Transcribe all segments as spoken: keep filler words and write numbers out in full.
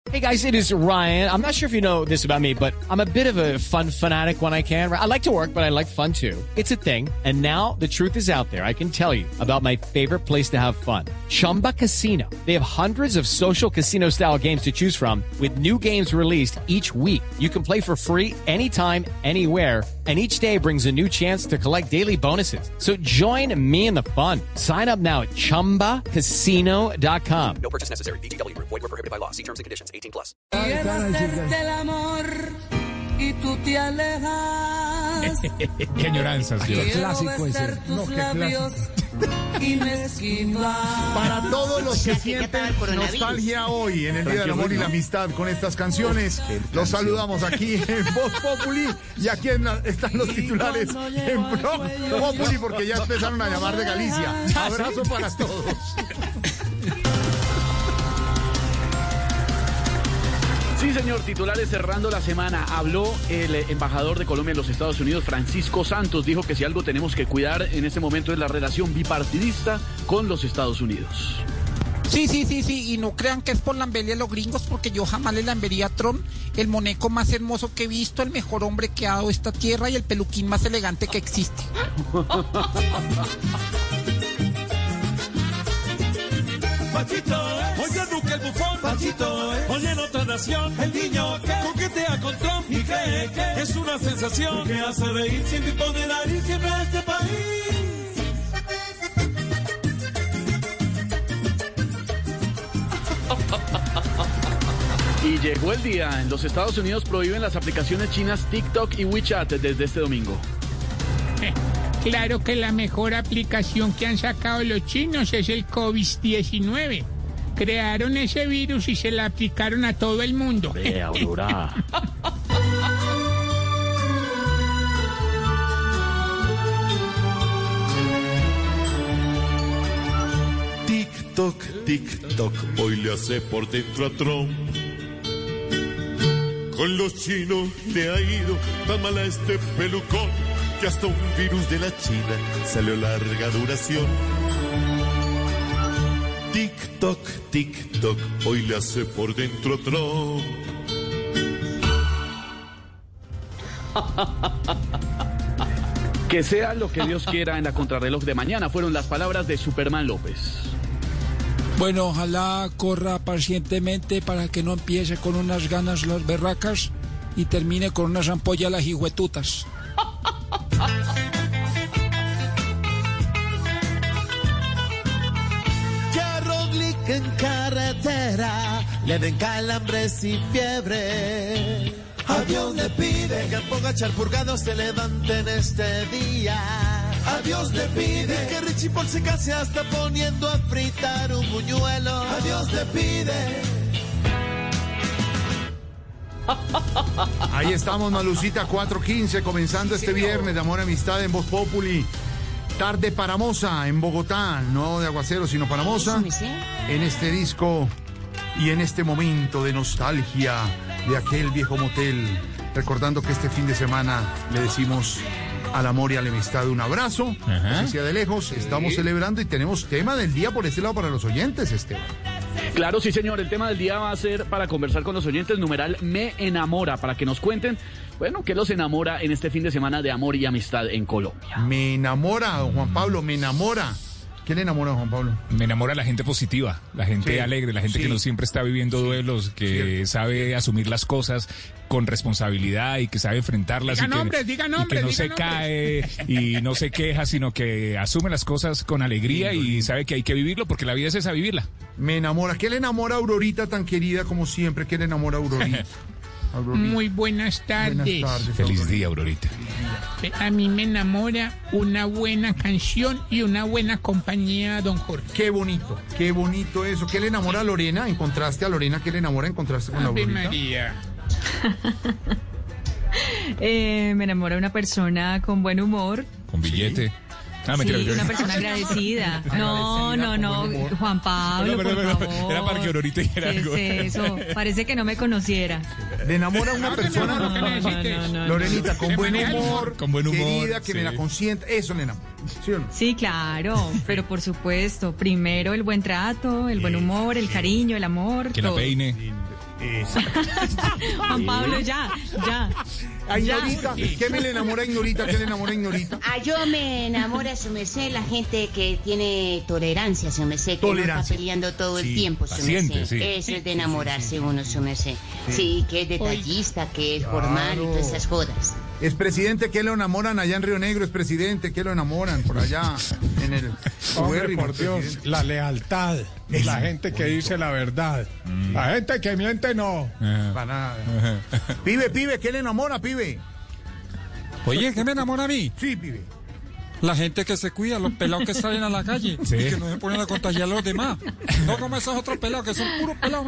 Hey guys, it is Ryan. I'm not sure if you know this about me, but I'm a bit of a fun fanatic when I can. I like to work, but I like fun too. It's a thing. And now the truth is out there. I can tell you about my favorite place to have fun. Chumba Casino. They have hundreds of social casino style games to choose from with new games released each week. You can play for free anytime, anywhere. And each day brings a new chance to collect daily bonuses. So join me in the fun. Sign up now at chumba casino dot com. No purchase necessary. V G W. Void where prohibited by law. See terms and conditions. eighteen plus. Quiero hacerte el amor y tú te alejas. Qué añoranza, sí. Quiero Clásico besar ese. tus No, qué labios y me esquivas. Para todos los que sienten nostalgia hoy en el Día del Amor y la Amistad con estas canciones, los saludamos aquí en Voz Populi y aquí en la, están los titulares en Blog Populi porque ya empezaron a llamar de Galicia. Abrazo para todos. Sí, señor, titulares cerrando la semana. Habló el embajador de Colombia en los Estados Unidos, Francisco Santos. Dijo que si algo tenemos que cuidar en este momento es la relación bipartidista con los Estados Unidos. Sí, sí, sí, sí, y no crean que es por lamberle a los gringos, porque yo jamás le lambería a Trump, el moneco más hermoso que he visto, el mejor hombre que ha dado esta tierra y el peluquín más elegante que existe. Pachito es, oye Duque el bufón, Pachito es, oye en otra nación, el niño que coquetea con Trump y cree que es una sensación que hace reír sin tipo de nariz siempre a este país. Y llegó el día. En los Estados Unidos prohíben las aplicaciones chinas TikTok y WeChat desde este domingo. Claro que la mejor aplicación que han sacado los chinos es el COVID diecinueve. Crearon ese virus y se la aplicaron a todo el mundo. Ve, Aurora. TikTok, TikTok, hoy le hace por dentro a Trump. Con los chinos le ha ido tan mal a este pelucón que hasta un virus de la China salió larga duración. TikTok, TikTok, hoy le hace por dentro Trump. Que sea lo que Dios quiera en la contrarreloj de mañana, fueron las palabras de Superman López. Bueno, ojalá corra pacientemente para que no empiece con unas ganas las berracas y termine con unas ampollas las hijuetutas. Ya Roglic en carretera, le den calambres y fiebre. Adiós le pide que Pogačar purgado se levante en este día. Adiós le pide que Richie Paul se case hasta poniendo a fritar un buñuelo. Adiós le pide. Ahí estamos, Malucita, cuatro quince, comenzando este viernes de Amor y Amistad en Voz Populi. Tarde paramosa en Bogotá, no de aguacero, sino paramosa. En este disco y en este momento de nostalgia de aquel viejo motel. Recordando que este fin de semana le decimos al amor y a la amistad un abrazo. Así sea de lejos, estamos celebrando y tenemos tema del día por este lado para los oyentes, Esteban. Claro, sí, señor. El tema del día va a ser para conversar con los oyentes, numeral Me Enamora, para que nos cuenten, bueno, qué los enamora en este fin de semana de amor y amistad en Colombia. Me enamora, don Juan Pablo, me enamora. ¿Qué le enamora a Juan Pablo? Me enamora la gente positiva, la gente sí, alegre, la gente sí, que no siempre está viviendo sí, duelos, que sí, sabe asumir las cosas con responsabilidad y que sabe enfrentarlas diga y, nombres, que, diga nombres, y que no diga se nombres. cae y no se queja, sino que asume las cosas con alegría lindo, y lindo. Sabe que hay que vivirlo porque la vida es esa, vivirla. Me enamora. ¿Qué le enamora a Aurorita tan querida como siempre? ¿Qué le enamora a Aurorita? Aurorita. Muy buenas tardes. Buenas tardes. Feliz Aurorita. día, Aurorita. A mí me enamora una buena canción y una buena compañía, don Jorge. Qué bonito, qué bonito eso. ¿Qué le enamora a Lorena? ¿En contraste a Lorena? ¿Qué le enamora en contraste con Ave Aurorita? María. eh, me enamora una persona con buen humor. Con billete. Sí. Ah, mentira, sí, yo... una persona agradecida. No, no, no, Juan Pablo, no, no, no, por no, favor. era para que Aurorita dijera ¿Qué algo. es eso? Parece que no me conociera. ¿Le enamora a una persona? No, no, no, no, Lorenita, con buen humor, con buen humor, querida, que sí. me la consienta, eso le enamora. ¿Sí o no? Sí, claro, pero por supuesto, primero el buen trato, el buen humor, el cariño, el amor. Que todo. la peine. Juan Pablo, ya, ya. A ya. Ignorita, ¿qué me le enamora a Ignorita? ¿Qué le enamora a Ignorita? Ah, yo me enamora, su merced, la gente que tiene tolerancia, su merced, que no Tolerancia. está peleando todo Sí, el tiempo, su paciente, merced. sí. Eso es de enamorarse uno, su merced. Sí, que es detallista, que es formal y Claro. todas esas jodas. Es presidente, ¿qué lo enamoran allá en Río Negro? Es presidente, ¿qué lo enamoran por allá en el Hombre, ubérrimo por Dios, presidente? la lealtad, la gente que dice la verdad, la gente que miente no. Para nada. Pibe, pibe, ¿qué le enamora, pibe? Oye, ¿qué me enamora a mí? Sí, pibe. La gente que se cuida, los pelados que salen a la calle Sí. y que no se ponen a contagiar a los demás. No como esos otros pelados que son puros pelados.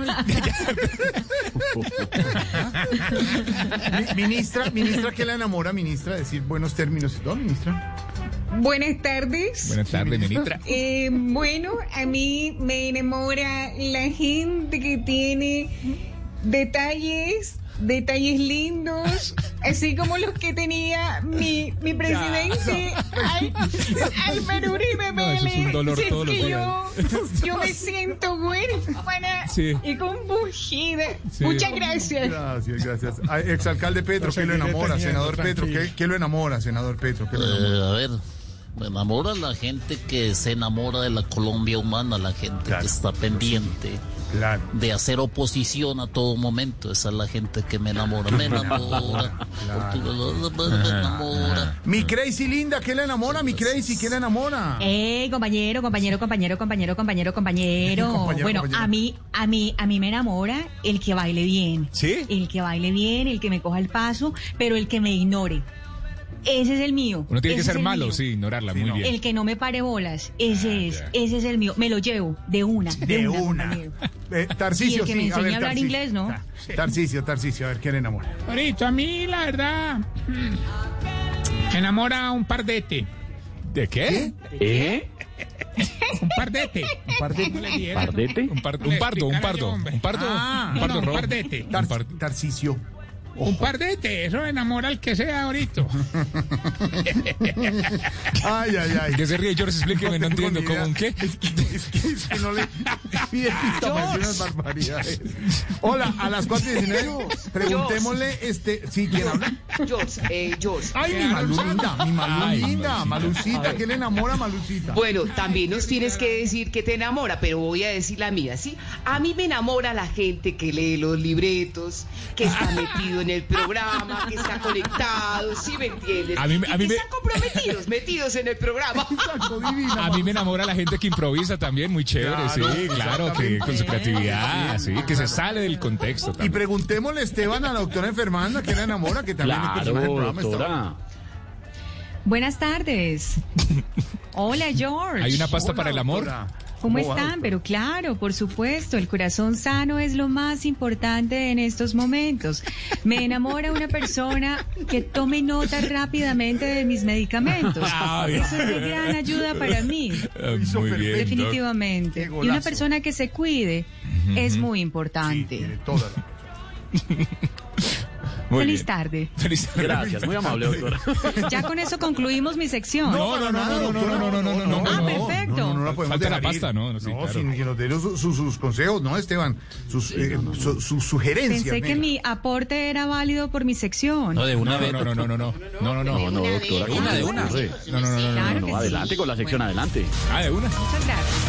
Mi- ministra, ministra, ¿qué le enamora, ministra? Decir buenos términos y todo, ministra. Buenas tardes. Buenas tardes, ministra. Eh, bueno, a mí me enamora la gente que tiene detalles, detalles lindos, así como los que tenía mi, mi presidente Al- Álvaro Uribe No, eso es un Vélez. dolor Si es todos los que días. yo, yo me siento huérfana Sí. y compungida. Sí. Muchas gracias. Gracias, gracias. Ah, exalcalde Petro, Lo ¿qué lo seguiré enamora? teniendo, Senador Petro, ¿qué, tranquilo. qué lo enamora, senador Petro? ¿Qué lo enamora? Eh, a ver, me enamora la gente que se enamora de la Colombia humana, la gente Claro. que está pendiente Claro. de hacer oposición a todo momento. Esa es la gente que me enamora. Me enamora. Me enamora. Mi Crazy linda, ¿qué le enamora? Mi Crazy, ¿qué le enamora? Eh, compañero, compañero, compañero, compañero, compañero, compañero. Compañero, bueno, compañero. a mí, a mí, a mí me enamora el que baile bien. ¿Sí? El que baile bien, el que me coja el paso, pero el que me ignore. Ese es el mío. Uno tiene que Ese es ser el malo, mío. sí, ignorarla, Sí, muy no. bien. El que no me pare bolas, ese Ah, es, ya. ese es el mío. Me lo llevo de una, de, De una. una. compañero. Eh, Y Tarcisio, el que sí. me a enseñe ver, a hablar Tarcisio. inglés, ¿no? Ta- Tarcisio, Tarcisio, a ver, ¿qué le enamora? Ahorita, a mí, la verdad, mm, me enamora un pardete. ¿De qué? ¿Eh? Un pardete. ¿Un pardete? Le dijera, ¿no? ¿Pardete? Un, par- un pardo, un pardo. Un pardo, Ah, un pardo no, un rojo. pardete. Tar- Un par- Tarcisio. Un pardete, eso enamora al que sea ahorita. Ay, ay, ay. ¿Qué se ríe, George? Explíqueme, no tengo entiendo. ni ¿Cómo idea. un qué? Es que, es que, es que no le pide pista para decir unas barbaridades. Hola, a las cuatro y diecinueve, preguntémosle, este, ¿sí, quién habla? George, eh, George. Ay, mi Malú linda, mi Malú Ay, linda, Malucita, ¿qué le enamora a Malucita? Bueno, también nos tienes que decir que te enamora, pero voy a decir la mía, ¿sí? A mí me enamora la gente que lee los libretos, que está metido en el programa, que está conectado, ¿sí me entiendes? A mí me- Y a mí que me- están comprometidos, metidos en el programa. Exacto, divina, A mí me enamora la gente que improvisa también, muy chévere, Claro, sí, claro, que exactamente. con su creatividad, sí, que se sale del contexto Y también. preguntémosle, Esteban, a la doctora Fernanda, ¿qué le enamora? Que también es Claro, personaje del programa. esta hora. doctora. Buenas tardes. Hola, George. Hay una pasta Hola, para el amor. doctora. ¿Cómo va, están? doctora? Pero claro, por supuesto, el corazón sano es lo más importante en estos momentos. Me enamora una persona que tome nota rápidamente de mis medicamentos. Ah, bien. Eso es de gran ayuda para mí. Ah, hizo Muy bien. perfecto. Definitivamente. Qué Y golazo. una persona que se cuide es muy Sí, importante. tiene toda la... Muy Feliz bien. tarde. Feliz tarde. Gracias, muy amable, doctora. Ya con eso concluimos mi sección. No, no, no, no, no, no, no, no, no, no, Ah, no. perfecto. No, no, no la podemos Falta la dejar ir. pasta, ¿no? No, sí, claro. sin que nos dé sus, sus- sus consejos, ¿no, Esteban? Sus, eh, su- sus sugerencias. Pensé que venga. mi aporte era válido por mi sección. No, de una No, vez. no, no, no, no, no, no, no, no, No, no, doctora. De una, de una. No, no, no, no, no, Claro No, que adelante sí. con la sección, adelante. Ah, de una. Muchas gracias.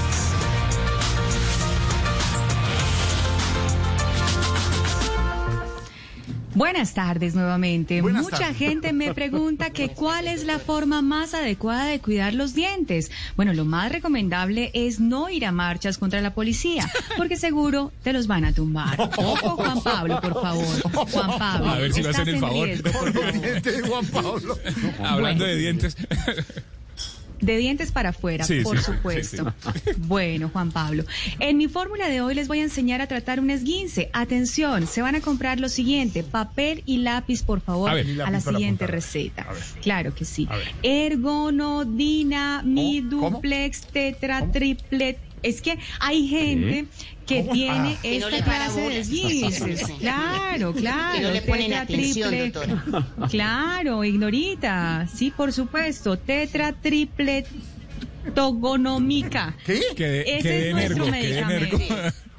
Buenas tardes nuevamente. Buenas Mucha tardes. gente me pregunta que cuál es la forma más adecuada de cuidar los dientes. Bueno, lo más recomendable es no ir a marchas contra la policía, porque seguro te los van a tumbar. Ojo, Juan Pablo, por favor. Juan Pablo, A ver si me estás hacen el en favor. riesgo, por favor. Presidente de Juan Pablo. Hablando de dientes. De dientes para afuera, Sí, por sí, sí, supuesto. sí, Bueno, Juan Pablo, en mi fórmula de hoy les voy a enseñar a tratar un esguince. Atención, se van a comprar lo siguiente, papel y lápiz, por favor, A a, ver. Y lápiz la para siguiente apuntar. receta. A ver. Claro que sí. A ver. Ergonodina, mi ¿Cómo? duplex, tetra, triplet. Es que hay gente que ¿Cómo? tiene Ah. Que no esta le para clase de bolas. esguinces. Sí. Claro, claro. Que no le ponen tetra, atención, triple. doctora. Claro, ignorita. Sí, por supuesto. Tetra, triple, togonómica. ¿Qué? Que de, Ese que de es nuestro energo, que de energo. medicamento.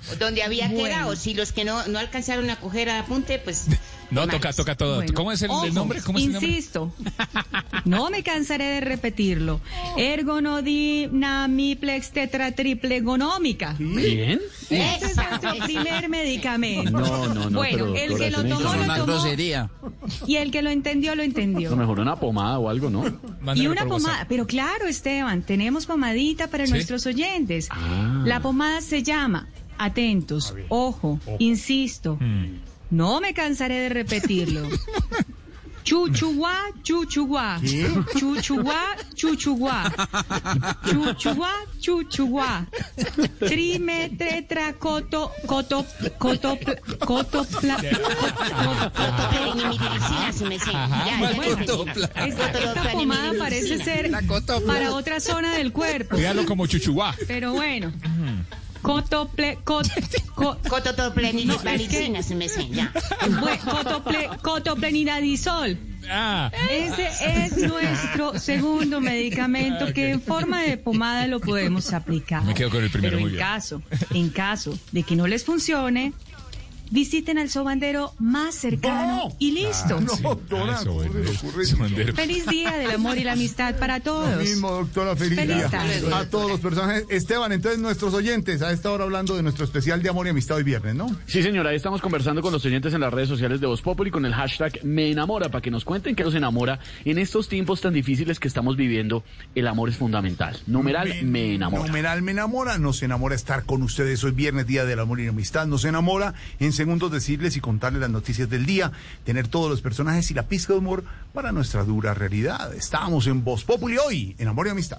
donde había que Bueno. era, o si los que no, no alcanzaron a coger apunte, pues... No, toca, toca todo. Bueno, ¿Cómo es el, ojo, el nombre? ¿Cómo es el nombre? Insisto, no me cansaré de repetirlo. Ergonodinamiplex tetratriplegonómica. ¿Bien? Ese es nuestro primer medicamento. No, no, no, Bueno, pero, el doctora, que lo tiene que tomó, ser lo una tomó. grosería. Y el que lo entendió, lo A lo entendió. mejor una pomada o algo, ¿no? Y Mándamelo una por pomada, WhatsApp. pero claro, Esteban, tenemos pomadita para ¿Sí? nuestros oyentes. Ah. La pomada se llama, atentos, ojo, insisto, Mm. no me cansaré de repetirlo. Chuchuguá, chuchuguá. Chuchuguá, chuchuguá. Chuchuguá, chuchuguá. Trime, tetra, coto, coto, coto, coto, pla- Cotopelinimitiricina, su merced. Ya, ya, Bueno, ya. esta, esta pomada parece ser para otra zona del cuerpo. Dígalo como chuchuá. Pero bueno. Cotople, cot, co- Cotopelinimitiricina, su merced, ya. Bue- cotople, cotoplenidadisol. Ah, Ese es nuestro segundo medicamento que en forma de pomada lo podemos aplicar. Me quedo con el primero, Pero muy en bien. caso, en caso de que no les funcione, visiten al sobandero más cercano y listo. No, doctora, Ah, eso, ocurre, bueno, ocurre. eso, bandero. Feliz día del amor y la amistad para Lo todos. mismo, doctora, feliz Feliz día tarde. a todos los personajes. Esteban, entonces nuestros oyentes a esta hora hablando de nuestro especial de amor y amistad hoy viernes, ¿no? Sí, señora, ahí estamos conversando con los oyentes en las redes sociales de Voz Populi con el hashtag Me Enamora, para que nos cuenten qué los enamora en estos tiempos tan difíciles que estamos viviendo. El amor es fundamental. Numeral Me Enamora. Numeral me enamora, nos enamora estar con ustedes hoy viernes, día del amor y la amistad. Nos enamora en segundos decirles y contarles las noticias del día, tener todos los personajes y la pizca de humor para nuestra dura realidad. Estamos en Voz Populi hoy, en amor y amistad.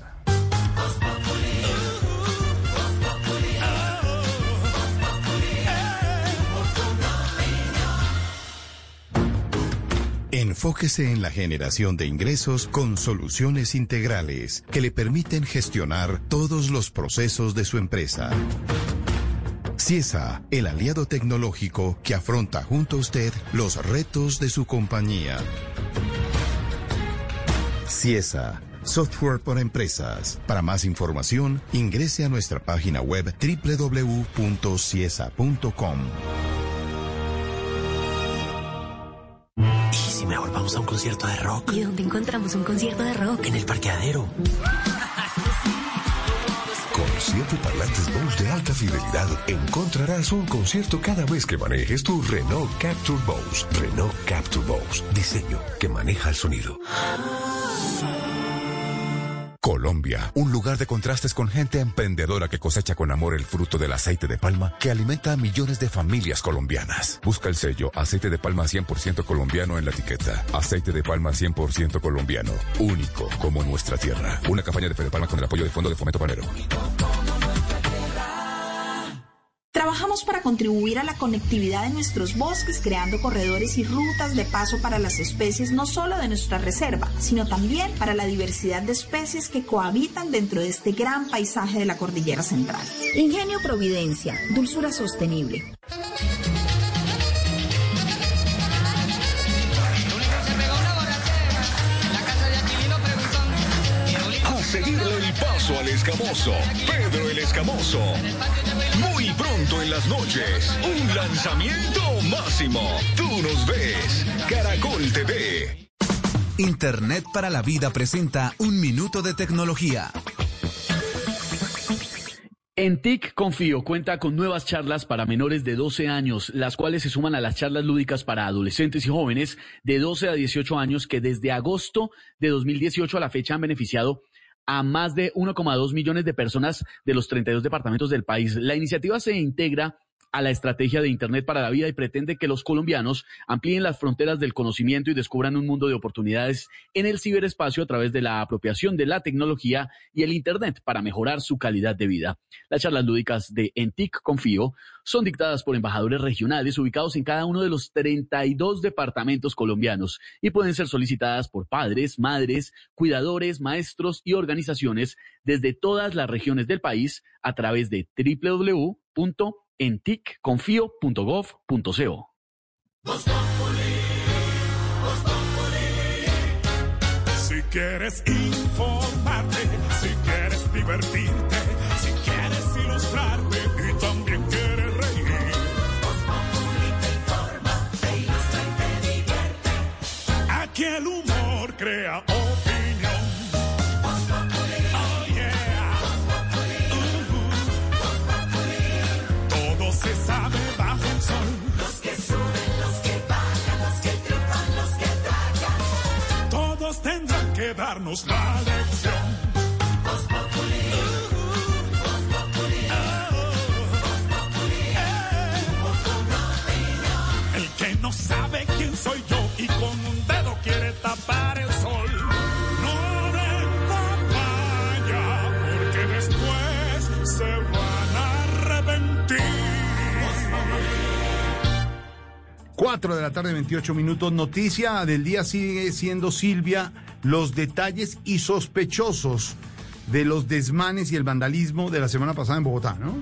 Enfóquese en la generación de ingresos con soluciones integrales que le permiten gestionar todos los procesos de su empresa. Ciesa, el aliado tecnológico que afronta junto a usted los retos de su compañía. Ciesa, software para empresas. Para más información, ingrese a nuestra página web doble u doble u doble u punto ciesa punto com. ¿Y si mejor vamos a un concierto de rock? ¿Y dónde encontramos un concierto de rock? En el parqueadero. Con siete parlantes Bose de alta fidelidad encontrarás un concierto cada vez que manejes tu Renault Captur Bose. Renault Captur Bose. Diseño que maneja el sonido. Colombia, un lugar de contrastes con gente emprendedora que cosecha con amor el fruto del aceite de palma que alimenta a millones de familias colombianas. Busca el sello aceite de palma cien por ciento colombiano en la etiqueta. Aceite de palma cien por ciento colombiano, único como nuestra tierra. Una campaña de Fede Palma con el apoyo del Fondo de Fomento Panero. Trabajamos para contribuir a la conectividad de nuestros bosques, creando corredores y rutas de paso para las especies no solo de nuestra reserva, sino también para la diversidad de especies que cohabitan dentro de este gran paisaje de la Cordillera Central. Ingenio Providencia, dulzura sostenible. A seguirle el paso al escamoso, Pedro el Escamoso. Muy pronto en las noches, un lanzamiento máximo. Tú nos ves, Caracol T V. Internet para la Vida presenta Un Minuto de Tecnología. En T I C Confío cuenta con nuevas charlas para menores de doce años, las cuales se suman a las charlas lúdicas para adolescentes y jóvenes de doce a dieciocho años que desde agosto de dos mil dieciocho a la fecha han beneficiado a más de uno coma dos millones de personas de los treinta y dos departamentos del país. La iniciativa se integra a la estrategia de Internet para la Vida y pretende que los colombianos amplíen las fronteras del conocimiento y descubran un mundo de oportunidades en el ciberespacio a través de la apropiación de la tecnología y el Internet para mejorar su calidad de vida. Las charlas lúdicas de En T I C Confío son dictadas por embajadores regionales ubicados en cada uno de los treinta y dos departamentos colombianos y pueden ser solicitadas por padres, madres, cuidadores, maestros y organizaciones desde todas las regiones del país a través de doble u doble u doble u punto en tic confío punto gov punto co. Si quieres informarte, si quieres divertirte, si quieres ilustrarte y también quieres Aquí el humor crea opinión. Oh yeah. Uh-huh. Todo se sabe bajo el sol. Los que suben, los que bajan, los que triunfan, los que tragan. Todos tendrán que darnos la lección. Voz Populi. Voz Populi. Voz Populi. El que no sabe quién soy yo y con un dedo quiere tapar el sol, no den papaya, porque después se van a arrepentir. cuatro de la tarde, veintiocho minutos. Noticia del día sigue siendo, Silvia, los detalles y sospechosos de los desmanes y el vandalismo de la semana pasada en Bogotá, ¿no?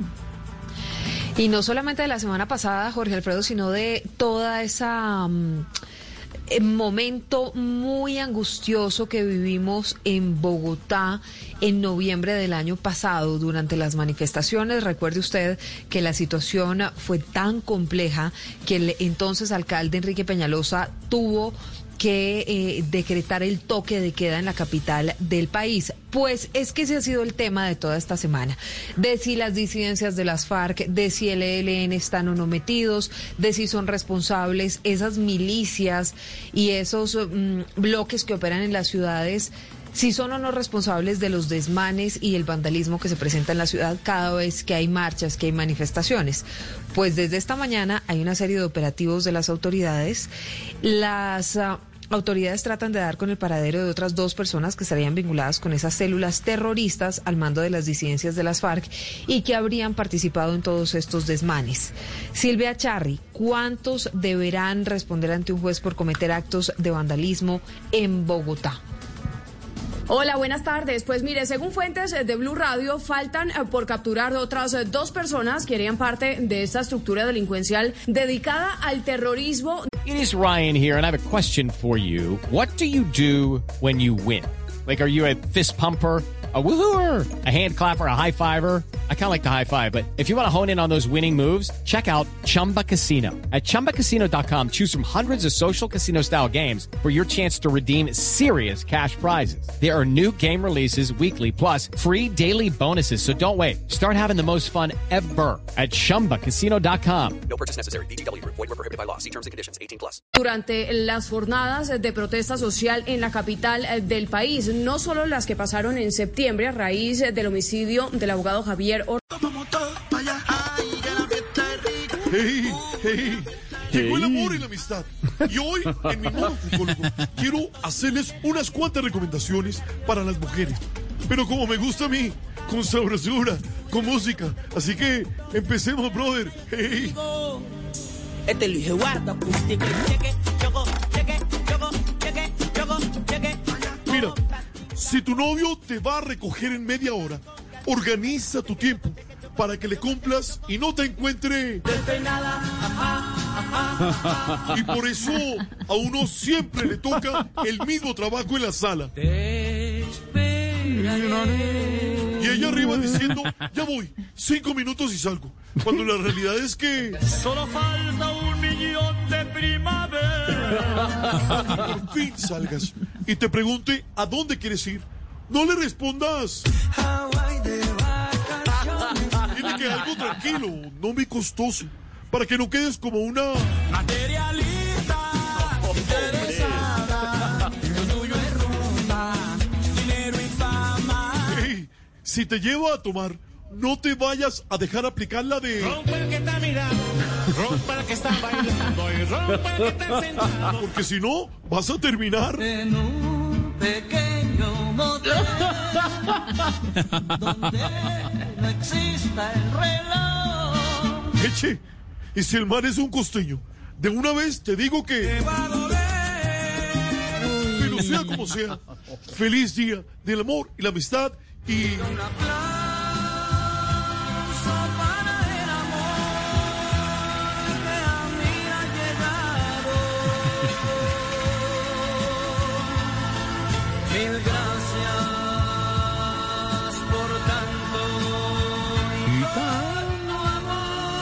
Y no solamente de la semana pasada, Jorge Alfredo, sino de toda esa um, momento muy angustioso que vivimos en Bogotá en noviembre del año pasado durante las manifestaciones. Recuerde usted que la situación fue tan compleja que el entonces alcalde Enrique Peñalosa tuvo que eh, decretar el toque de queda en la capital del país. Pues es que ese ha sido el tema de toda esta semana, de si las disidencias de las FARC, de si el E L N están o no metidos, de si son responsables esas milicias y esos mm, bloques que operan en las ciudades, si son o no responsables de los desmanes y el vandalismo que se presenta en la ciudad cada vez que hay marchas, que hay manifestaciones. Pues desde esta mañana hay una serie de operativos de las autoridades. Las uh, autoridades tratan de dar con el paradero de otras dos personas que estarían vinculadas con esas células terroristas al mando de las disidencias de las FARC y que habrían participado en todos estos desmanes. Silvia Charri, ¿cuántos deberán responder ante un juez por cometer actos de vandalismo en Bogotá? Hola, buenas tardes. Pues mire, según fuentes de Blue Radio, faltan por capturar otras dos personas que harían parte de esta estructura delincuencial dedicada al terrorismo. It is Ryan here, and I have a question for you. What do you do when you win? Like, are you a fist pumper, a woohooer, a hand clapper, a high fiver? I kind of like the high five, but if you want to hone in on those winning moves, check out Chumba Casino. At chumba casino dot com, choose from hundreds of social casino style games for your chance to redeem serious cash prizes. There are new game releases weekly, plus free daily bonuses. So don't wait. Start having the most fun ever at chumba casino dot com. No purchase necessary. V G W Group. Void where prohibited by law. See terms and conditions. eighteen plus. Durante las jornadas de protesta social en la capital del país, no solo las que pasaron en septiembre a raíz del homicidio del abogado Javier Or... Hey, hey, llegó el amor y la amistad. Y hoy, en mi modo psicólogo, quiero hacerles unas cuantas recomendaciones para las mujeres. Pero como me gusta a mí, con sabrosura, con música. Así que empecemos, brother. Hey. Este Luis Eduardo. Mira, si tu novio te va a recoger en media hora, organiza tu tiempo para que le cumplas y no te encuentre despeinada. Y por eso a uno siempre le toca el mismo trabajo en la sala. Y ella arriba diciendo, ya voy, cinco minutos y salgo. Cuando la realidad es que solo falta un millón de primavera. Por fin salgas y te pregunte a dónde quieres ir. No le respondas. Tiene que algo tranquilo, no muy costoso, para que no quedes como una materialista interesada. Lo tuyo es rumba, dinero y fama. Hey, si te lleva a tomar, no te vayas a dejar aplicar la de rompa el que está mirando, rompa el que está bailando y rompa el que está sentado. Porque si no, vas a terminar en un pequeño motel donde no exista el reloj. Eche, y si el man es un costeño, de una vez te digo que pero sea como sea, feliz día del amor y la amistad y un aplauso para el amor que a mí ha llegado. Mil gracias por tanto y tanto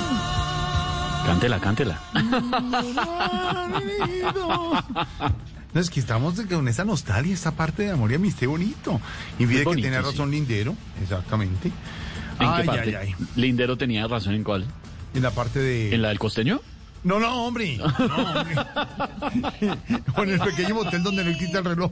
amor. Cántela, cántela. No, es que estamos con esa nostalgia, esta parte de Amor y Amistad bonito. Y fíjate que tiene razón, sí. Lindero, exactamente. ¿En ay, qué parte? Ay, ay. ¿Lindero tenía razón en cuál? En la parte de... ¿En la del costeño? No, no, hombre. No, hombre. Con el pequeño motel donde le quita el reloj.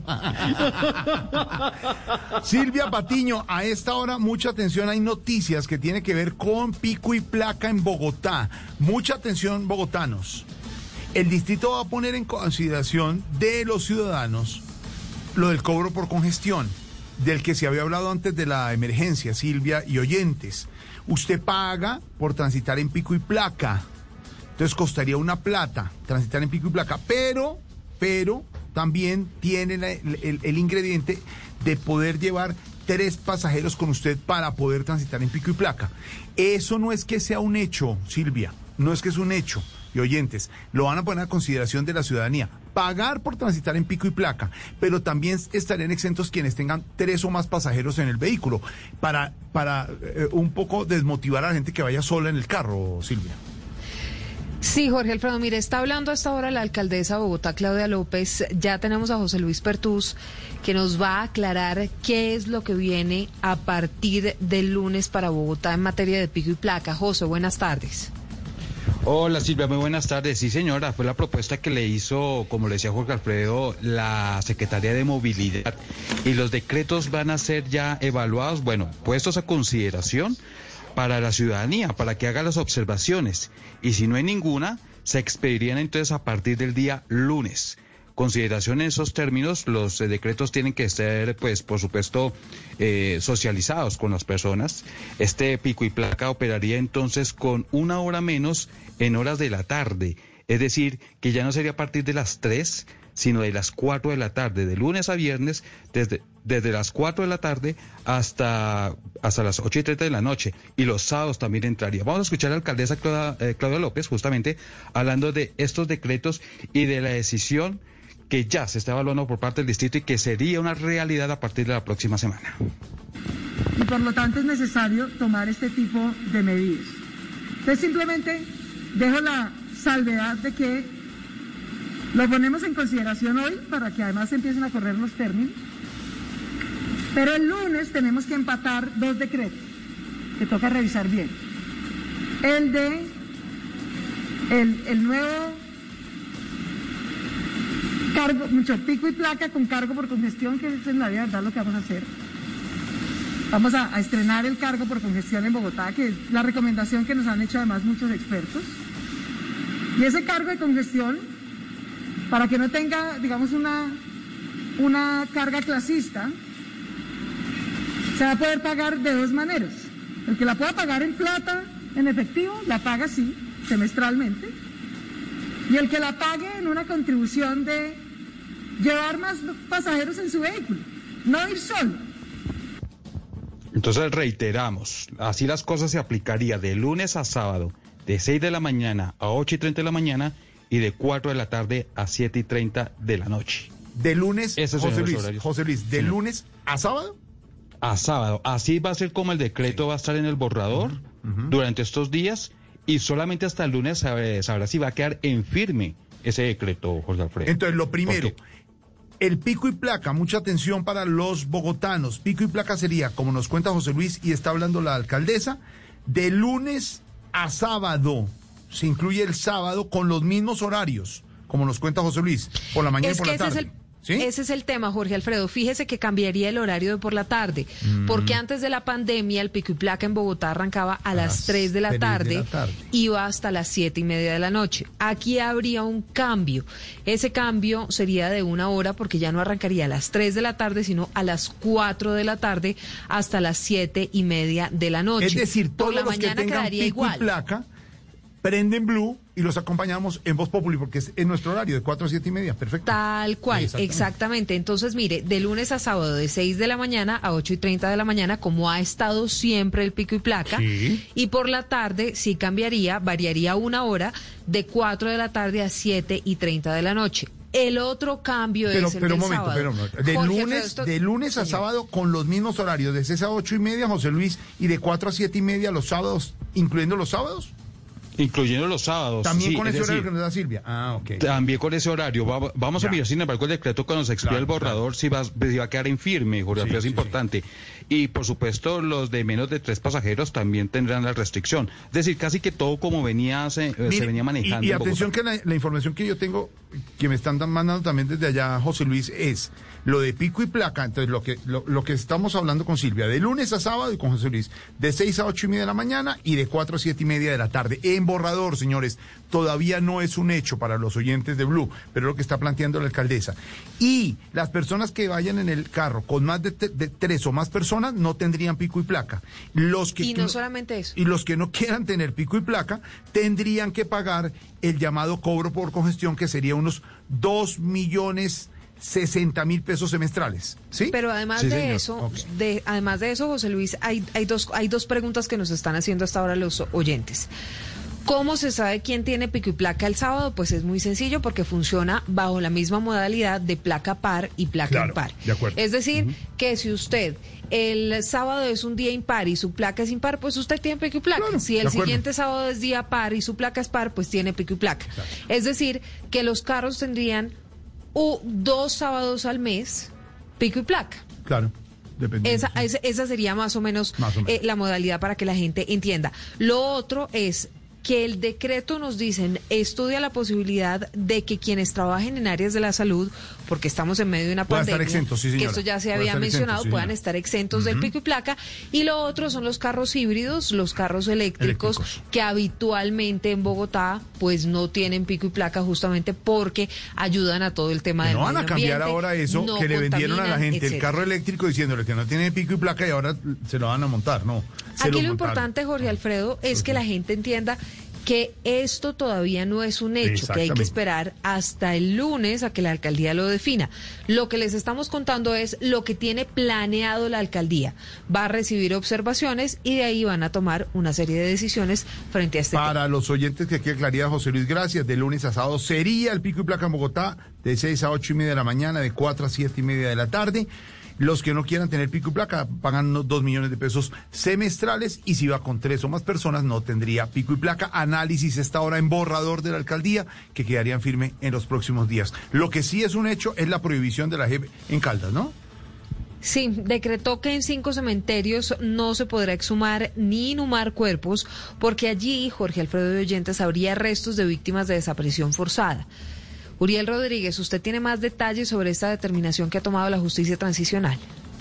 Silvia Patiño, a esta hora, mucha atención, hay noticias que tienen que ver con pico y placa en Bogotá. Mucha atención, bogotanos. El distrito va a poner en consideración de los ciudadanos lo del cobro por congestión, del que se había hablado antes de la emergencia, Silvia y oyentes. Usted paga por transitar en pico y placa. Entonces costaría una plata transitar en pico y placa, pero, pero también tiene la, el, el ingrediente de poder llevar tres pasajeros con usted para poder transitar en pico y placa. Eso no es que sea un hecho, Silvia, no es que es un hecho, y oyentes, lo van a poner a consideración de la ciudadanía. Pagar por transitar en pico y placa, pero también estarían exentos quienes tengan tres o más pasajeros en el vehículo, para, para eh, un poco desmotivar a la gente que vaya sola en el carro, Silvia. Sí, Jorge Alfredo, mire, está hablando a esta hora la alcaldesa de Bogotá, Claudia López. Ya tenemos a José Luis Pertús, que nos va a aclarar qué es lo que viene a partir del lunes para Bogotá en materia de pico y placa. José, buenas tardes. Hola Silvia, muy buenas tardes. Sí señora, fue la propuesta que le hizo, como le decía Jorge Alfredo, la Secretaría de Movilidad, y los decretos van a ser ya evaluados, bueno, puestos a consideración para la ciudadanía, para que haga las observaciones, y si no hay ninguna, se expedirían entonces a partir del día lunes. Consideración en esos términos, los eh, decretos tienen que ser, pues, por supuesto, eh, socializados con las personas. Este pico y placa operaría entonces con una hora menos en horas de la tarde, es decir, que ya no sería a partir de las tres, sino de las cuatro de la tarde, de lunes a viernes, desde, desde las cuatro de la tarde hasta, hasta las ocho y treinta de la noche, y los sábados también entraría. Vamos a escuchar a la alcaldesa Claudia, eh, Claudia López, justamente hablando de estos decretos y de la decisión que ya se está evaluando por parte del distrito y que sería una realidad a partir de la próxima semana. Y por lo tanto es necesario tomar este tipo de medidas. Entonces simplemente dejo la salvedad de que lo ponemos en consideración hoy para que además empiecen a correr los términos, pero el lunes tenemos que empatar dos decretos que toca revisar bien. El de el, el nuevo cargo, mucho pico y placa con cargo por congestión, que es en la verdad lo que vamos a hacer. Vamos a, a estrenar el cargo por congestión en Bogotá, que es la recomendación que nos han hecho además muchos expertos. Y ese cargo de congestión, para que no tenga, digamos, una, una carga clasista, se va a poder pagar de dos maneras. El que la pueda pagar en plata, en efectivo, la paga así, semestralmente. Y el que la pague en una contribución de llevar más pasajeros en su vehículo, no ir solo. Entonces reiteramos, así las cosas se aplicaría de lunes a sábado, de seis de la mañana a ocho y treinta de la mañana y de cuatro de la tarde a siete y treinta de la noche. De lunes, Ese José Luis, José Luis, ¿de sí. lunes a sábado? A sábado. Así va a ser como el decreto sí. va a estar en el borrador uh-huh. Uh-huh. durante estos días, y solamente hasta el lunes sabrá, sabrá si va a quedar en firme ese decreto, Jorge Alfredo. Entonces, lo primero, el pico y placa, mucha atención para los bogotanos. Pico y placa sería, como nos cuenta José Luis y está hablando la alcaldesa, de lunes a sábado. Se incluye el sábado con los mismos horarios, como nos cuenta José Luis, por la mañana es y por que la ese tarde. Es el... ¿Sí? Ese es el tema, Jorge Alfredo. Fíjese que cambiaría el horario de por la tarde, mm. porque antes de la pandemia el pico y placa en Bogotá arrancaba a, a las tres de la tarde, de la tarde, iba hasta las siete y media de la noche. Aquí habría un cambio. Ese cambio sería de una hora, porque ya no arrancaría a las tres de la tarde, sino a las cuatro de la tarde hasta las siete y media de la noche. Es decir, todos por la los mañana que tengan quedaría pico igual. Y placa prenden Blue y los acompañamos en Voz Populi, porque es en nuestro horario de cuatro a siete y media, perfecto. Tal cual, exactamente. exactamente. Entonces, mire, de lunes a sábado de seis de la mañana a ocho y treinta de la mañana, como ha estado siempre el pico y placa, sí. y por la tarde sí cambiaría, variaría una hora, de cuatro de la tarde a siete y treinta de la noche. El otro cambio pero, es el pero del un momento, sábado. Pero un momento, de Jorge, lunes, esto... de lunes a Señor. sábado con los mismos horarios, de seis a ocho y media, José Luis, y de cuatro a siete y media los sábados, incluyendo los sábados. Incluyendo los sábados. También sí, con ese decir, horario que nos da Silvia. Ah, ok. También con ese horario. Va, vamos ya. a mirar, sin embargo, el decreto cuando se expida claro, el borrador, claro. si, va, si va a quedar infirme, Jorge Alfredo, sí, es sí, importante. Sí. Y, por supuesto, los de menos de tres pasajeros también tendrán la restricción. Es decir, casi que todo como venía se, Mire, se venía manejando. Y, y atención que la, la información que yo tengo, que me están mandando también desde allá, José Luis, es lo de pico y placa. Entonces, lo que lo, lo que estamos hablando con Silvia, de lunes a sábado y con José Luis, de seis a ocho y media de la mañana y de cuatro a siete y media de la tarde. En borrador, señores, todavía no es un hecho para los oyentes de Blue, pero es lo que está planteando la alcaldesa. Y las personas que vayan en el carro con más de, de tres o más personas no tendrían pico y placa. Los que y no solamente eso. Y los que no quieran tener pico y placa tendrían que pagar el llamado cobro por congestión, que sería unos dos millones sesenta mil pesos semestrales, ¿sí? Pero además sí, de señor. eso, Okay. de, además de eso, José Luis, hay, hay dos, hay dos preguntas que nos están haciendo hasta ahora los oyentes. ¿Cómo se sabe quién tiene pico y placa el sábado? Pues es muy sencillo, porque funciona bajo la misma modalidad de placa par y placa claro, impar. De acuerdo. Es decir, uh-huh. que si usted el sábado es un día impar y su placa es impar, pues usted tiene pico y placa. Claro, si el siguiente sábado es día par y su placa es par, pues tiene pico y placa. Claro. Es decir, que los carros tendrían uh, dos sábados al mes pico y placa. Claro. Esa, esa, esa sería más o menos, más o menos. Eh, la modalidad para que la gente entienda. Lo otro es que el decreto nos dicen, estudia la posibilidad de que quienes trabajen en áreas de la salud, porque estamos en medio de una puedan pandemia, estar exentos, sí, que esto ya se había mencionado, exentos, sí, puedan estar exentos uh-huh. del pico y placa. Y lo otro son los carros híbridos, los carros eléctricos, eléctricos, que habitualmente en Bogotá pues no tienen pico y placa, justamente porque ayudan a todo el tema del medio ambiente. No van a cambiar ahora eso no que le vendieron a la gente, etcétera. El carro eléctrico diciéndole que no tiene pico y placa y ahora se lo van a montar, no. Aquí lo, lo importante, Jorge Alfredo, es uh-huh. que la gente entienda que esto todavía no es un hecho, que hay que esperar hasta el lunes a que la alcaldía lo defina. Lo que les estamos contando es lo que tiene planeado la alcaldía. Va a recibir observaciones y de ahí van a tomar una serie de decisiones frente a este Para tema. los oyentes que quede claridad, José Luis, gracias. De lunes a sábado sería el pico y placa en Bogotá, de seis a ocho y media de la mañana, de cuatro a siete y media de la tarde. Los que no quieran tener pico y placa pagan unos dos millones de pesos semestrales, y si va con tres o más personas no tendría pico y placa. Análisis está ahora en borrador de la alcaldía, que quedarían firme en los próximos días. Lo que sí es un hecho es la prohibición de la J E P en Caldas, ¿no? Sí, decretó que en cinco cementerios no se podrá exhumar ni inhumar cuerpos, porque allí, Jorge Alfredo de Oyentes, habría restos de víctimas de desaparición forzada. Uriel Rodríguez, usted tiene más detalles sobre esta determinación que ha tomado la justicia transicional.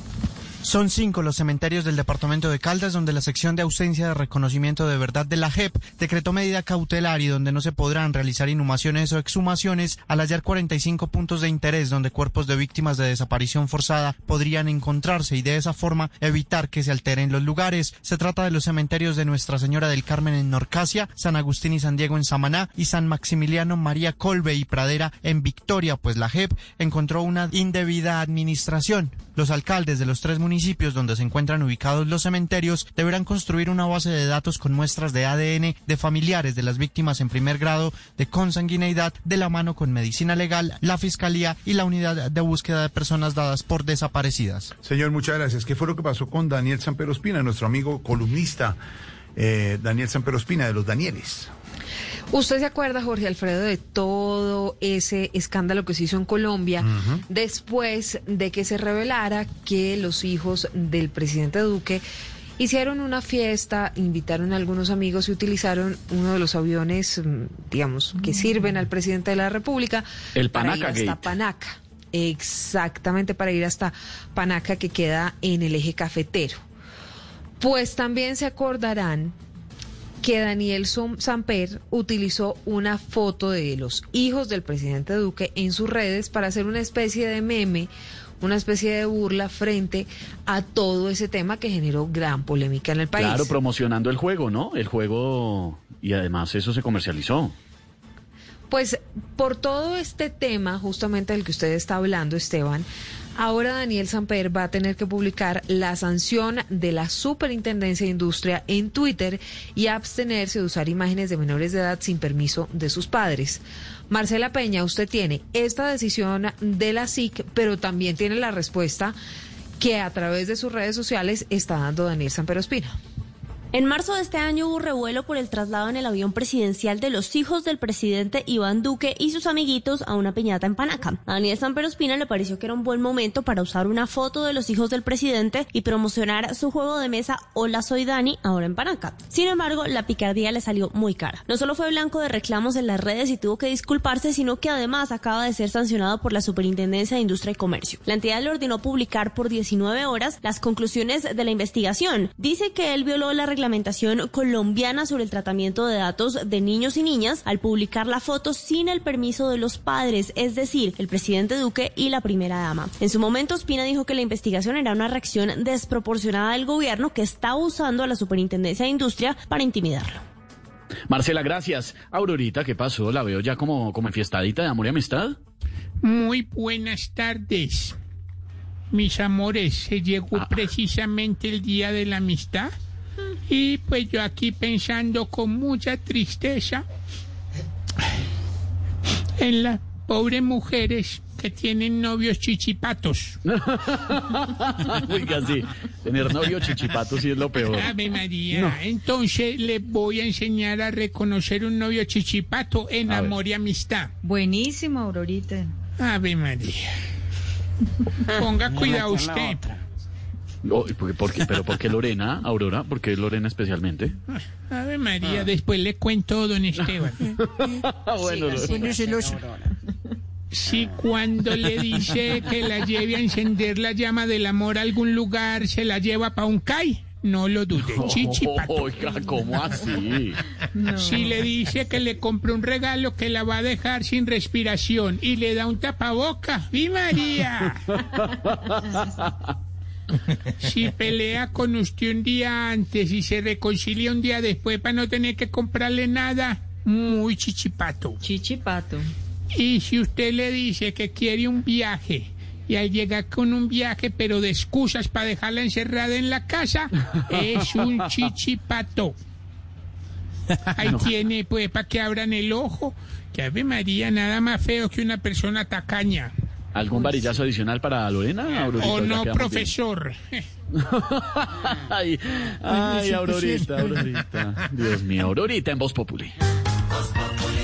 Son cinco los cementerios del departamento de Caldas donde la sección de ausencia de reconocimiento de verdad de la J E P decretó medida cautelar y donde no se podrán realizar inhumaciones o exhumaciones al hallar cuarenta y cinco puntos de interés donde cuerpos de víctimas de desaparición forzada podrían encontrarse y de esa forma evitar que se alteren los lugares. Se trata de los cementerios de Nuestra Señora del Carmen en Norcasia, San Agustín y San Diego en Samaná y San Maximiliano María Colbe y Pradera en Victoria, pues la J E P encontró una indebida administración. Los alcaldes de los tres municipios donde se encuentran ubicados los cementerios deberán construir una base de datos con muestras de A D N de familiares de las víctimas en primer grado de consanguineidad, de la mano con Medicina Legal, la Fiscalía y la Unidad de Búsqueda de Personas dadas por desaparecidas. Señor, muchas gracias. ¿Qué fue lo que pasó con Daniel Sampero Espina, nuestro amigo columnista eh, Daniel Sampero Espina de los Danieles? ¿Usted se acuerda, Jorge Alfredo, de todo ese escándalo que se hizo en Colombia uh-huh. después de que se revelara que los hijos del presidente Duque hicieron una fiesta, invitaron a algunos amigos y utilizaron uno de los aviones, digamos, que sirven al presidente de la República el para Panaca ir hasta Gate. Panaca? Exactamente, para ir hasta Panaca, que queda en el eje cafetero. Pues también se acordarán que Daniel Samper utilizó una foto de los hijos del presidente Duque en sus redes para hacer una especie de meme, una especie de burla frente a todo ese tema que generó gran polémica en el país. Claro, promocionando el juego, ¿no? El juego, y además eso se comercializó. Pues por todo este tema justamente del que usted está hablando, Esteban, ahora Daniel Samper va a tener que publicar la sanción de la Superintendencia de Industria en Twitter y abstenerse de usar imágenes de menores de edad sin permiso de sus padres. Marcela Peña, usted tiene esta decisión de la S I C, pero también tiene la respuesta que a través de sus redes sociales está dando Daniel Samper Espina. En marzo de este año hubo revuelo por el traslado en el avión presidencial de los hijos del presidente Iván Duque y sus amiguitos a una piñata en Panaca. A Daniel Samper Ospina le pareció que era un buen momento para usar una foto de los hijos del presidente y promocionar su juego de mesa Hola Soy Dani, ahora en Panaca. Sin embargo, la picardía le salió muy cara. No solo fue blanco de reclamos en las redes y tuvo que disculparse, sino que además acaba de ser sancionado por la Superintendencia de Industria y Comercio. La entidad le ordenó publicar por diecinueve horas las conclusiones de la investigación. Dice que él violó la reglamentación colombiana sobre el tratamiento de datos de niños y niñas al publicar la foto sin el permiso de los padres, es decir, el presidente Duque y la primera dama. En su momento, Ospina dijo que la investigación era una reacción desproporcionada del gobierno que está usando a la Superintendencia de Industria para intimidarlo. Marcela, gracias. Aurorita, ¿qué pasó? La veo ya como, como enfiestadita de amor y amistad. Muy buenas tardes, mis amores. Se llegó ah. precisamente el día de la amistad. Y pues yo aquí pensando con mucha tristeza en las pobres mujeres que tienen novios chichipatos. Oiga, sí, tener novio chichipato sí es lo peor. Ave María, no. Entonces les voy a enseñar a reconocer un novio chichipato en amor y amistad. Buenísimo, Aurorita. Ave María. Ponga cuidado usted. Oh, ¿por, por qué, ¿Pero por qué Lorena, Aurora? ¿Por qué Lorena especialmente? Ave María, ah. después le cuento, don Esteban. Bueno, sí, bueno, celoso. Si cuando le dice que la lleve a encender la llama del amor a algún lugar, se la lleva para un C A I, no lo dude, chichipato. Oiga, ¿cómo así? No. Si le dice que le compre un regalo que la va a dejar sin respiración y le da un tapaboca, ¡vi María! Si pelea con usted un día antes y se reconcilia un día después para no tener que comprarle nada, muy chichipato. Chichipato. Y si usted le dice que quiere un viaje y al llegar con un viaje pero de excusas para dejarla encerrada en la casa, es un chichipato. Ahí no. Tiene, pues, para que abran el ojo, que Ave María, nada más feo que una persona tacaña. ¿Algún varillazo adicional para Lorena, Aurorita? O no, profesor. Ay, ay, Aurorita, Aurorita. Dios mío, Aurorita en Voz Populi. Voz Populi.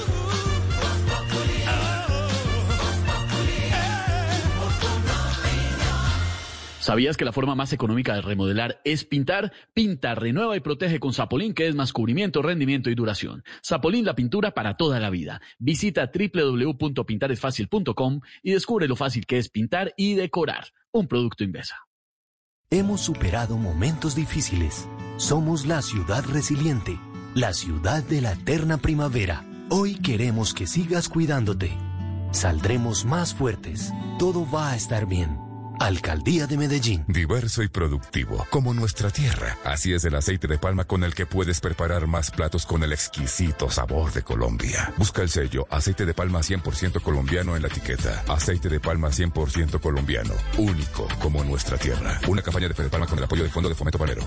¿Sabías que la forma más económica de remodelar es pintar? Pinta, renueva y protege con Sapolín, que es más cubrimiento, rendimiento y duración. Sapolín, la pintura para toda la vida. Visita doble u doble u doble u punto pintaresfacil punto com y descubre lo fácil que es pintar y decorar. Un producto Invesa. Hemos superado momentos difíciles. Somos la ciudad resiliente, la ciudad de la eterna primavera. Hoy queremos que sigas cuidándote. Saldremos más fuertes. Todo va a estar bien. Alcaldía de Medellín. Diverso y productivo, como nuestra tierra. Así es el aceite de palma con el que puedes preparar más platos con el exquisito sabor de Colombia. Busca el sello aceite de palma cien por ciento colombiano en la etiqueta. Aceite de palma cien por ciento colombiano. Único como nuestra tierra. Una campaña de Fede Palma con el apoyo del Fondo de Fomento Panero.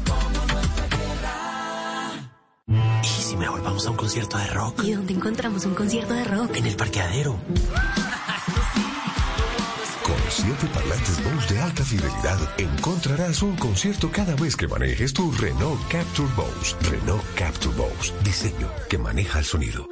¿Y si mejor vamos a un concierto de rock? ¿Y dónde encontramos un concierto de rock? En el parqueadero. Con siete parlantes Bose de alta fidelidad, encontrarás un concierto cada vez que manejes tu Renault Captur Bose. Renault Captur Bose. Diseño que maneja el sonido.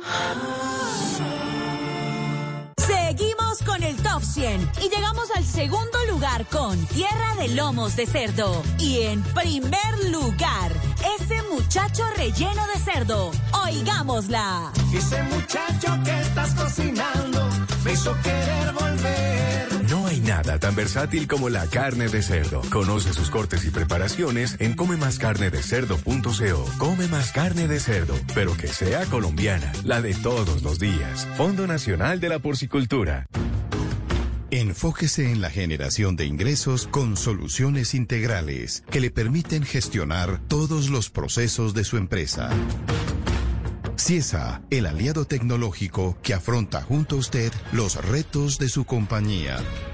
Seguimos con el Top cien y llegamos al segundo lugar con Tierra de Lomos de Cerdo. Y en primer lugar, ese muchacho relleno de cerdo. Oigámosla. Ese muchacho que estás cocinando me hizo querer volver. No hay nada tan versátil como la carne de cerdo. Conoce sus cortes y preparaciones en come más carne de cerdo punto co. Come más carne de cerdo, pero que sea colombiana, la de todos los días. Fondo Nacional de la Porcicultura. Enfóquese en la generación de ingresos con soluciones integrales que le permiten gestionar todos los procesos de su empresa. Ciesa, el aliado tecnológico que afronta junto a usted los retos de su compañía.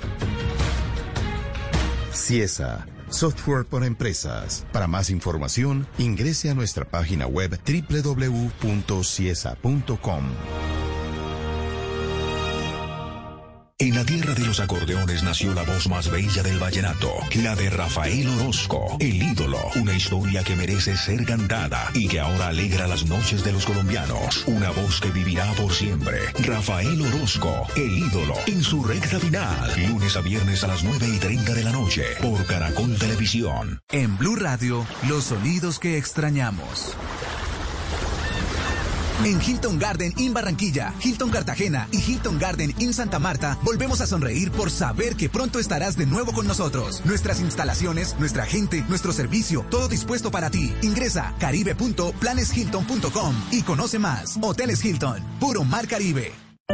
Ciesa, software para empresas. Para más información, ingrese a nuestra página web doble u doble u doble u punto ciesa punto com. En la tierra de los acordeones nació la voz más bella del vallenato, la de Rafael Orozco, el ídolo. Una historia que merece ser cantada y que ahora alegra las noches de los colombianos. Una voz que vivirá por siempre. Rafael Orozco, el ídolo, en su recta final. Lunes a viernes a las nueve y treinta de la noche por Caracol Televisión. En Blue Radio, los sonidos que extrañamos. En Hilton Garden Inn Barranquilla, Hilton Cartagena y Hilton Garden Inn Santa Marta, volvemos a sonreír por saber que pronto estarás de nuevo con nosotros. Nuestras instalaciones, nuestra gente, nuestro servicio, todo dispuesto para ti. Ingresa caribe punto planes hilton punto com y conoce más. Hoteles Hilton, puro mar Caribe.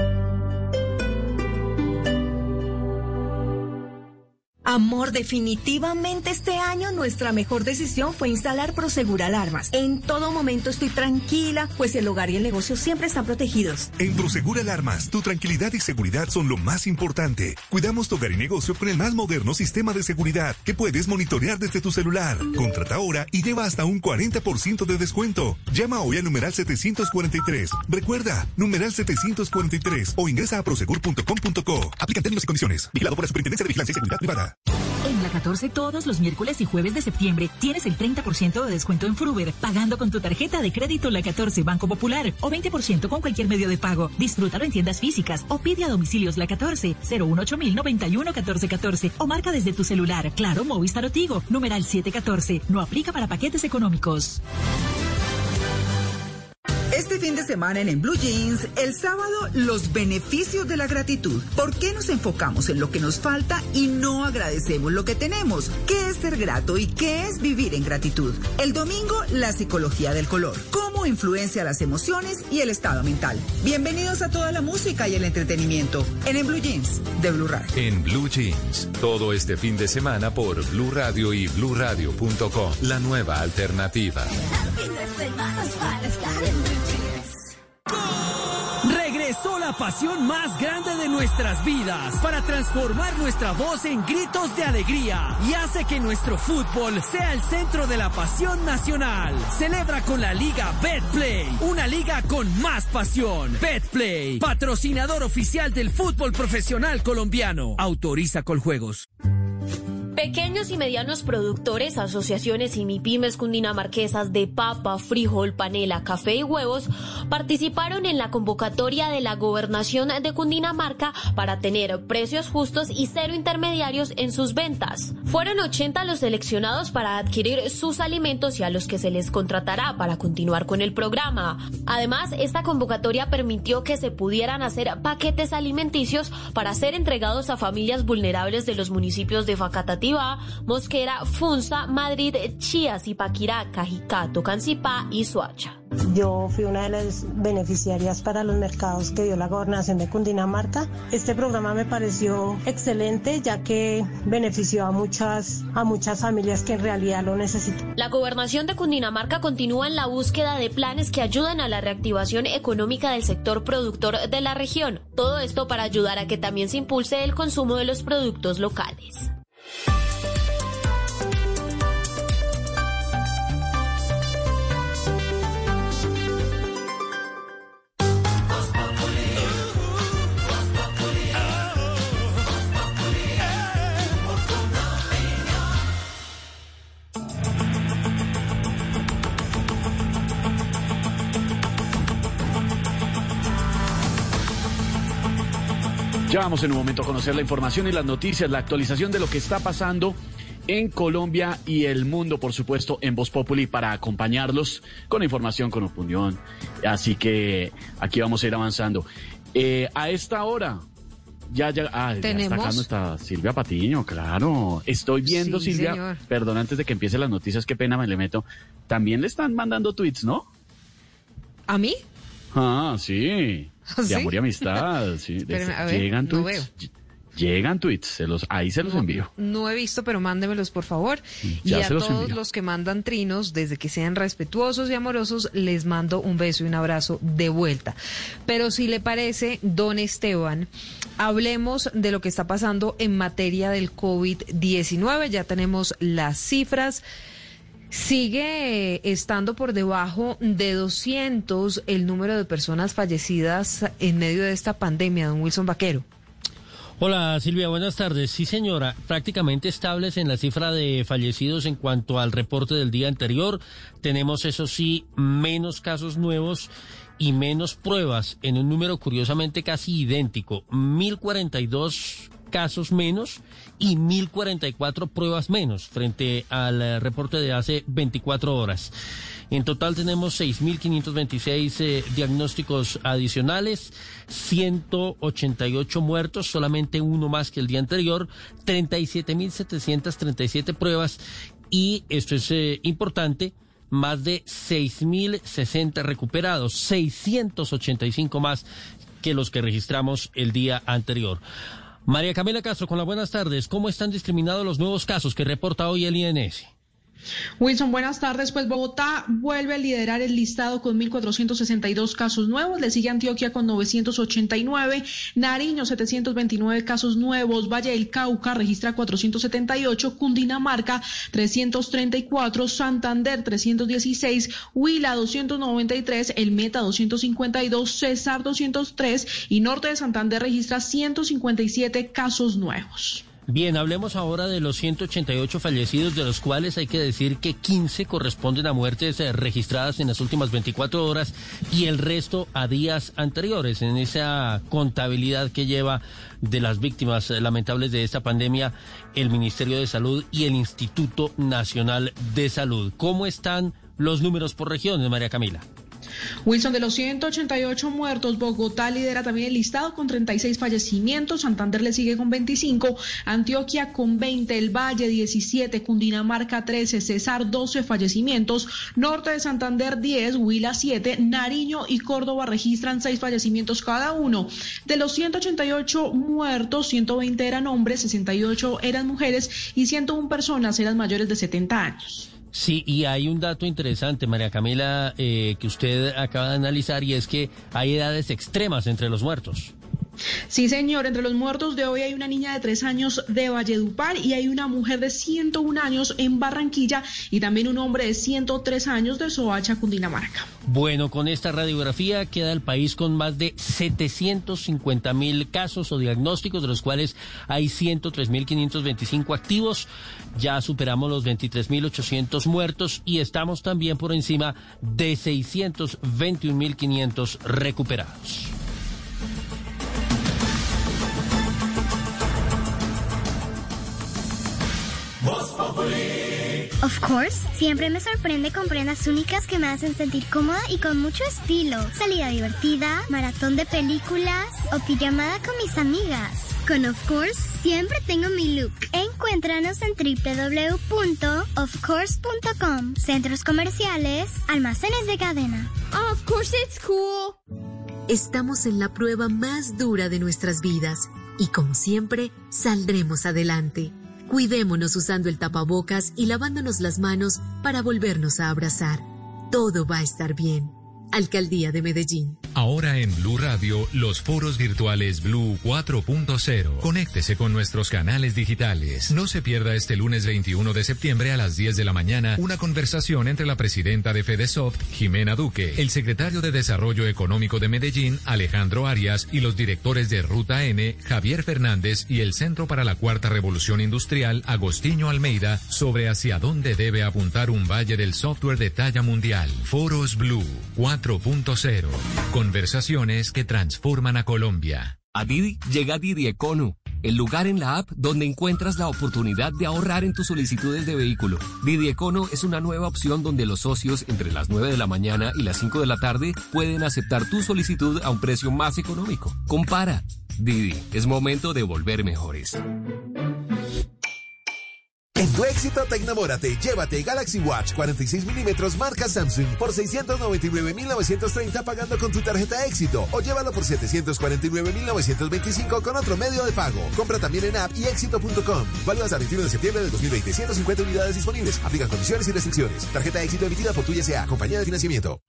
Amor, definitivamente este año nuestra mejor decisión fue instalar Prosegur Alarmas. En todo momento estoy tranquila, pues el hogar y el negocio siempre están protegidos. En Prosegur Alarmas, tu tranquilidad y seguridad son lo más importante. Cuidamos tu hogar y negocio con el más moderno sistema de seguridad que puedes monitorear desde tu celular. Contrata ahora y lleva hasta un cuarenta por ciento de descuento. Llama hoy al numeral setecientos cuarenta y tres. Recuerda, numeral setecientos cuarenta y tres o ingresa a prosegur punto com punto co. Aplican términos y condiciones. Vigilado por la Superintendencia de Vigilancia y Seguridad Privada. En la catorce todos los miércoles y jueves de septiembre tienes el treinta por ciento de descuento en Fruver, pagando con tu tarjeta de crédito La catorce Banco Popular o veinte por ciento con cualquier medio de pago. Disfrútalo en tiendas físicas o pide a domicilios La catorce, cero uno ocho mil noventa y uno catorce catorce o marca desde tu celular. Claro, Movistar o Tigo, numeral siete catorce. No aplica para paquetes económicos. Este fin de semana en En Blue Jeans, el sábado, los beneficios de la gratitud. ¿Por qué nos enfocamos en lo que nos falta y no agradecemos lo que tenemos? ¿Qué es ser grato y qué es vivir en gratitud? El domingo, la psicología del color. ¿Cómo influencia las emociones y el estado mental? Bienvenidos a toda la música y el entretenimiento en En Blue Jeans de Blue Radio. En Blue Jeans, todo este fin de semana por Blue Radio y blue radio punto com. La nueva alternativa. Regresó la pasión más grande de nuestras vidas para transformar nuestra voz en gritos de alegría y hace que nuestro fútbol sea el centro de la pasión nacional. Celebra con la Liga Betplay, una liga con más pasión. Betplay, patrocinador oficial del fútbol profesional colombiano. Autoriza Coljuegos. Pequeños y medianos productores, asociaciones y mipymes cundinamarquesas de papa, frijol, panela, café y huevos participaron en la convocatoria de la Gobernación de Cundinamarca para tener precios justos y cero intermediarios en sus ventas. Fueron ochenta los seleccionados para adquirir sus alimentos y a los que se les contratará para continuar con el programa. Además, esta convocatoria permitió que se pudieran hacer paquetes alimenticios para ser entregados a familias vulnerables de los municipios de Facatativá, Mosquera, Funza, Madrid, Chía, Zipaquirá, Cajicá, Tocancipá y Soacha. Yo fui una de las beneficiarias para los mercados que dio la Gobernación de Cundinamarca. Este programa me pareció excelente, ya que benefició a muchas, a muchas familias que en realidad lo necesitan. La Gobernación de Cundinamarca continúa en la búsqueda de planes que ayuden a la reactivación económica del sector productor de la región. Todo esto para ayudar a que también se impulse el consumo de los productos locales. Ya vamos en un momento a conocer la información y las noticias, la actualización de lo que está pasando en Colombia y el mundo, por supuesto, en Voz Populi, para acompañarlos con información, con opinión. Así que aquí vamos a ir avanzando. Eh, a esta hora, ya, ya, ah, ya está acá nuestra Silvia Patiño, claro. Estoy viendo, sí, Silvia, señor. Perdón, antes de que empiecen las noticias, qué pena me le meto. También le están mandando tweets, ¿no? ¿A mí? Ah, sí. ¿Sí? De amor y amistad, sí. Pero, a ver, llegan tweets. No veo. Llegan tweets, se los, ahí se los no, envío. No he visto, pero mándemelos por favor. Ya y a los todos envío. Los que mandan trinos, desde que sean respetuosos y amorosos, les mando un beso y un abrazo de vuelta. Pero si le parece, don Esteban, hablemos de lo que está pasando en materia del COVID diecinueve. Ya tenemos las cifras. Sigue estando por debajo de doscientos el número de personas fallecidas en medio de esta pandemia, don Wilson Vaquero. Hola Silvia, buenas tardes. Sí señora, prácticamente estables en la cifra de fallecidos en cuanto al reporte del día anterior. Tenemos eso sí, menos casos nuevos y menos pruebas en un número curiosamente casi idéntico. mil cuarenta y dos casos menos y mil cuarenta y cuatro pruebas menos frente al reporte de hace veinticuatro horas. En total tenemos seis mil quinientos veintiséis eh, diagnósticos adicionales, ciento ochenta y ocho muertos, solamente uno más que el día anterior, treinta y siete mil setecientos treinta y siete pruebas y, esto es eh, importante, más de seis mil sesenta recuperados, seiscientos ochenta y cinco más que los que registramos el día anterior. María Camila Castro, con las buenas tardes. ¿Cómo están discriminados los nuevos casos que reporta hoy el I N S? Wilson, buenas tardes. Pues Bogotá vuelve a liderar el listado con mil cuatrocientos sesenta y dos casos nuevos. Le sigue Antioquia con novecientos ochenta y nueve, Nariño setecientos veintinueve casos nuevos, Valle del Cauca registra cuatrocientos setenta y ocho, Cundinamarca trescientos treinta y cuatro, Santander trescientos dieciséis, Huila doscientos noventa y tres, El Meta doscientos cincuenta y dos, Cesar doscientos tres y Norte de Santander registra ciento cincuenta y siete casos nuevos. Bien, hablemos ahora de los ciento ochenta y ocho fallecidos, de los cuales hay que decir que quince corresponden a muertes eh, registradas en las últimas veinticuatro horas y el resto a días anteriores, en esa contabilidad que lleva de las víctimas eh, lamentables de esta pandemia el Ministerio de Salud y el Instituto Nacional de Salud. ¿Cómo están los números por regiones, María Camila? Wilson, de los ciento ochenta y ocho muertos, Bogotá lidera también el listado con treinta y seis fallecimientos, Santander le sigue con veinticinco, Antioquia con veinte, El Valle diecisiete, Cundinamarca trece, Cesar doce fallecimientos, Norte de Santander diez, Huila siete, Nariño y Córdoba registran seis fallecimientos cada uno. De los ciento ochenta y ocho muertos, ciento veinte eran hombres, sesenta y ocho eran mujeres y ciento una personas eran mayores de setenta años. Sí, y hay un dato interesante, María Camila, eh, que usted acaba de analizar, y es que hay edades extremas entre los muertos. Sí, señor, entre los muertos de hoy hay una niña de tres años de Valledupar y hay una mujer de ciento un años en Barranquilla y también un hombre de ciento tres años de Soacha, Cundinamarca. Bueno, con esta radiografía queda el país con más de setecientos cincuenta mil casos o diagnósticos, de los cuales hay ciento tres mil quinientos veinticinco activos. Ya superamos los veintitrés mil ochocientos muertos y estamos también por encima de seiscientos veintiún mil quinientos recuperados. Of course, siempre me sorprende con prendas únicas que me hacen sentir cómoda y con mucho estilo. Salida divertida, maratón de películas o pijamada con mis amigas. Con Of Course siempre tengo mi look. Encuéntranos en doble u doble u doble u punto of course punto com. Centros comerciales, almacenes de cadena. Of course it's cool. Estamos en la prueba más dura de nuestras vidas y como siempre, saldremos adelante. Cuidémonos usando el tapabocas y lavándonos las manos para volvernos a abrazar. Todo va a estar bien. Alcaldía de Medellín. Ahora en Blue Radio, los foros virtuales Blue cuatro punto cero. Conéctese con nuestros canales digitales. No se pierda este lunes veintiuno de septiembre a las diez de la mañana una conversación entre la presidenta de Fedesoft, Jimena Duque, el secretario de Desarrollo Económico de Medellín, Alejandro Arias, y los directores de Ruta N, Javier Fernández, y el Centro para la Cuarta Revolución Industrial, Agostinho Almeida, sobre hacia dónde debe apuntar un valle del software de talla mundial. Foros Blue cuatro punto cero. Conversaciones que transforman a Colombia. A Didi llega Didi Econo, el lugar en la app donde encuentras la oportunidad de ahorrar en tus solicitudes de vehículo. Didi Econo es una nueva opción donde los socios entre las nueve de la mañana y las cinco de la tarde pueden aceptar tu solicitud a un precio más económico. Compara. Didi, es momento de volver mejores. En tu éxito Tecnamórate, llévate Galaxy Watch cuarenta y seis milímetros marca Samsung por seiscientos noventa y nueve mil novecientos treinta pagando con tu tarjeta éxito o llévalo por setecientos cuarenta y nueve mil novecientos veinticinco con otro medio de pago. Compra también en app y éxito punto com. Válido hasta el veintiuno de septiembre de dos mil veinte. ciento cincuenta unidades disponibles. Aplican condiciones y restricciones. Tarjeta éxito emitida por tu I S A, compañía de financiamiento.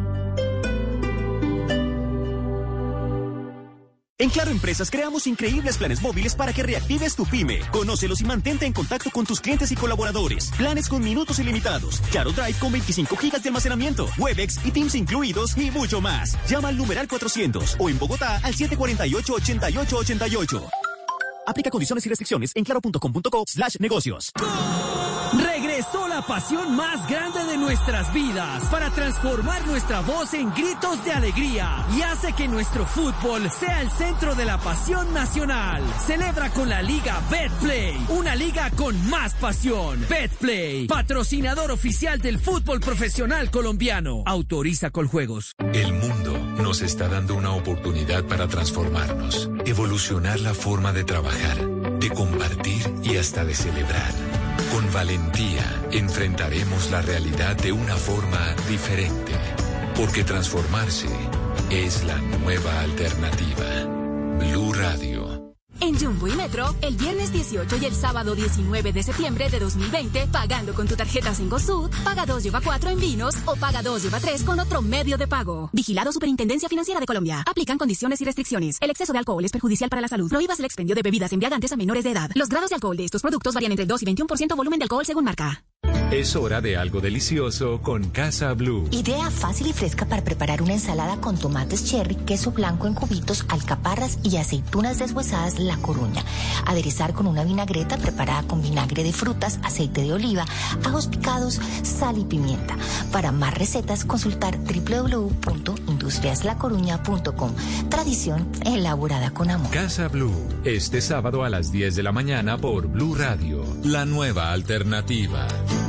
En Claro Empresas creamos increíbles planes móviles para que reactives tu pyme. Conócelos y mantente en contacto con tus clientes y colaboradores. Planes con minutos ilimitados. Claro Drive con veinticinco gigas de almacenamiento. Webex y Teams incluidos y mucho más. Llama al numeral cuatrocientos o en Bogotá al siete cuatro ocho, ocho ocho ocho ocho. Aplica condiciones y restricciones en claro punto com punto co slash negocios. Regresó la pasión más grande de nuestras vidas para transformar nuestra voz en gritos de alegría y hace que nuestro fútbol sea el centro de la pasión nacional. Celebra con la Liga Betplay, una liga con más pasión. Betplay, patrocinador oficial del fútbol profesional colombiano. Autoriza Coljuegos. El mundo nos está dando una oportunidad para transformarnos, evolucionar la forma de trabajar, de compartir y hasta de celebrar. Con valentía enfrentaremos la realidad de una forma diferente, porque transformarse es la nueva alternativa. Blue Radio. En Jumbo y Metro, el viernes dieciocho y el sábado diecinueve de septiembre de dos mil veinte, pagando con tu tarjeta Cencosud, paga dos, lleva cuatro en vinos o paga dos, lleva tres con otro medio de pago. Vigilado Superintendencia Financiera de Colombia. Aplican condiciones y restricciones. El exceso de alcohol es perjudicial para la salud. Prohíbas el expendio de bebidas embriagantes a menores de edad. Los grados de alcohol de estos productos varían entre el dos y veintiuno por ciento volumen de alcohol según marca. Es hora de algo delicioso con Casa Blue. Idea fácil y fresca para preparar una ensalada con tomates cherry, queso blanco en cubitos, alcaparras y aceitunas deshuesadas La Coruña. Aderezar con una vinagreta preparada con vinagre de frutas, aceite de oliva, ajos picados, sal y pimienta. Para más recetas, consultar doble u doble u doble u punto industrias la coruña punto com. Tradición elaborada con amor. Casa Blue, este sábado a las diez de la mañana por Blue Radio, la nueva alternativa.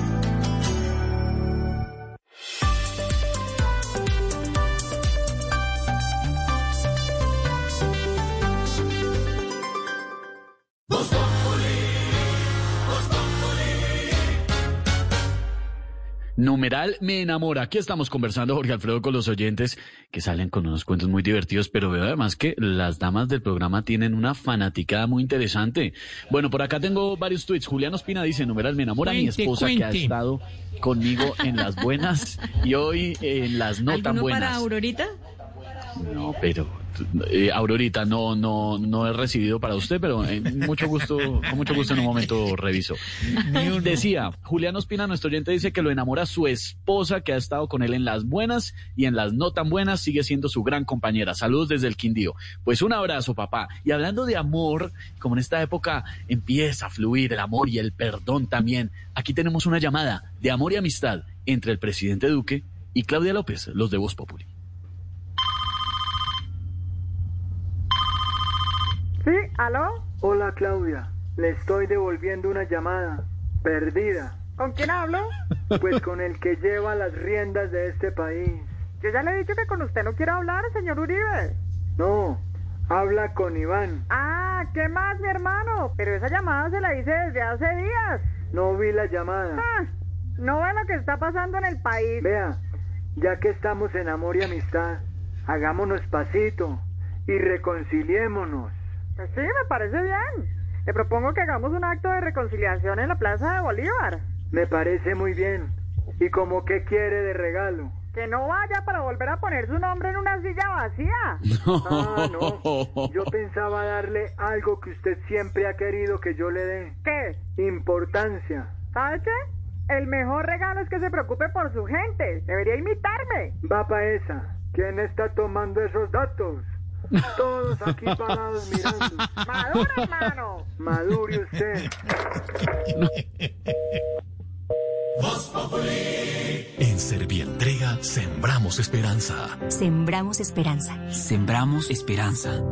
Numeral me enamora. Aquí estamos conversando, Jorge Alfredo, con los oyentes que salen con unos cuentos muy divertidos, pero veo además que las damas del programa tienen una fanaticada muy interesante. Bueno, por acá tengo varios tweets. Julián Ospina dice, numeral me enamora, cuente, mi esposa cuente. Que ha estado conmigo en las buenas y hoy en las no tan buenas. ¿Alguno para Aurorita? No, pero... Eh, Aurorita, no, no, no he recibido para usted, pero eh, mucho gusto, con mucho gusto en un momento reviso. Decía, Julián Ospina, nuestro oyente, dice que lo enamora su esposa, que ha estado con él en las buenas y en las no tan buenas, sigue siendo su gran compañera. Saludos desde el Quindío. Pues un abrazo, papá. Y hablando de amor, como en esta época empieza a fluir el amor y el perdón también, aquí tenemos una llamada de amor y amistad entre el presidente Duque y Claudia López, los de Voz Populi. ¿Sí? ¿Aló? Hola, Claudia. Le estoy devolviendo una llamada. Perdida. ¿Con quién hablo? Pues con el que lleva las riendas de este país. Yo ya le he dicho que con usted no quiero hablar, señor Uribe. No, habla con Iván. Ah, ¿qué más, mi hermano? Pero esa llamada se la hice desde hace días. No vi la llamada. Ah, no ve lo que está pasando en el país. Vea, ya que estamos en amor y amistad, hagámonos pasito y reconciliémonos. Pues sí, me parece bien. Le propongo que hagamos un acto de reconciliación en la Plaza de Bolívar. Me parece muy bien. ¿Y como qué quiere de regalo? Que no vaya para volver a poner su nombre en una silla vacía. No. Ah, no. Yo pensaba darle algo que usted siempre ha querido que yo le dé. ¿Qué? Importancia. ¿Sabe qué? El mejor regalo es que se preocupe por su gente. Debería imitarme. Va pa' esa. ¿Quién está tomando esos datos? Todos aquí parados mirando. Maduro, hermano. Madure usted. En Servientrega sembramos esperanza. Sembramos esperanza. Sembramos esperanza.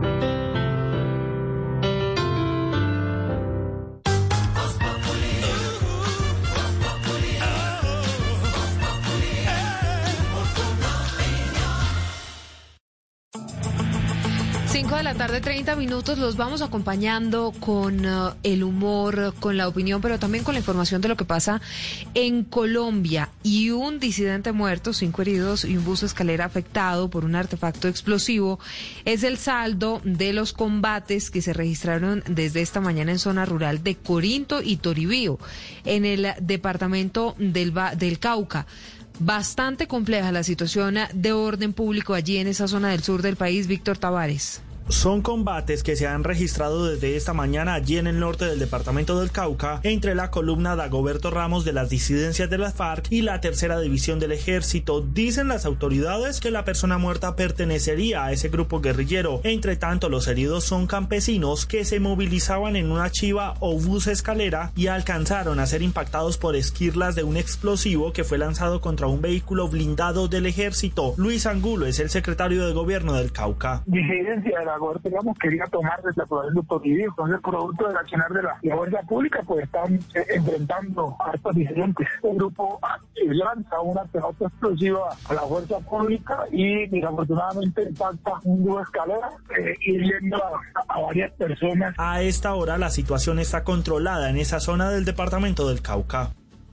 cinco de la tarde, treinta minutos, los vamos acompañando con uh, el humor, con la opinión, pero también con la información de lo que pasa en Colombia. Y un disidente muerto, cinco heridos y un bus escalera afectado por un artefacto explosivo es el saldo de los combates que se registraron desde esta mañana en zona rural de Corinto y Toribío, en el departamento del, del Cauca. Bastante compleja la situación de orden público allí en esa zona del sur del país. Víctor Tavares. Son combates que se han registrado desde esta mañana allí en el norte del departamento del Cauca entre la columna Dagoberto Ramos de las disidencias de las FARC y la tercera división del ejército. Dicen las autoridades que la persona muerta pertenecería a ese grupo guerrillero. Entre tanto, los heridos son campesinos que se movilizaban en una chiva o bus escalera y alcanzaron a ser impactados por esquirlas de un explosivo que fue lanzado contra un vehículo blindado del ejército. Luis Angulo es el secretario de gobierno del Cauca. Disidencia de la Gobierno, digamos, quería tomar desde el proceso autoridad, entonces producto del accionar de la, la fuerza pública, pues están eh, enfrentando a estos disidentes. Un grupo eh, lanza una pelota explosiva a la fuerza pública y desafortunadamente impacta un bus escalera, eh, hiriendo a, a varias personas. A esta hora la situación está controlada en esa zona del departamento del Cauca.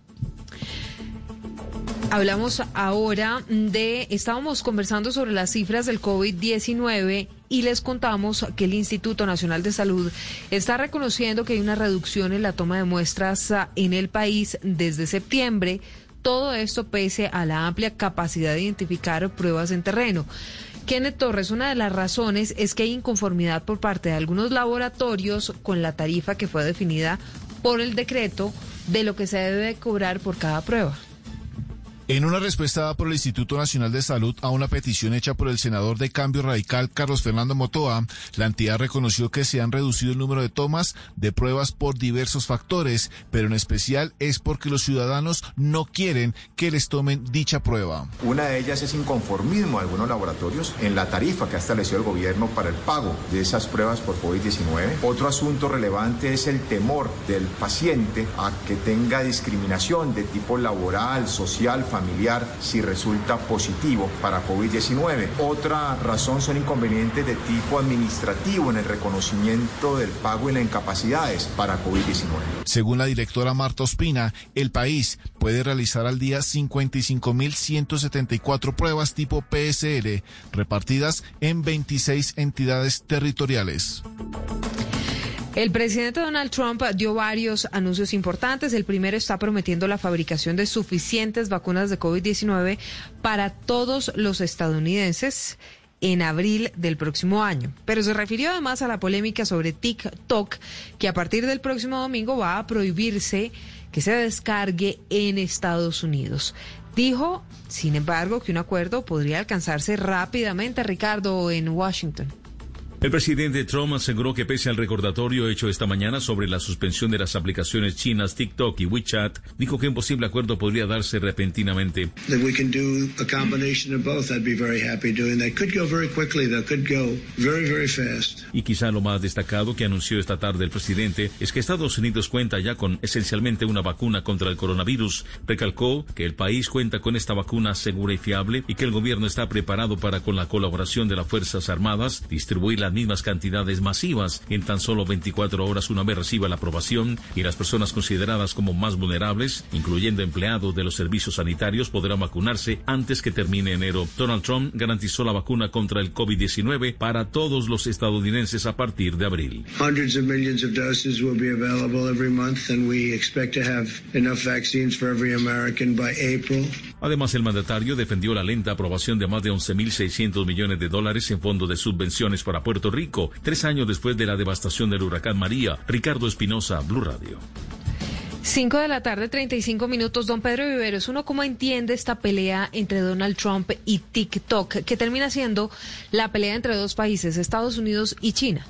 Hablamos ahora de, estábamos conversando sobre las cifras del COVID diecinueve y les contamos que el Instituto Nacional de Salud está reconociendo que hay una reducción en la toma de muestras en el país desde septiembre. Todo esto pese a la amplia capacidad de identificar pruebas en terreno. Kenneth Torres, una de las razones es que hay inconformidad por parte de algunos laboratorios con la tarifa que fue definida por el decreto de lo que se debe cobrar por cada prueba. En una respuesta dada por el Instituto Nacional de Salud a una petición hecha por el senador de Cambio Radical, Carlos Fernando Motoa, la entidad reconoció que se han reducido el número de tomas de pruebas por diversos factores, pero en especial es porque los ciudadanos no quieren que les tomen dicha prueba. Una de ellas es inconformismo de algunos laboratorios en la tarifa que ha establecido el gobierno para el pago de esas pruebas por COVID diecinueve. Otro asunto relevante es el temor del paciente a que tenga discriminación de tipo laboral, social, familiar si resulta positivo para COVID diecinueve. Otra razón son inconvenientes de tipo administrativo en el reconocimiento del pago y las incapacidades para COVID diecinueve. Según la directora Marta Ospina, el país puede realizar al día cincuenta y cinco mil ciento setenta y cuatro pruebas tipo P C R repartidas en veintiséis entidades territoriales. El presidente Donald Trump dio varios anuncios importantes. El primero está prometiendo la fabricación de suficientes vacunas de COVID diecinueve para todos los estadounidenses en abril del próximo año. Pero se refirió además a la polémica sobre TikTok, que a partir del próximo domingo va a prohibirse que se descargue en Estados Unidos. Dijo, sin embargo, que un acuerdo podría alcanzarse rápidamente, Ricardo, en Washington. El presidente Trump aseguró que pese al recordatorio hecho esta mañana sobre la suspensión de las aplicaciones chinas TikTok y WeChat, dijo que un posible acuerdo podría darse repentinamente. Y quizá lo más destacado que anunció esta tarde el presidente es que Estados Unidos cuenta ya con esencialmente una vacuna contra el coronavirus. Recalcó que el país cuenta con esta vacuna segura y fiable y que el gobierno está preparado para, con la colaboración de las Fuerzas Armadas, distribuir las mismas cantidades masivas en tan solo veinticuatro horas una vez reciba la aprobación, y las personas consideradas como más vulnerables, incluyendo empleados de los servicios sanitarios, podrán vacunarse antes que termine enero. Donald Trump garantizó la vacuna contra el COVID diecinueve para todos los estadounidenses a partir de abril. Hundreds of millions of doses will be available every month, and we expect to have enough vaccines for every American by April. Además, el mandatario defendió la lenta aprobación de más de once mil seiscientos millones de dólares en fondos de subvenciones para Puerto Rico, tres años después de la devastación del huracán María. Ricardo Espinosa, Blue Radio. Cinco de la tarde, treinta y cinco minutos. Don Pedro Viveros, ¿uno cómo entiende esta pelea entre Donald Trump y TikTok, que termina siendo la pelea entre dos países, Estados Unidos y China?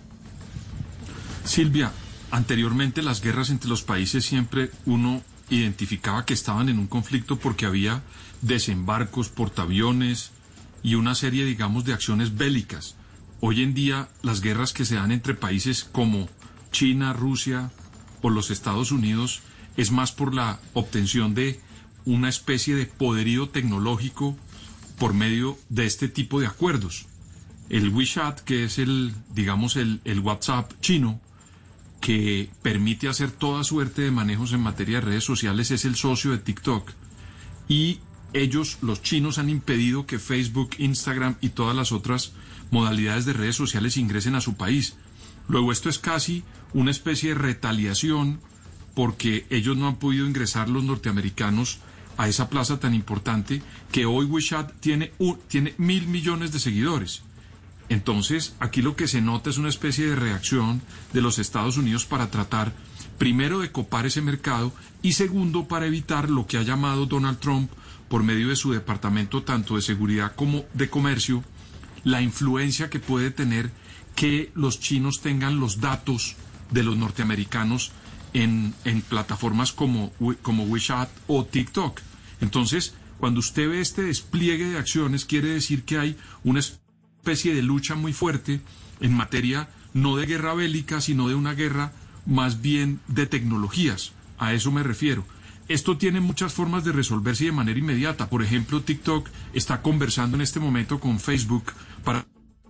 Silvia, anteriormente las guerras entre los países siempre uno identificaba que estaban en un conflicto porque había desembarcos, portaaviones y una serie, digamos, de acciones bélicas. Hoy en día, las guerras que se dan entre países como China, Rusia o los Estados Unidos es más por la obtención de una especie de poderío tecnológico por medio de este tipo de acuerdos. El WeChat, que es el, digamos, el, el WhatsApp chino, que permite hacer toda suerte de manejos en materia de redes sociales, es el socio de TikTok. Y ellos, los chinos, han impedido que Facebook, Instagram y todas las otras modalidades de redes sociales ingresen a su país. Luego, esto es casi una especie de retaliación porque ellos no han podido ingresar, los norteamericanos, a esa plaza tan importante, que hoy WeChat tiene, un, tiene mil millones de seguidores. Entonces, aquí lo que se nota es una especie de reacción de los Estados Unidos para tratar, primero, de copar ese mercado y segundo, para evitar lo que ha llamado Donald Trump, por medio de su departamento tanto de seguridad como de comercio, la influencia que puede tener que los chinos tengan los datos de los norteamericanos en, en plataformas como, como WeChat o TikTok. Entonces, cuando usted ve este despliegue de acciones, quiere decir que hay una especie de lucha muy fuerte en materia no de guerra bélica, sino de una guerra más bien de tecnologías. A eso me refiero. Esto tiene muchas formas de resolverse de manera inmediata. Por ejemplo, TikTok está conversando en este momento con Facebook para...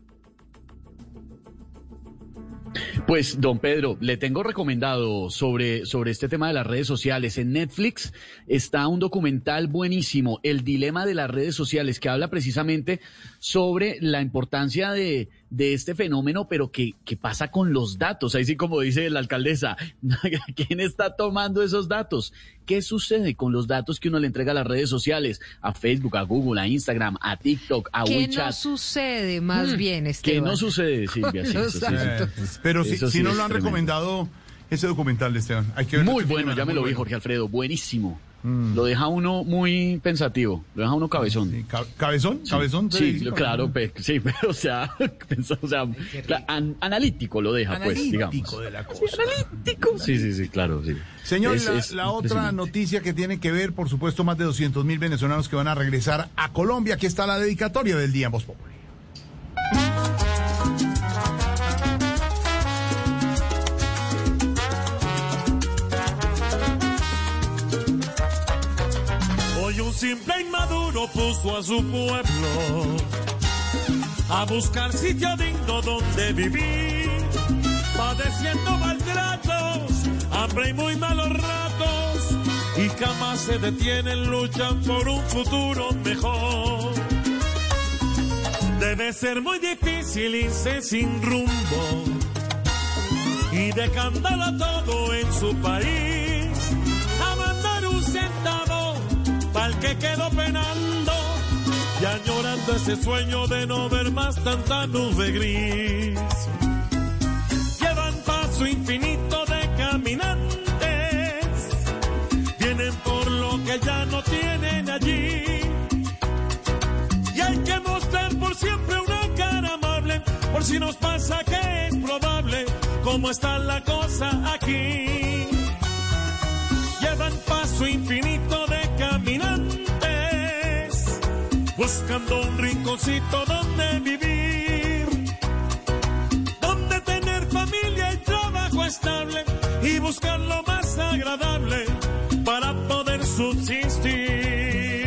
Pues, don Pedro, le tengo recomendado sobre, sobre este tema de las redes sociales. En Netflix está un documental buenísimo, El dilema de las redes sociales, que habla precisamente sobre la importancia de, de este fenómeno, pero que, que pasa con los datos. Ahí sí, como dice la alcaldesa, ¿quién está tomando esos datos? ¿Qué sucede con los datos que uno le entrega a las redes sociales? A Facebook, a Google, a Instagram, a TikTok, a ¿Qué WeChat. ¿Qué no sucede más mm, bien, Esteban? ¿Qué no sucede, Silvia? Sí, eso sí, sí. Pero si, si sí no lo han tremendo. recomendado ese documental de Esteban. Hay que ver muy bueno, ya me lo vi, bueno. Jorge Alfredo, buenísimo. Mm. Lo deja uno muy pensativo, lo deja uno cabezón. Sí, ¿Cabezón? Sí. ¿Cabezón? Sí, sí claro, pe, sí, pero o sea, o sea an, analítico lo deja, analítico pues, digamos. Analítico de la cosa. Sí, analítico. Sí, sí, sí, claro, sí. Señor, es, la, es la otra noticia que tiene que ver, por supuesto, más de doscientos mil venezolanos que van a regresar a Colombia. Aquí está la dedicatoria del día en Voz Populi. Hoy un simple inmaduro puso a su pueblo a buscar sitio digno donde vivir, padeciendo maltratos, hambre y muy malos ratos, y jamás se detienen, luchan por un futuro mejor. Debe ser muy difícil irse sin rumbo y dejándolo todo en su país, a mandar un centavo pa'l que quedó penando y añorando ese sueño de no ver más tanta nube gris. Llevan paso infinito de caminantes, vienen por lo que ya no tienen allí, y hay que mostrar por siempre una cara amable, por si nos pasa que es probable cómo está la cosa aquí. Llevan paso infinito de caminantes, buscando un rinconcito donde vivir, donde tener familia y trabajo estable, y buscar lo más agradable para poder subsistir.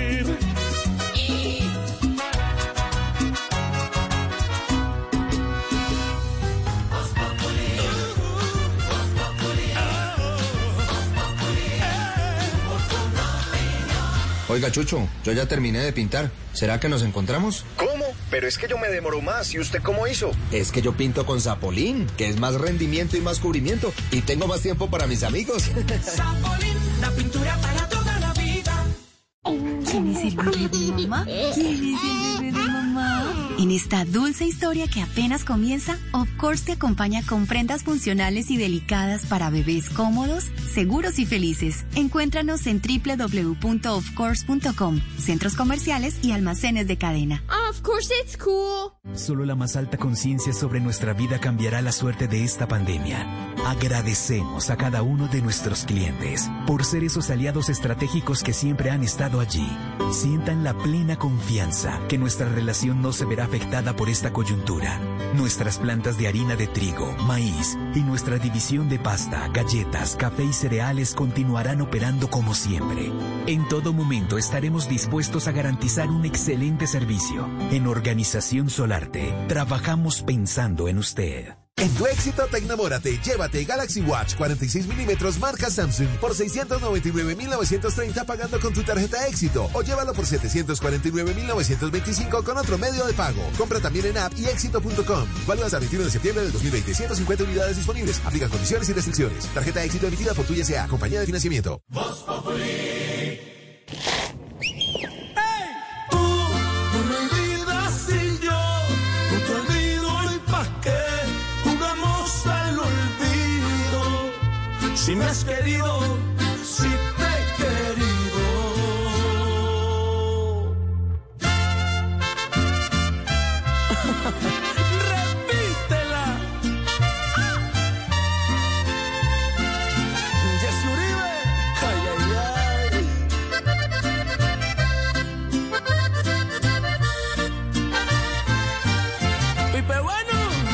Oiga, Chucho, yo ya terminé de pintar. ¿Será que nos encontramos? ¿Cómo? Pero es que yo me demoro más. ¿Y usted cómo hizo? Es que yo pinto con Zapolín, que es más rendimiento y más cubrimiento. Y tengo más tiempo para mis amigos. Zapolín, la pintura para toda la vida. ¿Quién es el bebé de mamá? ¿Quién es el bebé de mamá? En esta dulce historia que apenas comienza, Of Course te acompaña con prendas funcionales y delicadas para bebés cómodos, seguros y felices. Encuéntranos en doble u doble u doble u punto of course punto com, centros comerciales y almacenes de cadena. Of course it's cool. Solo la más alta conciencia sobre nuestra vida cambiará la suerte de esta pandemia. Agradecemos a cada uno de nuestros clientes por ser esos aliados estratégicos que siempre han estado allí. Sientan la plena confianza que nuestra relación no se verá afectada por esta coyuntura. Nuestras plantas de harina de trigo, maíz y nuestra división de pasta, galletas, café y cereales continuarán operando como siempre. En todo momento estaremos dispuestos a garantizar un excelente servicio. En Organización Solarte, trabajamos pensando en usted. En tu éxito Tecnamórate, llévate Galaxy Watch cuarenta y seis milímetros marca Samsung por seiscientos noventa y nueve mil novecientos treinta pagando con tu tarjeta Éxito, o llévalo por setecientos cuarenta y nueve mil novecientos veinticinco con otro medio de pago. Compra también en app y éxito punto com. Válido hasta el veintiuno de septiembre del dos mil veinte. ciento cincuenta unidades disponibles. Aplican condiciones y restricciones. Tarjeta Éxito emitida por tu I S A, compañía de financiamiento. Voz Populi. Hey, tú, tú me olvidas sin yo, tú te olvidas Si me has querido, si te he querido. Repítela. Jessy Uribe. Ay, ay, ay. Pipe bueno.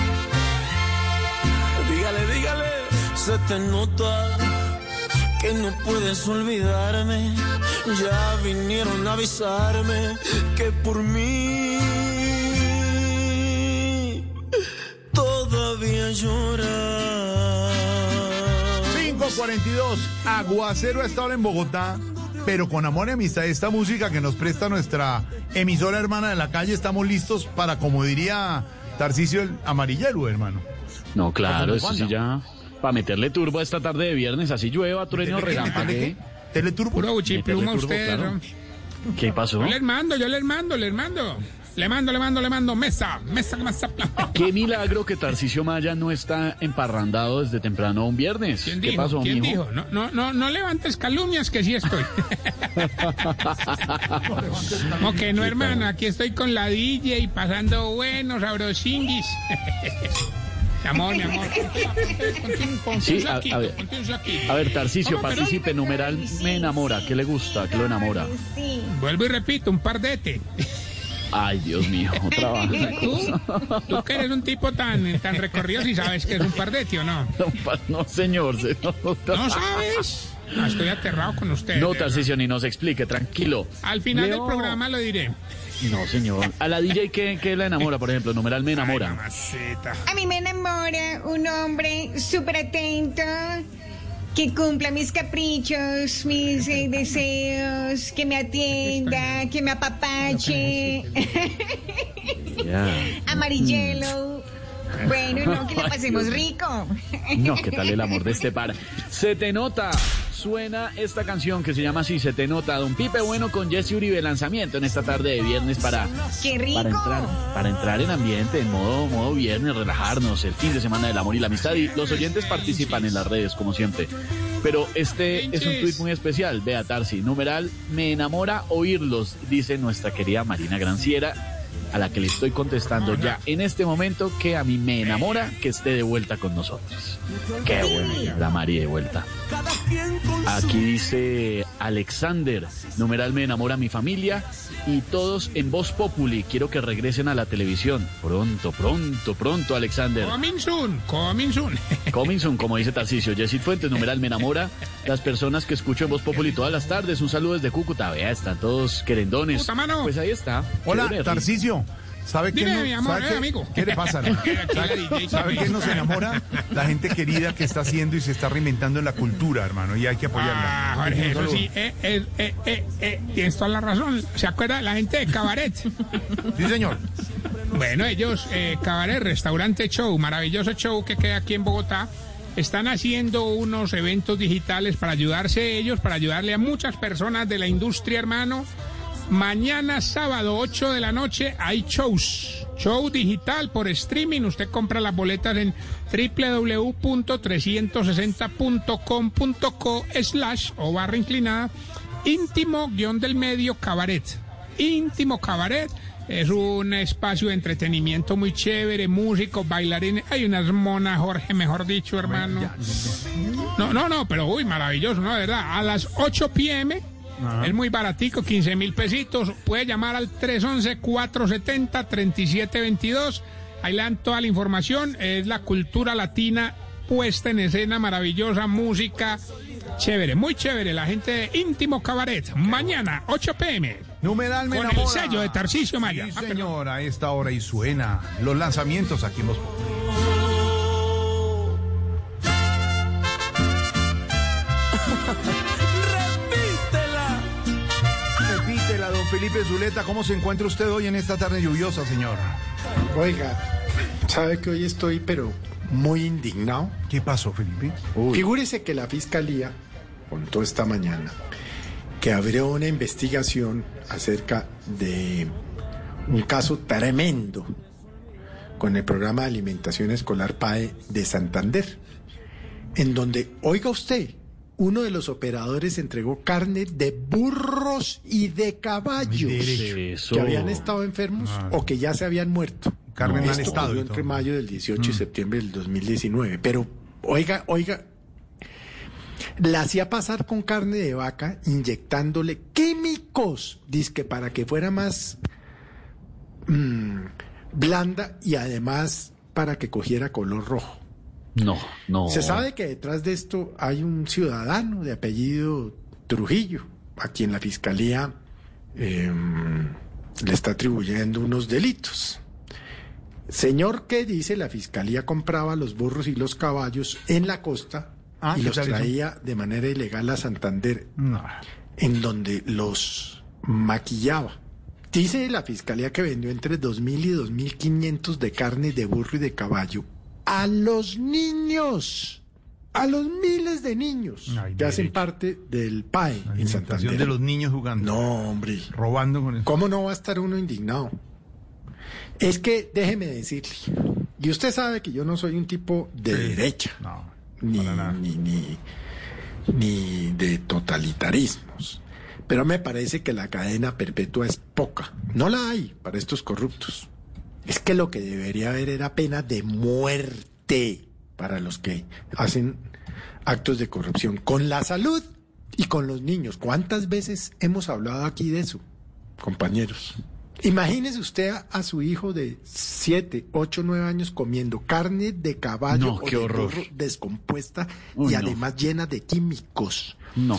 Dígale, dígale. Se te nota que no puedes olvidarme. Ya vinieron a avisarme que por mí todavía lloras. cinco cuarenta y dos, aguacero a esta hora en Bogotá, pero con amor y amistad. Esta música que nos presta nuestra emisora hermana de la calle, estamos listos para, como diría Tarcisio, el amarillero, hermano. No, claro, eso sí ya, para meterle turbo a esta tarde de viernes, así llueva, trueno, relámpague. ¿Teleturbo? Puro buchipluma usted. Claro. ¿Qué pasó? Yo les mando, yo les mando, les mando. Le mando, le mando, le mando. Mesa, mesa, mesa. Qué milagro que Tarcisio Maya no está emparrandado desde temprano un viernes. ¿Quién ¿Qué dijo? pasó, ¿Quién mijo? dijo? No, no, no, no levantes calumnias, que sí estoy. Como que no, hermano, aquí estoy con la D J pasando buenos sabrosinguis. Mi amor, mi amor. Sí, a, a ver, a ver, Tarcisio, participe, numeral me enamora. ¿Qué le gusta? ¿Qué lo enamora? Vuelvo y repito, un pardete. Ay, Dios mío, otra vez. ¿Tú? ¿Tú que eres un tipo tan, tan recorrido si sabes que es un pardete o no? No, señor. señor. ¿No sabes? No, estoy aterrado con usted. No, Tarcisio, ni nos explique, tranquilo. Al final Leo... del programa lo diré. No, señor. A la D J, ¿qué, qué la enamora, por ejemplo? Numeral me enamora. Ay, a mí me enamora un hombre súper atento, que cumpla mis caprichos, mis eh, deseos, que me atienda, que me apapache. Yeah. Amarillelo. Bueno, no, que la pasemos rico. No, ¿qué tal el amor de este par? Se te nota. Suena esta canción que se llama así, Se te nota, Don Pipe Bueno con Jessy Uribe, lanzamiento en esta tarde de viernes para, ¡Qué rico! para entrar, para entrar en ambiente, en modo, modo viernes, relajarnos, el fin de semana del amor y la amistad. Y los oyentes participan en las redes, como siempre. Pero este es un tuit muy especial, vea, Tarsi, numeral, me enamora oírlos, dice nuestra querida Marina Granciera, a la que le estoy contestando ya en este momento que a mí me enamora que esté de vuelta con nosotros. Qué bueno, la Mari de vuelta. Aquí dice Alexander, numeral me enamora mi familia y todos en Voz Populi. Quiero que regresen a la televisión. Pronto, pronto, pronto, Alexander. Coming soon, coming soon. Coming soon, como dice Tarcisio. Jessy Fuentes, numeral me enamora. Las personas que escucho en Voz Populi todas las tardes. Un saludo desde Cúcuta. Vea, están todos querendones. Puta mano. Pues ahí está. Hola, Chévere, Tarcisio. ¿Sabe qué, Dime, no, mi amor, ¿sabe eh, qué, amigo. ¿qué le pasa? ¿Sabe, ¿sabe qué nos enamora? La gente querida que está haciendo y se está reinventando en la cultura, hermano, y hay que apoyarla. Ah, Jorge, eso sí, eh, eh, eh, eh, eh, tienes toda la razón. ¿Se acuerda la gente de Cabaret? Sí, señor. Bueno, ellos, eh, Cabaret, restaurante show, maravilloso show que queda aquí en Bogotá, están haciendo unos eventos digitales para ayudarse ellos, para ayudarle a muchas personas de la industria, hermano. Mañana sábado, ocho de la noche, hay shows. Show digital por streaming. Usted compra las boletas en doble u doble u doble u punto trescientos sesenta punto com punto co slash o barra inclinada íntimo guión del medio cabaret. Íntimo Cabaret. Es un espacio de entretenimiento muy chévere, músicos, bailarines. Hay unas monas, Jorge, mejor dicho, hermano. No, no, no, pero uy, maravilloso, ¿no? De verdad. A las ocho p m Ajá. Es muy baratico, quince mil pesitos. Puede llamar al tres once, cuatro setenta, treinta y siete veintidós. Ahí le dan toda la información. Es la cultura latina puesta en escena, maravillosa, música, chévere, muy chévere. La gente de Íntimo Cabaret, mañana, ocho p m Numeral me con enamora. el sello de Tarcisio Maya. Sí, señor, a esta hora y suena los lanzamientos aquí en Voz Populi. Repítela, don Felipe Zuleta. ¿Cómo se encuentra usted hoy en esta tarde lluviosa, señor? Oiga, ¿sabe que hoy estoy pero muy indignado? ¿Qué pasó, Felipe? Uy. Figúrese que la Fiscalía contó esta mañana que abrió una investigación acerca de un caso tremendo con el programa de alimentación escolar P A E de Santander. en donde, oiga usted, uno de los operadores entregó carne de burros y de caballos Eso. que habían estado enfermos Ah. o que ya se habían muerto. Carne en mal Esto estado ocurrió y todo. entre mayo del dieciocho y Mm. septiembre del dos mil diecinueve. Pero, oiga, oiga, la hacía pasar con carne de vaca inyectándole químicos, dizque para que fuera más mm, blanda y además para que cogiera color rojo. No, no. Se sabe que detrás de esto hay un ciudadano de apellido Trujillo, a quien la fiscalía eh, le está atribuyendo unos delitos. Señor que dice la fiscalía compraba los burros y los caballos en la costa Ah, y ¿qué los tal eso? traía de manera ilegal a Santander, No. en donde los maquillaba. Dice la fiscalía que vendió entre dos mil y dos mil quinientos de carne de burro y de caballo a los niños, a los miles de niños Ay, que hacen derecho. parte del P A E en Alimentación Santander. de los niños jugando. No, hombre. Robando con eso. ¿Cómo no va a estar uno indignado? Es que, déjeme decirle, y usted sabe que yo no soy un tipo de Sí. derecha, No. ni, para nada. ni, ni, ni de totalitarismos, pero me parece que la cadena perpetua es poca. No la hay para estos corruptos. Es que lo que debería haber era pena de muerte para los que hacen actos de corrupción con la salud y con los niños. ¿Cuántas veces hemos hablado aquí de eso, compañeros? Imagínese usted a, a su hijo de siete, ocho, nueve años comiendo carne de caballo No, o qué de horror. burro descompuesta Uy, y no. además llena de químicos. No.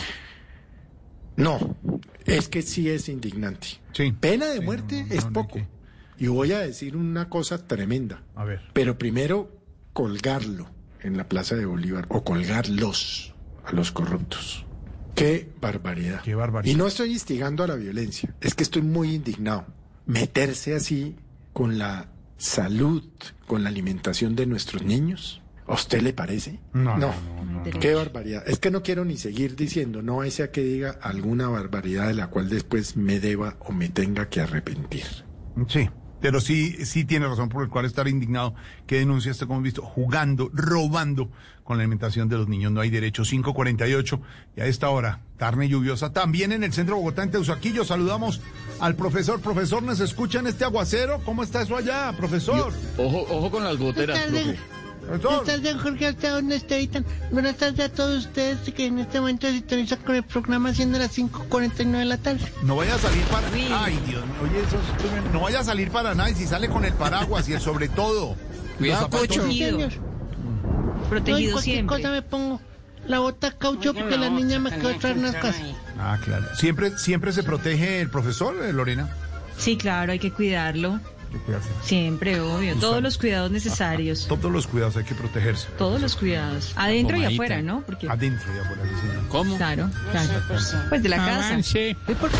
No, es que sí es indignante. Sí. Pena de Sí, muerte no, no, es no, poco. ni Y voy a decir una cosa tremenda. A ver. Pero primero colgarlo en la Plaza de Bolívar o colgarlos a los corruptos. Qué barbaridad. Qué barbaridad. Y no estoy instigando a la violencia, es que estoy muy indignado. Meterse así con la salud, con la alimentación de nuestros niños. ¿A usted le parece? No, no, Qué barbaridad. Es que no quiero ni seguir diciendo, no sea que diga alguna barbaridad de la cual después me deba o me tenga que arrepentir. Sí, pero sí, sí tiene razón por el cual estar indignado. Que denuncia esto, como hemos visto, jugando, robando con la alimentación de los niños. No hay derecho. cinco cuarenta y ocho y a esta hora, carne lluviosa. También en el centro de Bogotá, en Teusaquillo, saludamos al profesor. Profesor, ¿nos escucha en este aguacero? ¿Cómo está eso allá, profesor? Ojo, ojo con las goteras, Buenas tardes. profe. Buenas tardes, Jorge, hasta dónde están. Buenas tardes a todos ustedes que en este momento se sintonizan con el programa siendo las cinco cuarenta y nueve de la tarde. No vaya a salir para... Ay, Dios mío. Oye, eso es- no vaya a salir para nada. Y si sale con el paraguas y el sobre todo. Cuidado, Cocho. Sí, señor. Protegido No, y cualquier siempre. cosa me pongo la bota caucho porque la niña me quedó traer unas casas. Ah, claro. ¿Siempre, siempre se protege el profesor, eh, Lorena? Sí, claro, hay que cuidarlo. Hay que cuidarse. Siempre, obvio. Todos los cuidados necesarios. Todos los cuidados, hay que protegerse. Todos los cuidados. Adentro y Tomadita. afuera, ¿no? Porque, Adentro y afuera, sí, señor. ¿Cómo? claro, claro. Pues de la casa. Avance.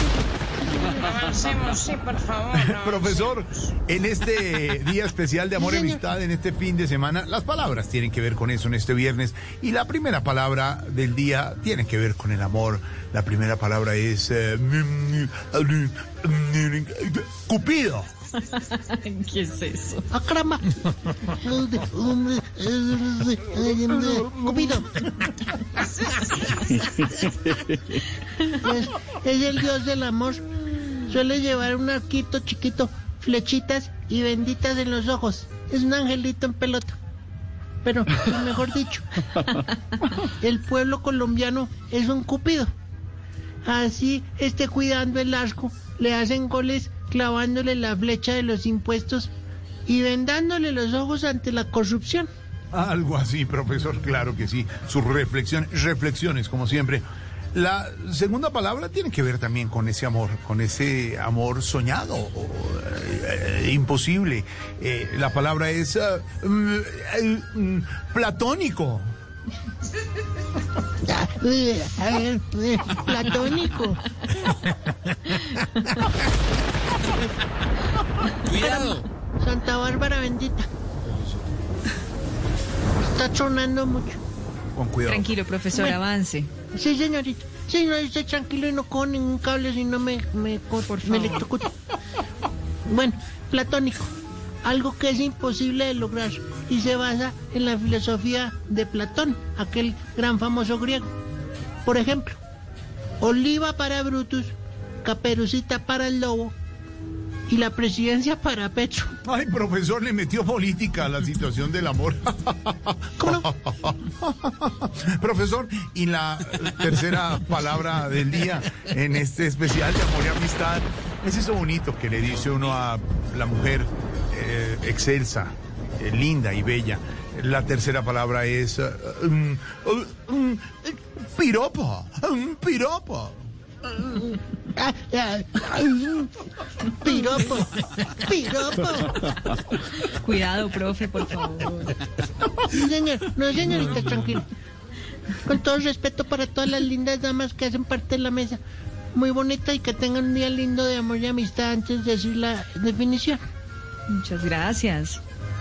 Avancemos, sí, por favor. Profesor, en este día especial de amor y amistad, en este fin de semana, las palabras tienen que ver con eso en este viernes. Y la primera palabra del día tiene que ver con el amor. La primera palabra es eh, Cupido. ¿Qué es eso? ¡Ah, caramba! Cupido. Es, es el dios del amor. Suele llevar un arquito chiquito, flechitas y benditas en los ojos. Es un angelito en pelota. Pero, mejor dicho, el pueblo colombiano es un cupido. Así esté cuidando el arco, le hacen goles clavándole la flecha de los impuestos y vendándole los ojos ante la corrupción. Algo así, profesor, claro que sí. Sus reflexiones, reflexiones, como siempre. La segunda palabra tiene que ver también con ese amor, con ese amor soñado, o, eh, eh, imposible. Eh, la palabra es eh, mm, eh, mm, platónico. Ah, eh, eh, eh, Platónico. Cuidado. Santa Bárbara bendita. Está tronando mucho. Con cuidado. Tranquilo, profesor, Bueno. avance. Sí, señorita. Sí, no, estoy tranquilo y no cojo ningún cable si no me, me, co- me electrocuto. Bueno, platónico. Algo que es imposible de lograr. y se basa en la filosofía de Platón, aquel gran famoso griego. Por ejemplo, oliva para Brutus, Caperucita para el lobo y la presidencia para Petro. Ay, profesor, le metió política a la situación del amor. ¿Cómo no? Profesor, y la tercera palabra del día en este especial de amor y amistad es eso bonito que le dice uno a la mujer eh, excelsa, eh, linda y bella. La tercera palabra es uh, um, uh, um, piropo, um, piropo. Piropo, piropo. Cuidado, profe, por favor. Sí, señor. No, señorita, tranquilo. Con todo respeto para todas las lindas damas que hacen parte de la mesa. Muy bonita y que tengan un día lindo de amor y amistad antes de decir la definición. Muchas gracias.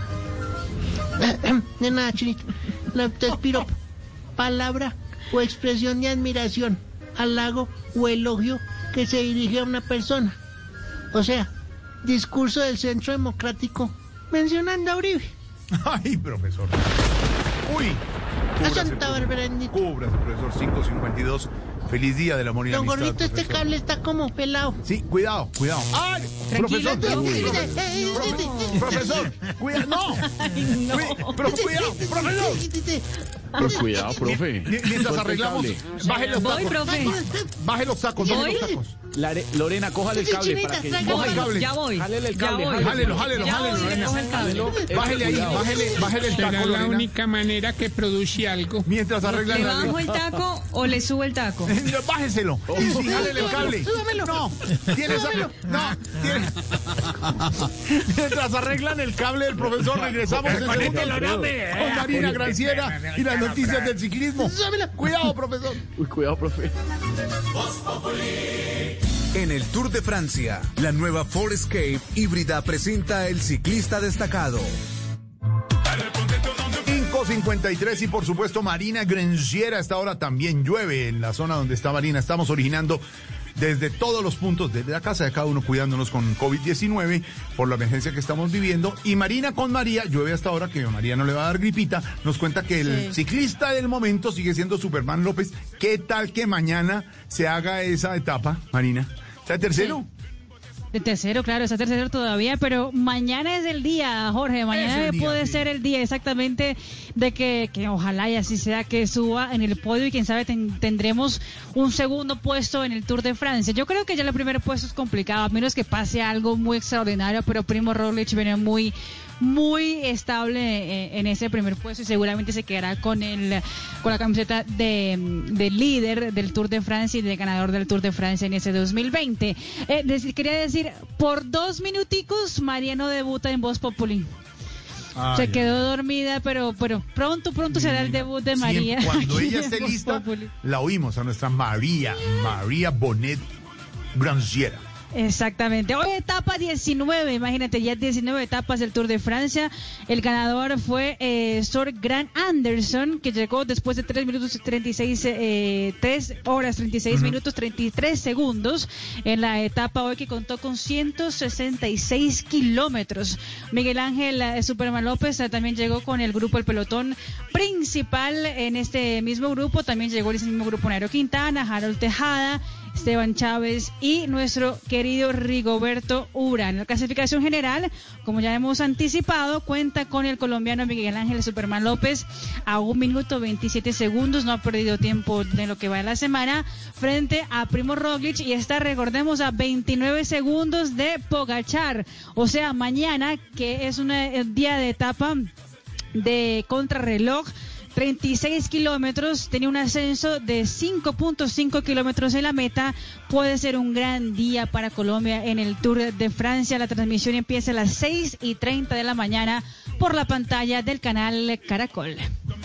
De nada, Chinito. La es piropo. Palabra o expresión de admiración, halago o elogio que se dirige a una persona. O sea, discurso del Centro Democrático mencionando a Uribe. Ay, profesor. Uy. A Santa Bárbara. Cúbrase, profesor. cinco cincuenta y dos. Feliz día del amor y la Don amistad, Gorrito, este profesor. cable está como pelado. Sí, cuidado, cuidado. ¡Ay! Tranquilo, Profesor, profe. profe- profesor, cuidado. No. Cuida- pero cuidado, profesor. Pero cuidado, profe. Mi- Mientras Suelta el arreglamos, cable. baje los Voy, tacos. profe. Baje los tacos, baje los tacos. Lare- Lorena, cójale el Sí, cable Chinita, para que... traiga Coja el cable. Ya voy. Jálele el ya cable, voy. Jálelo, jálelo, Ya jálelo, voy, Lorena. coja el cable. Bájele ahí, Cuidado. bájele, bájele el Será taco, la Lorena. única manera que produce algo. Mientras arreglan ¿Le la bajo el taco o le subo el taco? Bájeselo. Y sí, jálele el cable. Súbamelo. No, tiene esa... No, tiene... Mientras arreglan el cable del profesor, regresamos en segundos con Marina Granciera y las noticias del ciclismo. Cuidado, profesor. Uy, cuidado, profe. En el Tour de Francia, la nueva Ford Escape híbrida presenta el ciclista destacado. cinco cincuenta y tres y por supuesto Marina Granciera. A esta hora también llueve en la zona donde está Marina. Estamos originando desde todos los puntos, desde la casa de cada uno, cuidándonos con COVID diecinueve por la emergencia que estamos viviendo. Y Marina con María, llueve hasta ahora, que a María no le va a dar gripita, nos cuenta que el Sí. ciclista del momento sigue siendo Superman López. ¿Qué tal que mañana se haga esa etapa, Marina? ¿Está tercero? De tercero, claro, está tercero todavía, pero mañana es el día, Jorge, mañana Es el día, puede sí. ser el día exactamente de que, que ojalá y así sea, que suba en el podio y quién sabe ten- tendremos un segundo puesto en el Tour de Francia. Yo creo que ya el primer puesto es complicado, a menos que pase algo muy extraordinario, pero Primo Roglic viene muy muy estable eh, en ese primer puesto y seguramente se quedará con el con la camiseta de, de líder del Tour de Francia y de ganador del Tour de Francia en ese dos mil veinte. Eh, decir, quería decir, por dos minuticos Mariano debuta en Voz Populi. Ay, Se quedó dormida, pero pero pronto, pronto será el debut de María. Siempre, cuando aquí ella en esté Voz lista, Populi. la oímos a nuestra María, María Bonet Granciera. Exactamente. Hoy etapa diecinueve, imagínate, ya diecinueve etapas del Tour de Francia. El ganador fue eh, Sor Grant Anderson, que llegó después de tres minutos treinta y seis, eh, tres horas treinta y seis Ujú. minutos treinta y tres segundos en la etapa hoy, que contó con ciento sesenta y seis kilómetros. Miguel Ángel eh, Superman López eh, también llegó con el grupo, el pelotón principal en este mismo grupo. También llegó en ese mismo grupo Nairo Quintana, Harold Tejada, Esteban Chávez y nuestro querido Rigoberto Urán. La clasificación general, como ya hemos anticipado, cuenta con el colombiano Miguel Ángel Superman López a un minuto veintisiete segundos, no ha perdido tiempo de lo que va de la semana, frente a Primo Roglic, y está, recordemos, a veintinueve segundos de Pogačar. O sea, mañana, que es un día de etapa de contrarreloj, treinta y seis kilómetros, tenía un ascenso de cinco punto cinco kilómetros en la meta. Puede ser un gran día para Colombia en el Tour de Francia. La transmisión empieza a las seis y treinta de la mañana por la pantalla del canal Caracol.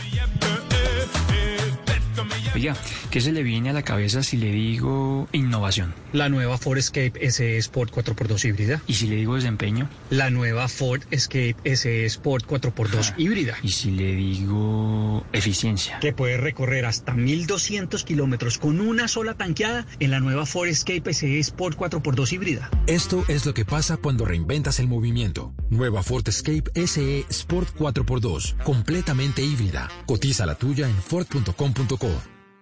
Oiga, ¿qué se le viene a la cabeza si le digo innovación? La nueva Ford Escape S E Sport cuatro por dos híbrida. ¿Y si le digo desempeño? La nueva Ford Escape S E Sport cuatro por dos híbrida. ¿Y si le digo eficiencia. Que puede recorrer hasta mil doscientos kilómetros con una sola tanqueada en la nueva Ford Escape S E Sport cuatro por dos híbrida. Esto es lo que pasa cuando reinventas el movimiento. Nueva Ford Escape S E Sport cuatro por dos, completamente híbrida. Cotiza la tuya en ford punto com punto co.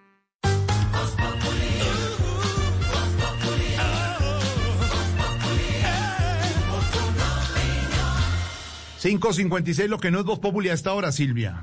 cinco cincuenta y seis, lo que no es Voz Populi a esta hora, Silvia.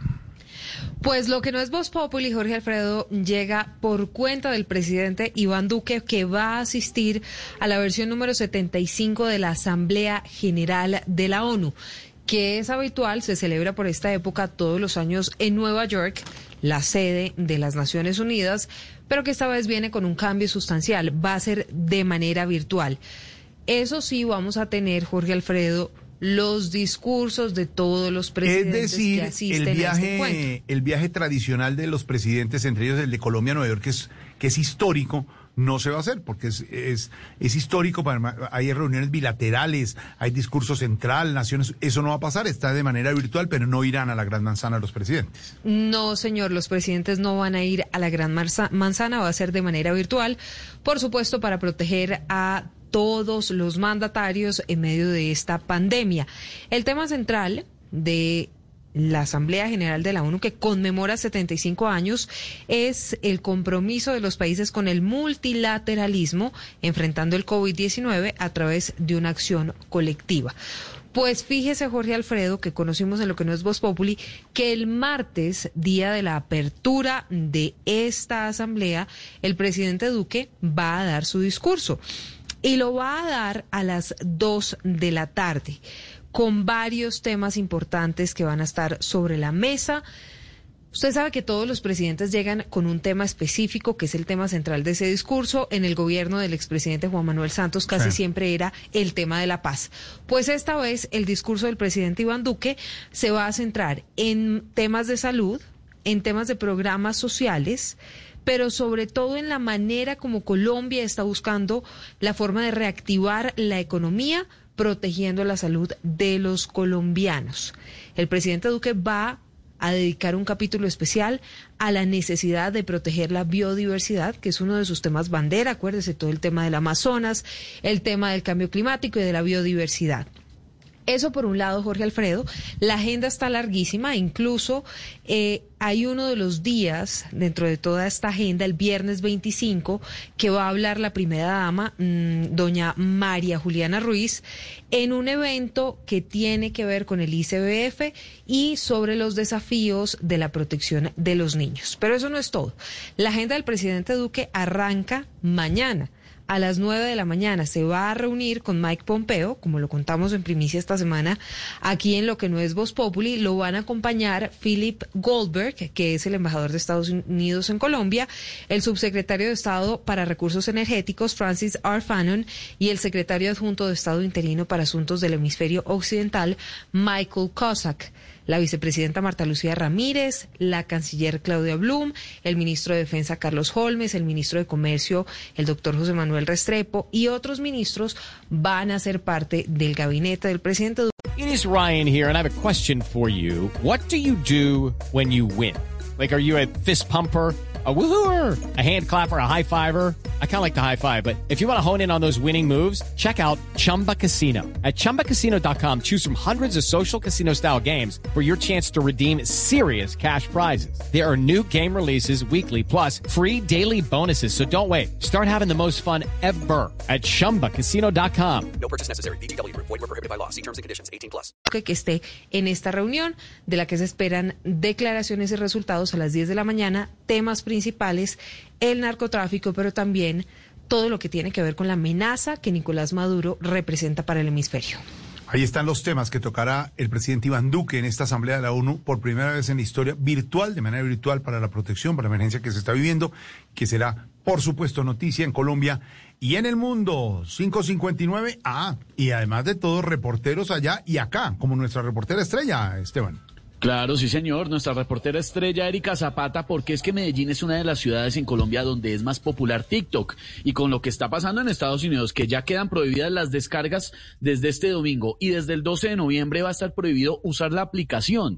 Pues lo que no es Voz Populi, Jorge Alfredo, llega por cuenta del presidente Iván Duque, que va a asistir a la versión número setenta y cinco de la Asamblea General de la ONU, que es habitual, se celebra por esta época todos los años en Nueva York, la sede de las Naciones Unidas, pero que esta vez viene con un cambio sustancial, va a ser de manera virtual. Eso sí, vamos a tener, Jorge Alfredo, los discursos de todos los presidentes es decir, que asisten el viaje, a este encuentro. El viaje tradicional de los presidentes, entre ellos el de Colombia a Nueva York, que es, que es histórico, no se va a hacer, porque es, es, es histórico, para, hay reuniones bilaterales, hay discurso central, naciones, eso no va a pasar, está de manera virtual, pero no irán a la Gran Manzana los presidentes. No, señor, los presidentes no van a ir a la Gran Manzana, va a ser de manera virtual, por supuesto, para proteger a todos los mandatarios en medio de esta pandemia. El tema central de la Asamblea General de la ONU, que conmemora setenta y cinco años, es el compromiso de los países con el multilateralismo, enfrentando el COVID diecinueve a través de una acción colectiva. Pues fíjese, Jorge Alfredo, que conocimos en lo que no es Voz Populi, que el martes, día de la apertura de esta asamblea, el presidente Duque va a dar su discurso. Y lo va a dar a las dos de la tarde, con varios temas importantes que van a estar sobre la mesa. Usted sabe que todos los presidentes llegan con un tema específico, que es el tema central de ese discurso. En el gobierno del expresidente Juan Manuel Santos casi sí. siempre era el tema de la paz. Pues esta vez el discurso del presidente Iván Duque se va a centrar en temas de salud, en temas de programas sociales, pero sobre todo en la manera como Colombia está buscando la forma de reactivar la economía, protegiendo la salud de los colombianos. El presidente Duque va a dedicar un capítulo especial a la necesidad de proteger la biodiversidad, que es uno de sus temas bandera. Acuérdese, todo el tema del Amazonas, el tema del cambio climático y de la biodiversidad. Eso por un lado, Jorge Alfredo. La agenda está larguísima, incluso eh, hay uno de los días dentro de toda esta agenda, el viernes veinticinco, que va a hablar la primera dama, mmm, doña María Juliana Ruiz, en un evento que tiene que ver con el I C B F y sobre los desafíos de la protección de los niños. Pero eso no es todo. La agenda del presidente Duque arranca mañana. A las nueve de la mañana se va a reunir con Mike Pompeo, como lo contamos en primicia esta semana, aquí en Lo que no es Voz Populi. Lo van a acompañar Philip Goldberg, que es el embajador de Estados Unidos en Colombia, el subsecretario de Estado para Recursos Energéticos, Francis R. Fanon, y el secretario adjunto de Estado interino para Asuntos del Hemisferio Occidental, Michael Cossack. La vicepresidenta Marta Lucía Ramírez, la canciller Claudia Blum, el ministro de Defensa Carlos Holmes, el ministro de Comercio, el doctor José Manuel Restrepo, y otros ministros van a ser parte del gabinete del presidente. It is Ryan here, and I have a question for you. What do you do when you win? Like, are you a fist pumper, a woohooer, a hand clapper, a high fiver? I kind of like the high five, but if you want to hone in on those winning moves, check out Chumba Casino. At chumba casino dot com, choose from hundreds of social casino style games for your chance to redeem serious cash prizes. There are new game releases weekly, plus free daily bonuses. So don't wait. Start having the most fun ever at chumba casino dot com. No purchase necessary. V G W Group. Void where prohibited by law. See terms and conditions. eighteen plus. Que, que esté en esta reunión, de la que se esperan declaraciones y resultados a las diez de la mañana, temas principales, el narcotráfico, pero también todo lo que tiene que ver con la amenaza que Nicolás Maduro representa para el hemisferio. Ahí están los temas que tocará el presidente Iván Duque en esta Asamblea de la ONU por primera vez en la historia, virtual, de manera virtual, para la protección, para la emergencia que se está viviendo, que será, por supuesto, noticia en Colombia y en el mundo. cinco cincuenta y nueve, ah, y además de todos, reporteros allá y acá, como nuestra reportera estrella, Esteban. Claro, sí señor, nuestra reportera estrella Erika Zapata, porque es que Medellín es una de las ciudades en Colombia donde es más popular TikTok, y con lo que está pasando en Estados Unidos, que ya quedan prohibidas las descargas desde este domingo y desde el doce de noviembre va a estar prohibido usar la aplicación.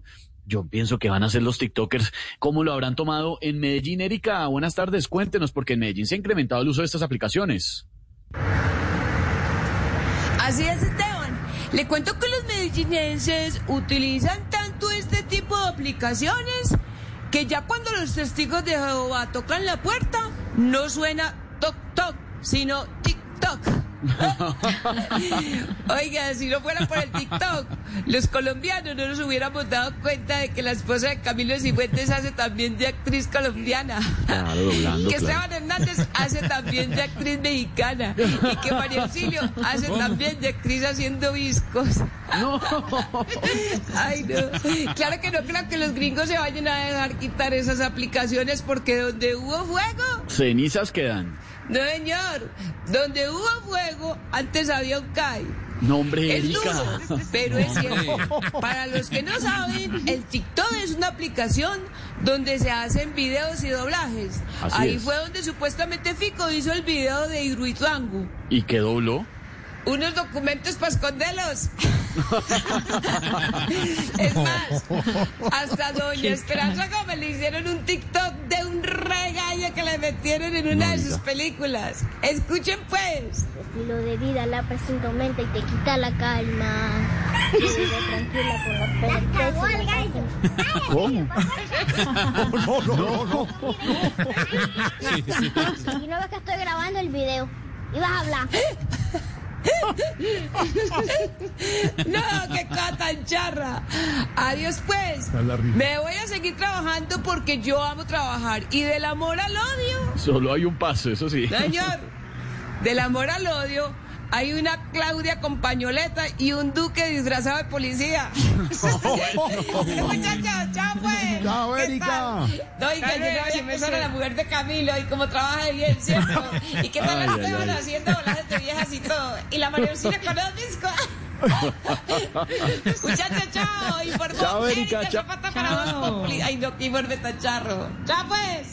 Yo pienso que van a ser los TikTokers. ¿Cómo lo habrán tomado en Medellín? Erika, buenas tardes, cuéntenos, porque en Medellín se ha incrementado el uso de estas aplicaciones. Así es, Esteban. Le cuento que los medellinenses utilizan tanto este tipo de aplicaciones que ya cuando los testigos de Jehová tocan la puerta, no suena toc toc, sino TikTok. Oiga, si no fuera por el TikTok, los colombianos no nos hubiéramos dado cuenta de que la esposa de Camilo Cifuentes hace también de actriz colombiana. Claro, doblando, que claro. Esteban Hernández hace también de actriz mexicana. Y que María Auxilio hace ¿Cómo? también de actriz haciendo viscos. No. Ay, no. Claro que no creo que los gringos se vayan a dejar quitar esas aplicaciones, porque donde hubo fuego... Cenizas quedan. No, señor. Donde hubo fuego, antes había un C A I. No, hombre, Es Erika. duro, pero es cierto. Para los que no saben, el TikTok es una aplicación donde se hacen videos y doblajes. Así Ahí es. fue donde supuestamente Fico hizo el video de Hidroituango. ¿Y qué dobló? Unos documentos para esconderlos. Es más, hasta doña Esperanza Gómez le hicieron un TikTok de un regaño que le metieron en una de sus películas. Escuchen pues. Estilo de vida la presenta aumenta y te quita la calma. Vive tranquila por los pelos. ¿Cómo? No, no, no, no. Y no ves que estoy grabando el video. Y vas a hablar. No, qué cosa tan charra. Adiós pues. Me voy a seguir trabajando porque yo amo trabajar. Y del amor al odio, Solo hay un paso, eso sí. señor, del amor al odio, hay una Claudia con pañoleta y un Duque disfrazado de policía. Muchachos, chao pues. Chao, ¿Qué Erika. tal? No, y que yo, yo me suena la mujer de Camilo y como trabaja de bien, ¿cierto? Y qué tal Ay, las ay, Esteban ay. haciendo volajes de viejas y todo. Y la María Auxilio con los discos. Muchachos, chao. Y por Chao, favor, Erika, Erika, chao. zapata para Voz Populi. Ay, no, que vuelve tan charro. Chao pues.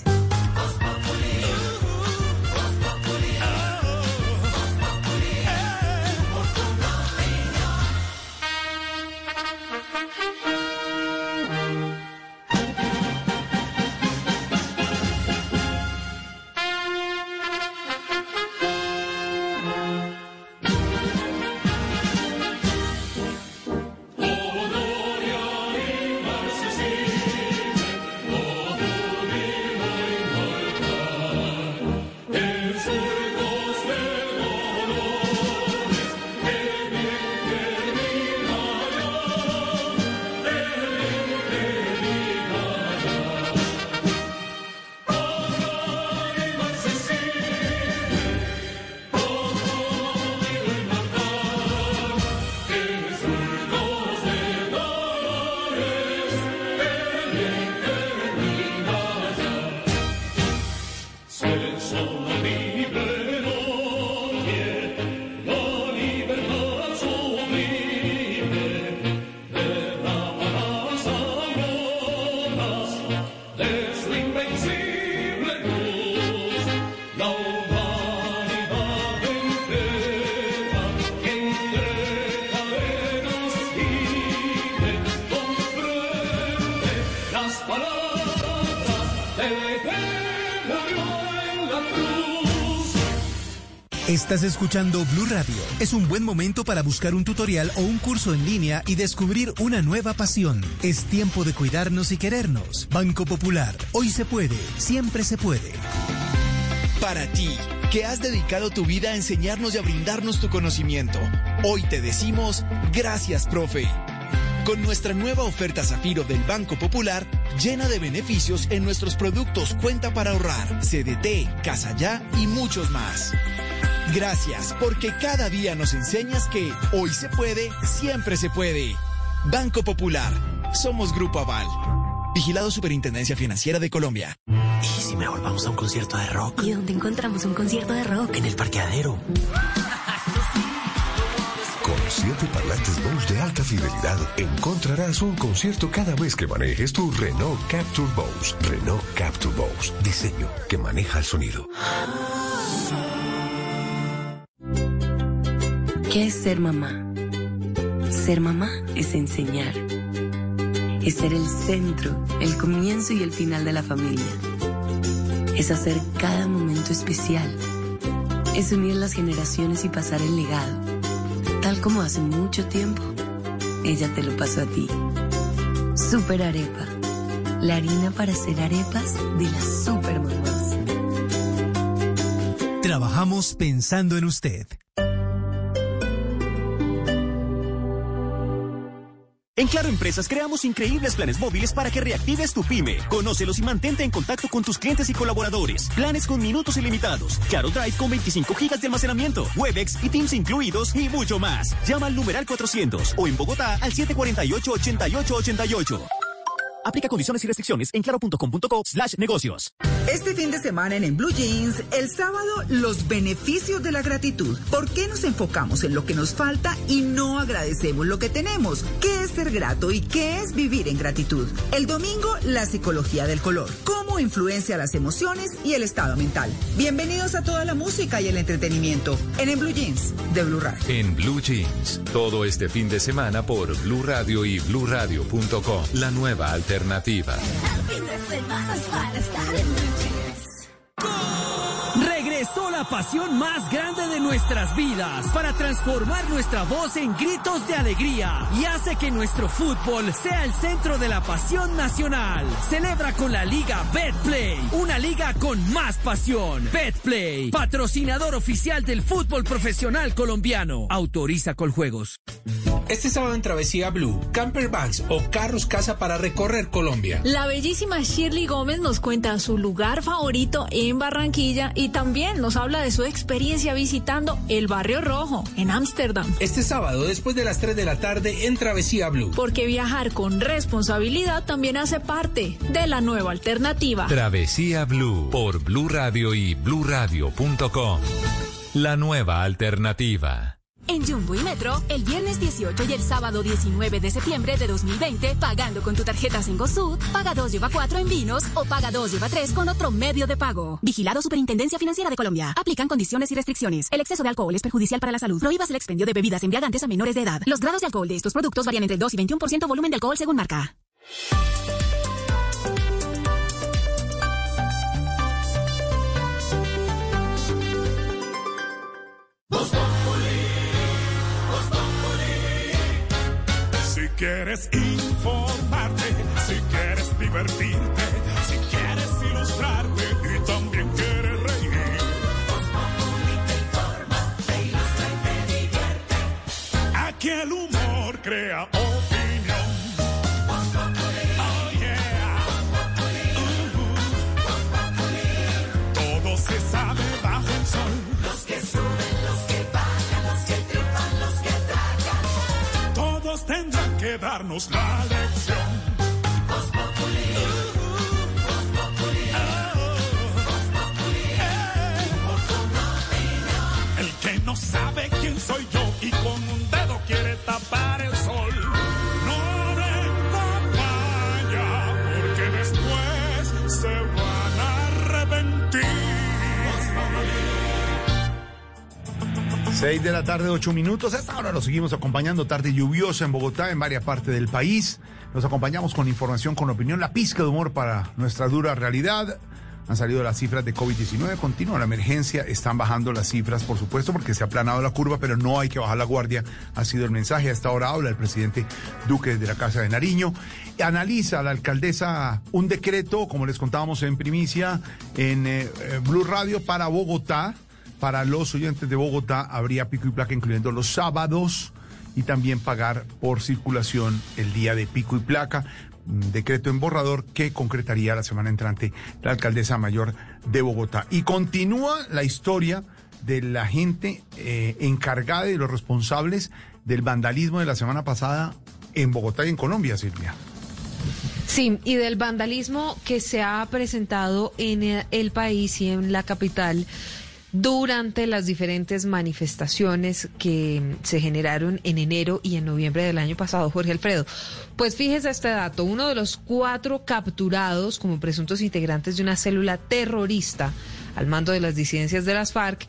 Estás escuchando Blue Radio. Es un buen momento para buscar un tutorial o un curso en línea y descubrir una nueva pasión. Es tiempo de cuidarnos y querernos. Banco Popular. Hoy se puede, siempre se puede. Para ti, que has dedicado tu vida a enseñarnos y a brindarnos tu conocimiento, hoy te decimos gracias, profe. Con nuestra nueva oferta Zafiro del Banco Popular, llena de beneficios en nuestros productos Cuenta para Ahorrar, C D T, Casa Ya y muchos más. Gracias, porque cada día nos enseñas que hoy se puede, siempre se puede. Banco Popular. Somos Grupo Aval. Vigilado Superintendencia Financiera de Colombia. ¿Y si mejor vamos a un concierto de rock? ¿Y dónde encontramos un concierto de rock? En el parqueadero. Con siete parlantes Bose de alta fidelidad, encontrarás un concierto cada vez que manejes tu Renault Captur Bose. Renault Captur Bose. Diseño que maneja el sonido. ¿Qué es ser mamá? Ser mamá es enseñar. es ser el centro, el comienzo y el final de la familia. Es hacer cada momento especial. Es unir las generaciones y pasar el legado. Tal como hace mucho tiempo, ella te lo pasó a ti. Super Arepa, la harina para hacer arepas de las super mamás. Trabajamos pensando en usted. En Claro Empresas creamos increíbles planes móviles para que reactives tu pyme. Conócelos y mantente en contacto con tus clientes y colaboradores. Planes con minutos ilimitados, Claro Drive con veinticinco gigas de almacenamiento, Webex y Teams incluidos y mucho más. Llama al numeral cuatrocientos o en Bogotá al siete cuatro ocho, ocho ocho ocho ocho. Aplica condiciones y restricciones en claro.com.co slash negocios. Este fin de semana en En Blue Jeans, el sábado, los beneficios de la gratitud. ¿Por qué nos enfocamos en lo que nos falta y no agradecemos lo que tenemos? ¿Qué es ser grato y qué es vivir en gratitud? El domingo, la psicología del color. ¿Cómo influencia las emociones y el estado mental? Bienvenidos a toda la música y el entretenimiento en En Blue Jeans de Blue Radio. En Blue Jeans, todo este fin de semana por Blue Radio y blue radio punto com. La nueva alternativa. Regresó la pasión más grande de nuestras vidas para transformar nuestra voz en gritos de alegría y hace que nuestro fútbol sea el centro de la pasión nacional. Celebra con la Liga Betplay, una liga con más pasión. Betplay, patrocinador oficial del fútbol profesional colombiano. Autoriza Coljuegos. Este sábado en Travesía Blue, campervans o carros casa para recorrer Colombia. La bellísima Shirley Gómez nos cuenta su lugar favorito en Barranquilla y también nos habla de su experiencia visitando el Barrio Rojo en Ámsterdam. Este sábado después de las tres de la tarde en Travesía Blue. Porque viajar con responsabilidad también hace parte de la nueva alternativa. Travesía Blue por Blue Radio y blue radio punto com. La nueva alternativa. En Jumbo y Metro, el viernes dieciocho y el sábado diecinueve de septiembre de dos mil veinte, pagando con tu tarjeta Cencosud, paga dos, lleva cuatro en vinos o paga dos, lleva tres con otro medio de pago. Vigilado Superintendencia Financiera de Colombia. Aplican condiciones y restricciones. El exceso de alcohol es perjudicial para la salud. Prohíbas el expendio de bebidas embriagantes a menores de edad. Los grados de alcohol de estos productos varían entre el dos y veintiuno por ciento volumen de alcohol según marca. Si quieres informarte, si quieres divertirte, si quieres ilustrarte y también quieres reír. Voz Populi te informa, te ilustra y te divierte. Aquí el humor crea opinión. Voz Populi, oh yeah. Voz Populi, uh-huh. Voz Populi. Todo se sabe bajo el sol. Los que suben, los que bajan, los que triunfan, los que tragan. Todos tendrán que darnos la lección. Voz Populi, Voz Populi, Voz Populi, oportuna opinión. El que no sabe quién soy yo y con un dedo quiere tapar el sol, no venga vaya, porque después se van a arrepentir. Seis de la tarde, ocho minutos. A esta hora nos seguimos acompañando. Tarde lluviosa en Bogotá, en varias partes del país. Nos acompañamos con información, con opinión, la pizca de humor para nuestra dura realidad. Han salido las cifras de COVID diecinueve, continúa la emergencia, están bajando las cifras, por supuesto, porque se ha aplanado la curva, pero no hay que bajar la guardia, ha sido el mensaje. A esta hora habla el presidente Duque de la Casa de Nariño. Analiza la alcaldesa un decreto, como les contábamos en primicia, en eh, Blue Radio para Bogotá. Para los oyentes de Bogotá habría pico y placa incluyendo los sábados y también pagar por circulación el día de pico y placa. Decreto en borrador que concretaría la semana entrante la alcaldesa mayor de Bogotá. Y continúa la historia de la gente eh, encargada y los responsables del vandalismo de la semana pasada en Bogotá y en Colombia, Silvia. Sí, y del vandalismo que se ha presentado en el país y en la capital durante las diferentes manifestaciones que se generaron en enero y en noviembre del año pasado, Jorge Alfredo. Pues fíjese este dato, uno de los cuatro capturados como presuntos integrantes de una célula terrorista al mando de las disidencias de las FARC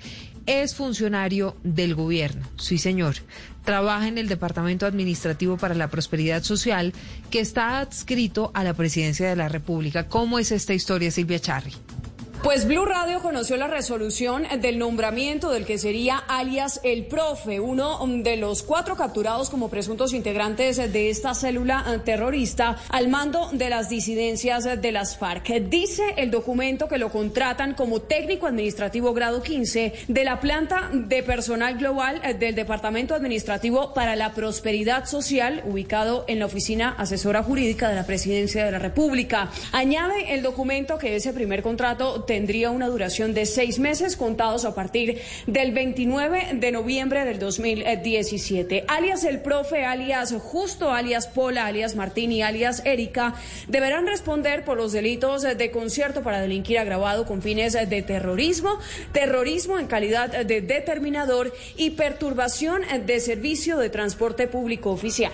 es funcionario del gobierno. Sí, señor. Trabaja en el Departamento Administrativo para la Prosperidad Social, que está adscrito a la Presidencia de la República. ¿Cómo es esta historia, Silvia Charri? Pues Blue Radio conoció la resolución del nombramiento del que sería alias El Profe, uno de los cuatro capturados como presuntos integrantes de esta célula terrorista al mando de las disidencias de las FARC. Dice el documento que lo contratan como técnico administrativo grado quince de la planta de personal global del Departamento Administrativo para la Prosperidad Social, ubicado en la Oficina Asesora Jurídica de la Presidencia de la República. Añade el documento que ese primer contrato tendría una duración de seis meses contados a partir del veintinueve de noviembre del dos mil diecisiete. Alias El Profe, alias Justo, alias Pola, alias Martín y alias Erika deberán responder por los delitos de concierto para delinquir agravado con fines de terrorismo, terrorismo en calidad de determinador y perturbación de servicio de transporte público oficial.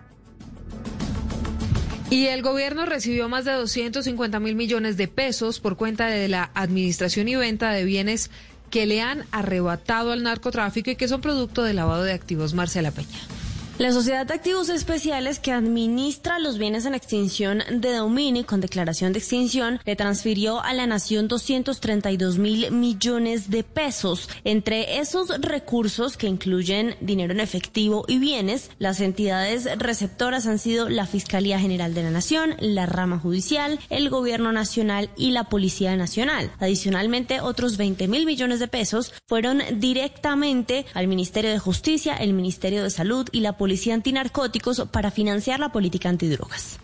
Y el gobierno recibió más de doscientos cincuenta mil millones de pesos por cuenta de la administración y venta de bienes que le han arrebatado al narcotráfico y que son producto del lavado de activos. Marcela Peña. La Sociedad de Activos Especiales, que administra los bienes en extinción de dominio con declaración de extinción, le transfirió a la Nación doscientos treinta y dos mil millones de pesos. Entre esos recursos, que incluyen dinero en efectivo y bienes, las entidades receptoras han sido la Fiscalía General de la Nación, la Rama Judicial, el Gobierno Nacional y la Policía Nacional. Adicionalmente, otros veinte mil millones de pesos fueron directamente al Ministerio de Justicia, el Ministerio de Salud y la Policía Antinarcóticos para financiar la política antidrogas.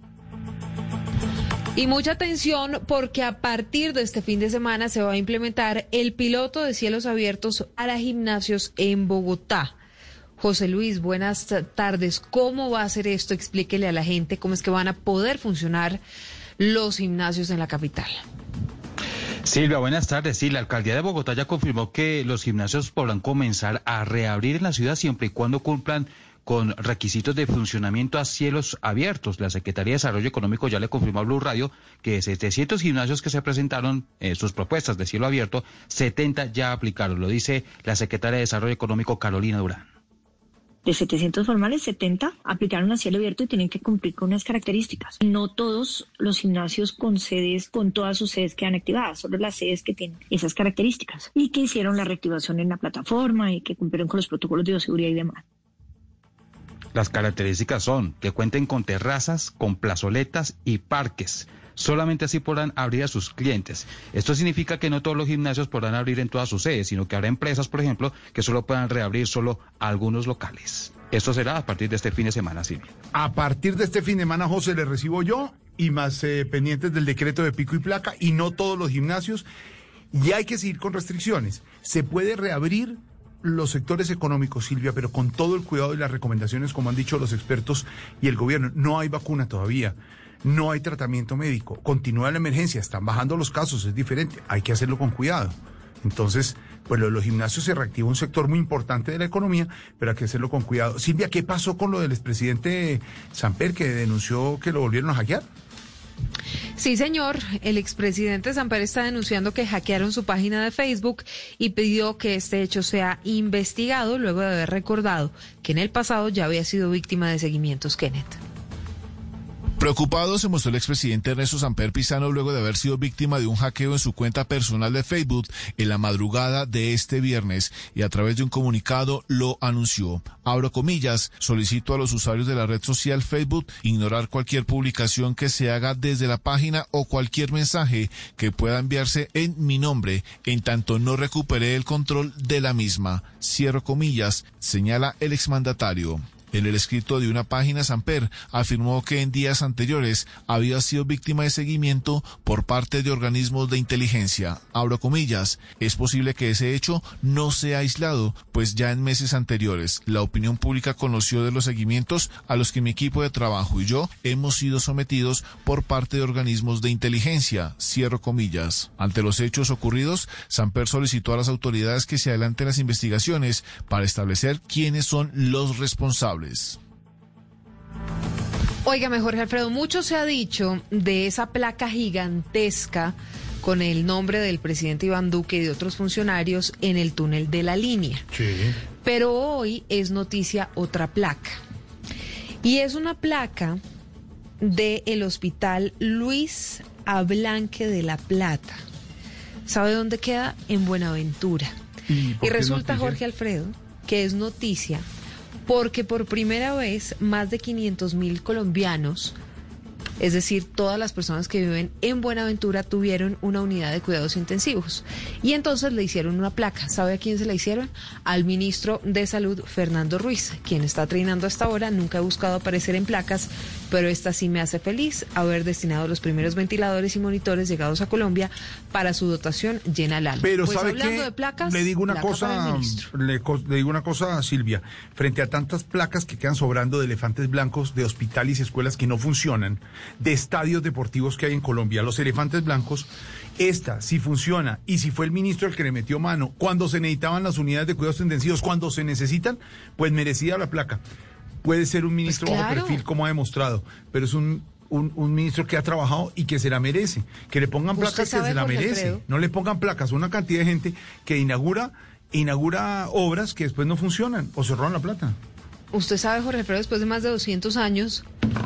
Y mucha atención porque a partir de este fin de semana se va a implementar el piloto de cielos abiertos para gimnasios en Bogotá. José Luis, buenas tardes. ¿Cómo va a ser esto? Explíquele a la gente cómo es que van a poder funcionar los gimnasios en la capital. Silvia, buenas tardes. Sí, la alcaldía de Bogotá ya confirmó que los gimnasios podrán comenzar a reabrir en la ciudad siempre y cuando cumplan con requisitos de funcionamiento a cielos abiertos. La Secretaría de Desarrollo Económico ya le confirmó a Blue Radio que de setecientos gimnasios que se presentaron eh, sus propuestas de cielo abierto, setenta ya aplicaron. Lo dice la Secretaria de Desarrollo Económico, Carolina Durán. De setecientos formales, setenta aplicaron a cielo abierto y tienen que cumplir con unas características. No todos los gimnasios con sedes, con todas sus sedes quedan activadas, solo las sedes que tienen esas características y que hicieron la reactivación en la plataforma y que cumplieron con los protocolos de bioseguridad y demás. Las características son que cuenten con terrazas, con plazoletas y parques. Solamente así podrán abrir a sus clientes. Esto significa que no todos los gimnasios podrán abrir en todas sus sedes, sino que habrá empresas, por ejemplo, que solo puedan reabrir solo algunos locales. Esto será a partir de este fin de semana, Silvia. A partir de este fin de semana, José, le recibo yo y más eh, pendientes del decreto de pico y placa y no todos los gimnasios. Y hay que seguir con restricciones. Se puede reabrir los sectores económicos, Silvia, pero con todo el cuidado y las recomendaciones, como han dicho los expertos y el gobierno. No hay vacuna todavía. No hay tratamiento médico, continúa la emergencia, están bajando los casos, es diferente, hay que hacerlo con cuidado. Entonces, pues lo de los gimnasios se reactiva un sector muy importante de la economía, pero hay que hacerlo con cuidado. Silvia, ¿qué pasó con lo del expresidente Samper que denunció que lo volvieron a hackear? Sí, señor. El expresidente Samper está denunciando que hackearon su página de Facebook y pidió que este hecho sea investigado luego de haber recordado que en el pasado ya había sido víctima de seguimientos. Kenneth. Preocupado se mostró el expresidente Ernesto Samper Pizano luego de haber sido víctima de un hackeo en su cuenta personal de Facebook en la madrugada de este viernes y a través de un comunicado lo anunció. Abro comillas, solicito a los usuarios de la red social Facebook ignorar cualquier publicación que se haga desde la página o cualquier mensaje que pueda enviarse en mi nombre, en tanto no recupere el control de la misma. Cierro comillas, señala el exmandatario. En el escrito de una página, Samper afirmó que en días anteriores había sido víctima de seguimiento por parte de organismos de inteligencia. Abro comillas, es posible que ese hecho no sea aislado, pues ya en meses anteriores la opinión pública conoció de los seguimientos a los que mi equipo de trabajo y yo hemos sido sometidos por parte de organismos de inteligencia. Cierro comillas. Ante los hechos ocurridos, Samper solicitó a las autoridades que se adelanten las investigaciones para establecer quiénes son los responsables. Óigame, Jorge Alfredo, mucho se ha dicho de esa placa gigantesca con el nombre del presidente Iván Duque y de otros funcionarios en el túnel de la línea. Sí. Pero hoy es noticia otra placa. Y es una placa del Hospital Luis Ablanque de La Plata. ¿Sabe dónde queda? En Buenaventura. Y, y resulta, Jorge Alfredo, que es noticia porque por primera vez más de quinientos mil colombianos, es decir, todas las personas que viven en Buenaventura, tuvieron una unidad de cuidados intensivos. Y entonces le hicieron una placa. ¿Sabe a quién se la hicieron? Al ministro de Salud, Fernando Ruiz, quien está treinando hasta ahora. Nunca he buscado aparecer en placas, pero esta sí me hace feliz, haber destinado los primeros ventiladores y monitores llegados a Colombia para su dotación llena al alma. Pero pues ¿sabe hablando qué? de placas, le digo una cosa, le, le digo una cosa, Silvia. Frente a tantas placas que quedan sobrando de elefantes blancos, de hospitales y escuelas que no funcionan, de estadios deportivos que hay en Colombia, los elefantes blancos, esta, si funciona, y si fue el ministro el que le metió mano, cuando se necesitaban las unidades de cuidados intensivos, cuando se necesitan, pues merecía la placa. Puede ser un ministro pues claro. bajo perfil, como ha demostrado, pero es un, un, un ministro que ha trabajado y que se la merece. Que le pongan placas que se la merece. Alfredo? No le pongan placas, una cantidad de gente que inaugura, inaugura obras que después no funcionan o se roban la plata. Usted sabe, Jorge Alfredo, después de más de doscientos años...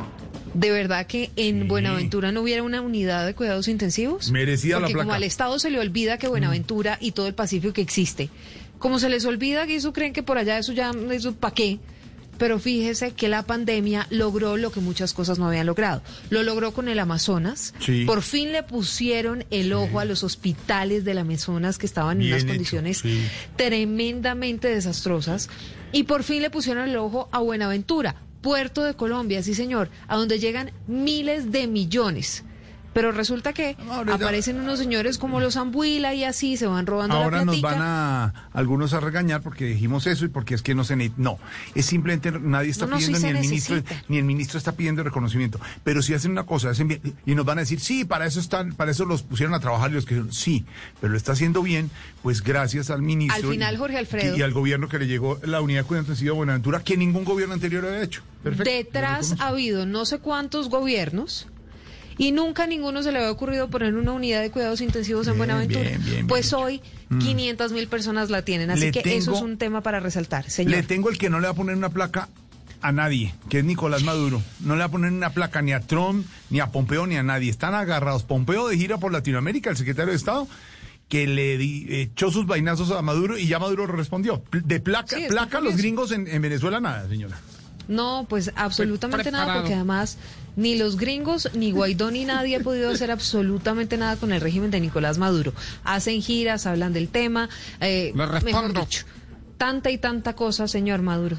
¿De verdad que en sí. Buenaventura no hubiera una unidad de cuidados intensivos? Merecía Porque la placa. Como al Estado se le olvida que Buenaventura mm. y todo el Pacífico existe. Como se les olvida que eso creen que por allá eso ya, eso ¿para qué? Pero fíjese que la pandemia logró lo que muchas cosas no habían logrado. Lo logró con el Amazonas. Sí. Por fin le pusieron el sí. ojo a los hospitales del Amazonas que estaban Bien en unas hecho. condiciones sí. tremendamente desastrosas. Y por fin le pusieron el ojo a Buenaventura. Puerto de Colombia, sí señor, a donde llegan miles de millones. Pero resulta que Ahora, aparecen unos señores como los Ambuila y así se van robando Ahora la platica. Ahora nos van a algunos a regañar porque dijimos eso y porque es que no se necesita. No, es simplemente nadie está no, no, pidiendo, sí ni el ministro, ni el ministro está pidiendo reconocimiento. Pero si hacen una cosa, hacen bien, y nos van a decir, sí, para eso están, para eso los pusieron a trabajar y los que sí, pero lo está haciendo bien, pues gracias al ministro. Al final, Jorge Alfredo. Y, y al gobierno que le llegó la unidad de cuidados intensivos de Buenaventura, que ningún gobierno anterior había hecho. Perfecto. Detrás ha habido no sé cuántos gobiernos. Y nunca a ninguno se le había ocurrido poner una unidad de cuidados intensivos bien, en Buenaventura. Bien, bien, pues bien hoy mm. quinientas mil personas la tienen, así le que tengo, eso es un tema para resaltar, señor. Le tengo el que no le va a poner una placa a nadie, que es Nicolás Maduro. No le va a poner una placa ni a Trump, ni a Pompeo, ni a nadie. Están agarrados. Pompeo de gira por Latinoamérica, el secretario de Estado, que le di, echó sus vainazos a Maduro y ya Maduro respondió. De placa, sí, placa los gringos en, en Venezuela nada, señora. No, pues absolutamente nada, porque además ni los gringos, ni Guaidó, ni nadie ha podido hacer absolutamente nada con el régimen de Nicolás Maduro. Hacen giras, hablan del tema, eh, mejor dicho, tanta y tanta cosa, señor Maduro.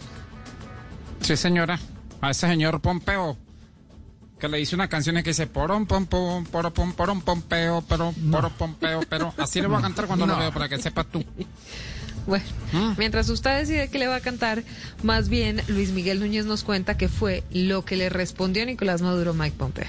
Sí, señora, a ese señor Pompeo, que le hice una canción que dice porom pom pom porom pom porom pompeo, pero porom pompeo, pero así le voy a cantar cuando no. lo veo para que sepas tú. Bueno, ¿Mm? mientras usted decide que le va a cantar, más bien Luis Miguel Núñez nos cuenta que fue lo que le respondió a Nicolás Maduro Mike Pompeo.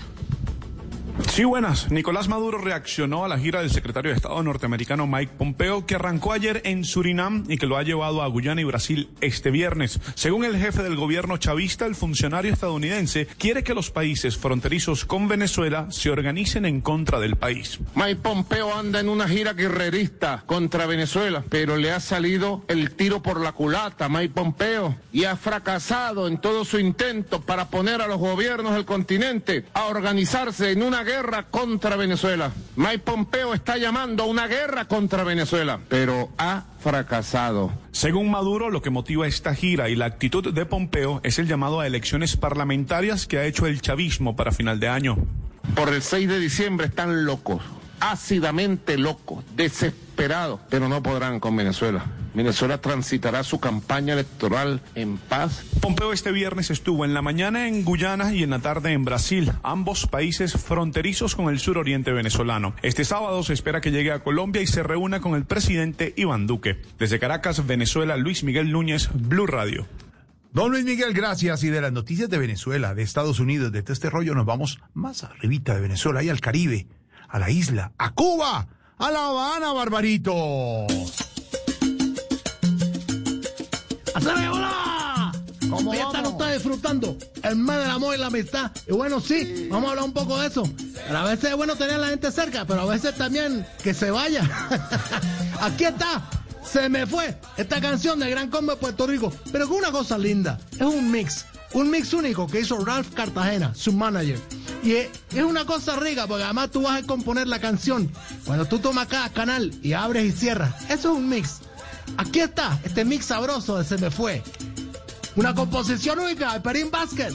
Sí, buenas. Nicolás Maduro reaccionó a la gira del secretario de Estado norteamericano Mike Pompeo, que arrancó ayer en Surinam y que lo ha llevado a Guyana y Brasil este viernes. Según el jefe del gobierno chavista, el funcionario estadounidense quiere que los países fronterizos con Venezuela se organicen en contra del país. Mike Pompeo anda en una gira guerrerista contra Venezuela, pero le ha salido el tiro por la culata a Mike Pompeo y ha fracasado en todo su intento para poner a los gobiernos del continente a organizarse en una guerra contra Venezuela. Mike Pompeo está llamando a una guerra contra Venezuela, pero ha fracasado. Según Maduro, lo que motiva esta gira y la actitud de Pompeo es el llamado a elecciones parlamentarias que ha hecho el chavismo para final de año. Por el seis de diciembre están locos, ácidamente locos, desesperados, pero no podrán con Venezuela. Venezuela transitará su campaña electoral en paz. Pompeo este viernes estuvo en la mañana en Guyana y en la tarde en Brasil, ambos países fronterizos con el suroriente venezolano. Este sábado se espera que llegue a Colombia y se reúna con el presidente Iván Duque. Desde Caracas, Venezuela, Luis Miguel Núñez, Blue Radio. Don Luis Miguel, gracias. Y de las noticias de Venezuela, de Estados Unidos, de todo este rollo, nos vamos más arribita de Venezuela, ahí al Caribe, a la isla, a Cuba, a La Habana, Barbarito. ¡Haceme hola! ¿Cómo Hoy están ustedes disfrutando el mes del amor y la amistad. Y bueno, sí, vamos a hablar un poco de eso. Pero a veces es bueno tener a la gente cerca, pero a veces también que se vaya. Aquí está, Se Me Fue, esta canción de Gran Combo de Puerto Rico. Pero con una cosa linda, es un mix. Un mix único que hizo Ralph Cartagena, su manager. Y es, es una cosa rica porque además tú vas a componer la canción cuando tú tomas cada canal y abres y cierras. Eso es un mix. Aquí está, este mix sabroso de Se Me Fue. Una composición única de Perín Vázquez.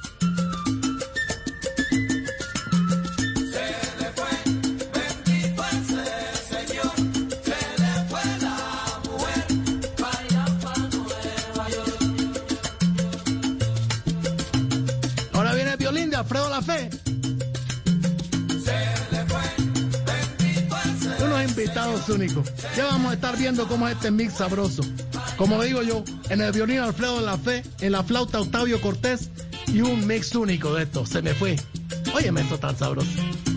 Alfredo La Fe. Unos invitados únicos. Ya vamos a estar viendo cómo es este mix sabroso. Como digo yo, en el violín Alfredo La Fe, en la flauta Octavio Cortés y un mix único de esto. Se Me Fue. Óyeme esto tan sabroso.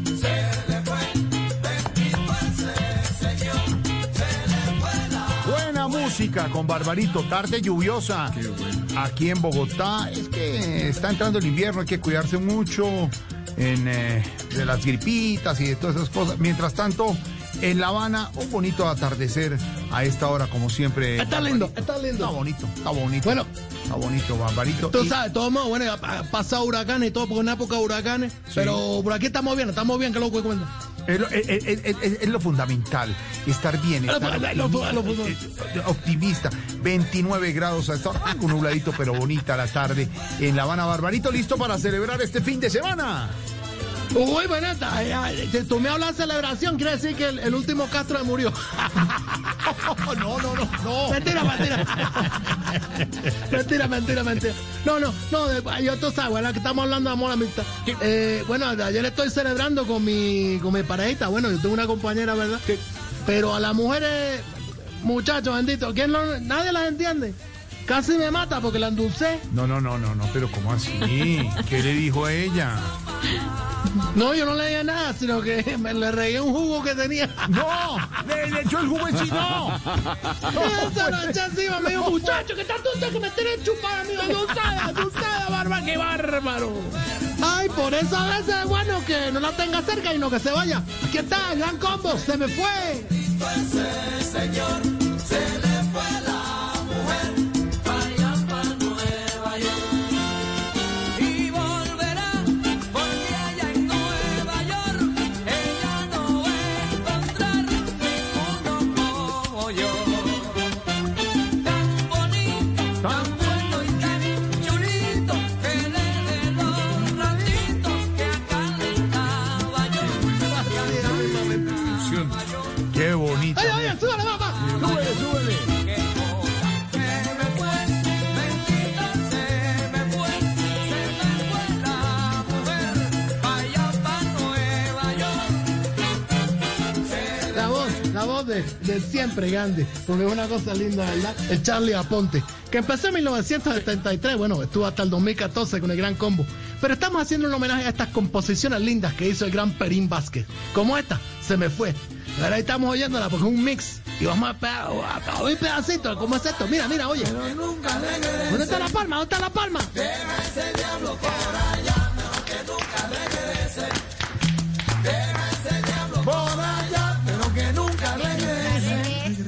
Buena música con Barbarito, tarde lluviosa. Qué bueno. Aquí en Bogotá, es que está entrando el invierno, hay que cuidarse mucho en, eh, de las gripitas y de todas esas cosas. Mientras tanto, en La Habana, un bonito atardecer a esta hora, como siempre. Está Barbarito. lindo, está lindo. Está bonito, está bonito. Bueno, está bonito, Barbarito. Tú y... sabes, todo modo, bueno, ha pasado huracanes y todo, porque en una época de huracanes, sí. Pero por aquí estamos bien, estamos bien, que lo que cuenta. Es lo, es, es, es, es lo fundamental, estar bien, estar optimista, lo, lo, lo, optimista. veintinueve grados a esta hora, un nubladito pero bonita la tarde en La Habana. Barbarito, listo para celebrar este fin de semana. Uy, Beneta, tú me hablas de celebración, quiere decir que el, el último Castro murió. No, no, no, no. Mentira, mentira. Mentira, mentira, mentira. No, no, no, yo tú sabes, ¿verdad? Que estamos hablando de amor, amistad. Eh, bueno, ayer estoy celebrando con mi, con mi parejita. Bueno, yo tengo una compañera, ¿verdad? ¿Qué? Pero a las mujeres, muchachos, bendito, ¿quién lo, nadie las entiende? Casi me mata porque la endulcé. No, no, no, no, no, pero ¿cómo así? ¿Qué le dijo a ella? No, yo no le dije nada, sino que me le regué un jugo que tenía. ¡No! ¡Le, le echó el jugo encima! ¡No! Se lo eché encima, me dijo, muchacho, que tanto usted que me tiene chupada, amigo. Dulzada, dulzada, barba, qué bárbaro. Ay, por eso a veces es bueno que no la tenga cerca y no que se vaya. Aquí está, Gran Combo, Se Me Fue. Ese señor se le fue la mujer. Qué bonito. ¡Ay, ay, súbele, papá! Súbele, súbele. Se me fue, bendita, se me fue, se me fue la mujer, vaya pa' Nueva York. La voz, la voz de, de siempre, Gandhi, porque es una cosa linda, ¿verdad? El Charlie Aponte, que empezó en mil novecientos setenta y tres, bueno, estuvo hasta el dos mil catorce con el Gran Combo. Pero estamos haciendo un homenaje a estas composiciones lindas que hizo el gran Perín Vázquez, como esta, Se Me Fue. Ahora ahí estamos oyéndola porque es un mix. Y vamos a pegar a oír pedacitos. ¿Cómo es esto? Mira, mira, oye. ¿Dónde está la palma? ¿Dónde está la palma? Deja ese diablo por allá, mejor que nunca regrese. Deja ese diablo por allá, pero que nunca regrese.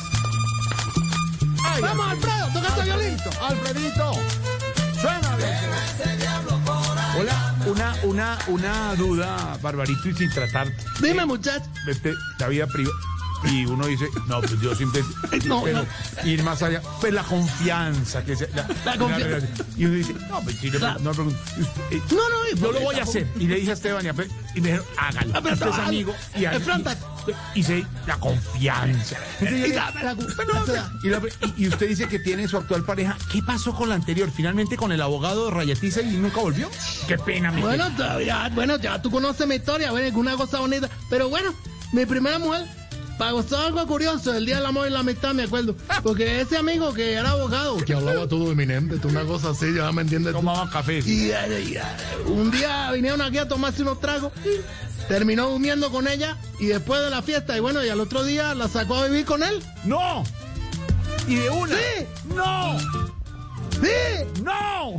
Ay, vamos, Alfredo, toca tu violín. Alfredito, suena. Deja ese diablo por allá. Hola, una, una, una duda, Barbarito, y sin tratar. Dime, eh, muchacho. Este, la vida privada. Y uno dice, no, pues yo siempre. No, pero no. ir más allá. Pues la confianza que se. La, la confianza. Y uno dice, no, pues si le claro. no me pregunto. Eh, no, no, yo lo voy a hacer. Y le dije a Esteban y, a Pe, y me dijeron, hágalo. Ah, usted es amigo. Y, así, y, y se, la confianza. Entonces, y, la, la, y, la, y, y usted dice que tiene su actual pareja. ¿Qué pasó con la anterior? Finalmente con el abogado de Rayatiza y nunca volvió. Qué pena, mi Bueno, todavía, bueno, ya tú conoces mi historia, bueno, es una cosa bonita. Pero bueno, mi primera mujer. Pasó algo curioso el día del amor y la amistad, me acuerdo. Porque ese amigo que era abogado, que hablaba todo de mi nombre, una cosa así, ya me entiendes. Tomaba café. Y, y, y un día vinieron aquí a tomarse unos tragos, terminó durmiendo con ella y después de la fiesta, y bueno, y al otro día la sacó a vivir con él. ¡No! ¿Y de una? ¡Sí! ¡No! ¡Sí! ¡No!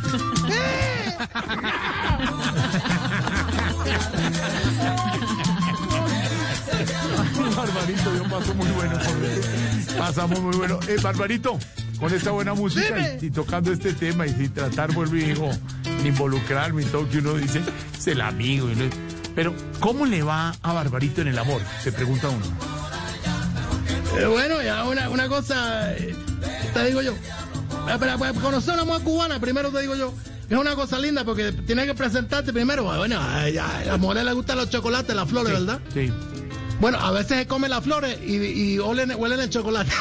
Barbarito, yo paso muy bueno. Por... Pasamos muy bueno. Eh, Barbarito, con esta buena música y, y tocando este tema y sin tratar, vuelvo y digo, involucrarme y todo que uno dice, es el amigo. Y no... Pero, ¿cómo le va a Barbarito en el amor? Se pregunta uno. Eh, bueno, ya una, una cosa, eh, te digo yo. Eh, para, para conocer una mujer cubana, primero te digo yo. Es una cosa linda porque tienes que presentarte primero. Bueno, a, a las mujeres les gustan los chocolates, las flores, Sí, ¿verdad? Sí. Bueno, a veces se comen las flores y, y huelen, huelen el chocolate.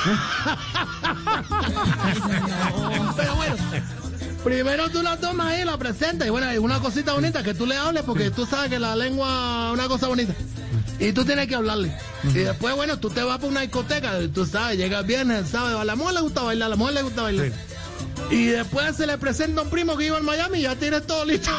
Pero bueno, primero tú la tomas ahí, la presentas y bueno, es una cosita bonita que tú le hables porque tú sabes que la lengua es una cosa bonita. Y tú tienes que hablarle. Y después, bueno, tú te vas para una discoteca, tú sabes, llegas viernes, ¿sabes? A la mujer le gusta bailar, a la mujer le gusta bailar. Sí. Y después se le presenta un primo que iba en Miami y ya tienes todo listo.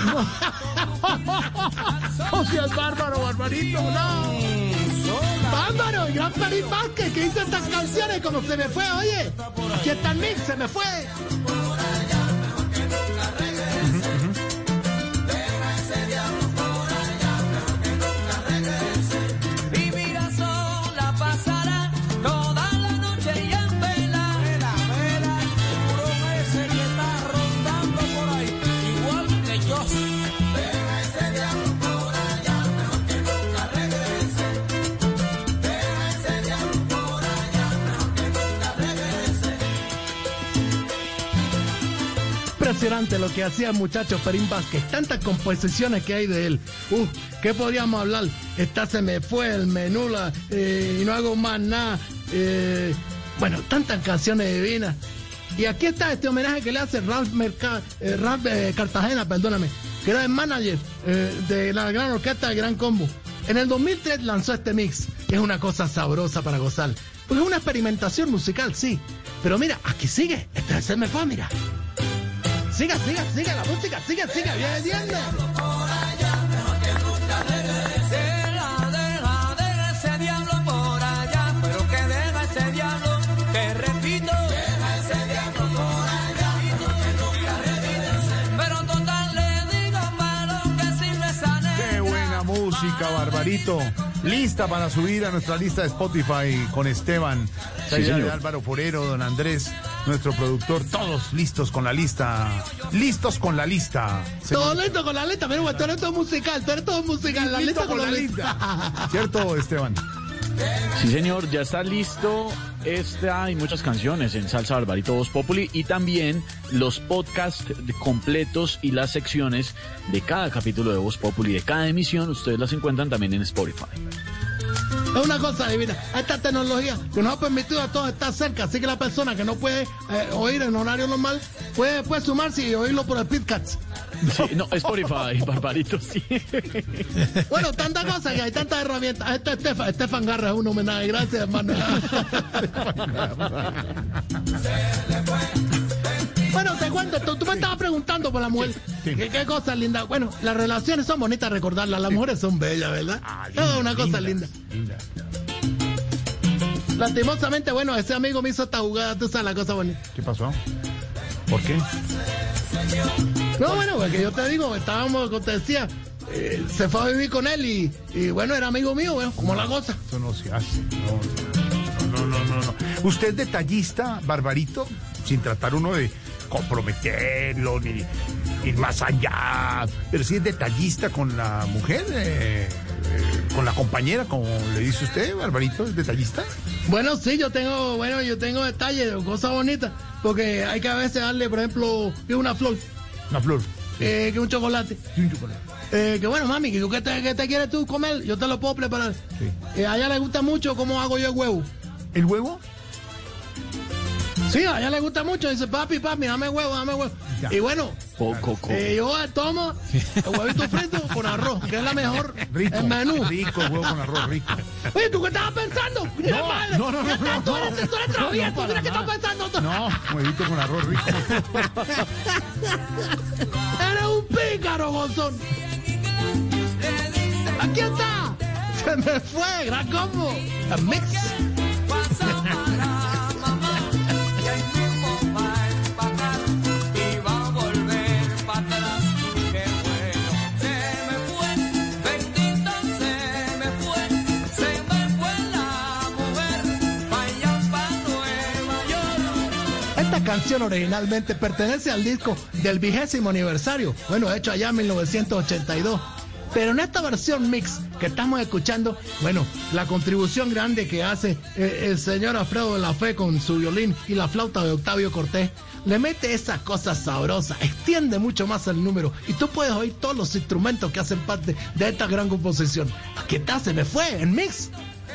¡Oh, si es bárbaro, Barbarito! ¡No! ¡Bárbaro! Y gran Feliz Vázquez que hizo estas canciones como se me fue, oye. Aquí está el mix, se me fue. Impresionante lo que hacía el muchacho Ferín Vázquez, tantas composiciones que hay de él. Uh, ¿qué podríamos hablar? Esta se me fue, el menú, la, eh, y no hago más nada. Eh, bueno, tantas canciones divinas. Y aquí está este homenaje que le hace Ralph, Merca, eh, Ralph eh, Cartagena, perdóname, que era el manager eh, de la gran orquesta de Gran Combo. En el dos mil tres lanzó este mix, que es una cosa sabrosa para gozar. Pues es una experimentación musical, sí. Pero mira, aquí sigue, este se me fue, mira. Siga, siga, siga la música, siga, siga, viene viendo. Qué buena música, Barbarito. Lista para subir a nuestra lista de Spotify con Esteban, Sí, de señor. Álvaro Forero, don Andrés, nuestro productor, todos listos con la lista. Listos con la lista. Todo Señor. listo con la lista, pero bueno, tú eres todo musical, tú eres todo musical, la Listo lista con la lista. lista. ¿Cierto, Esteban? Sí, señor, ya está listo. Esta y muchas canciones en Salsa Barbarito Voz Populi y también los podcasts completos y las secciones de cada capítulo de Voz Populi, de cada emisión, ustedes las encuentran también en Spotify. Es una cosa divina. Esta tecnología que nos ha permitido a todos estar cerca, así que la persona que no puede eh, oír en horario normal puede, puede sumarse y oírlo por el podcast. Sí, no, Spotify, Barbarito, sí. Bueno, tantas cosas que hay, tantas herramientas. Este Estefan, Estefan Garra es un homenaje. Gracias, hermano. Bueno, te cuento, tú, tú me estabas preguntando por la mujer. Sí, sí. ¿Qué, qué cosas lindas? Bueno, las relaciones son bonitas recordarlas. Las Sí. mujeres son bellas, ¿verdad? Ah, Es linda, una cosa linda, linda. linda. Lastimosamente, bueno, ese amigo me hizo esta jugada, tú sabes la cosa bonita. ¿Qué pasó? ¿Por qué? No, bueno, porque yo te digo, estábamos, como te decía, eh, se fue a vivir con él y, y bueno, era amigo mío, bueno, como la cosa. Eso no se hace. No, no, no, no, no. ¿Usted es detallista, Barbarito? Sin tratar uno de comprometerlo ni ir más allá. Pero sí es detallista con la mujer, eh, eh, con la compañera, como le dice usted, Barbarito, ¿es detallista? Bueno, sí, yo tengo, bueno, yo tengo detalles, cosas bonitas, porque hay que a veces darle, por ejemplo, que una flor, Una flor. eh, que un chocolate. Sí, un chocolate. Eh, que bueno, mami, que ¿qué te, qué te quieres tú comer? Yo te lo puedo preparar. Sí. Eh, a ella le gusta mucho cómo hago yo el huevo. ¿El huevo? Sí, a ella le gusta mucho. Dice, papi, papi, dame huevo, dame huevo. Ya. Y bueno, Poco, eh, yo tomo el huevito frito con arroz, que es la mejor, Rico. el menú. Rico, huevo con arroz, rico. Oye, ¿tú qué estabas pensando? No, Madre, no, no, no, tú no, eres, tú eres no, travieso, no, mira qué no. estás pensando. No, huevito con arroz rico. Eres un pícaro, Gonzón. Aquí está. Se me fue, gran combo. El mix. canción originalmente pertenece al disco del vigésimo aniversario, bueno, hecho allá en mil novecientos ochenta y dos. Pero en esta versión mix que estamos escuchando, bueno, la contribución grande que hace eh, el señor Alfredo de la Fe con su violín y la flauta de Octavio Cortés, le mete esa cosa sabrosa, extiende mucho más el número y tú puedes oír todos los instrumentos que hacen parte de esta gran composición. Aquí está, se me fue en mix.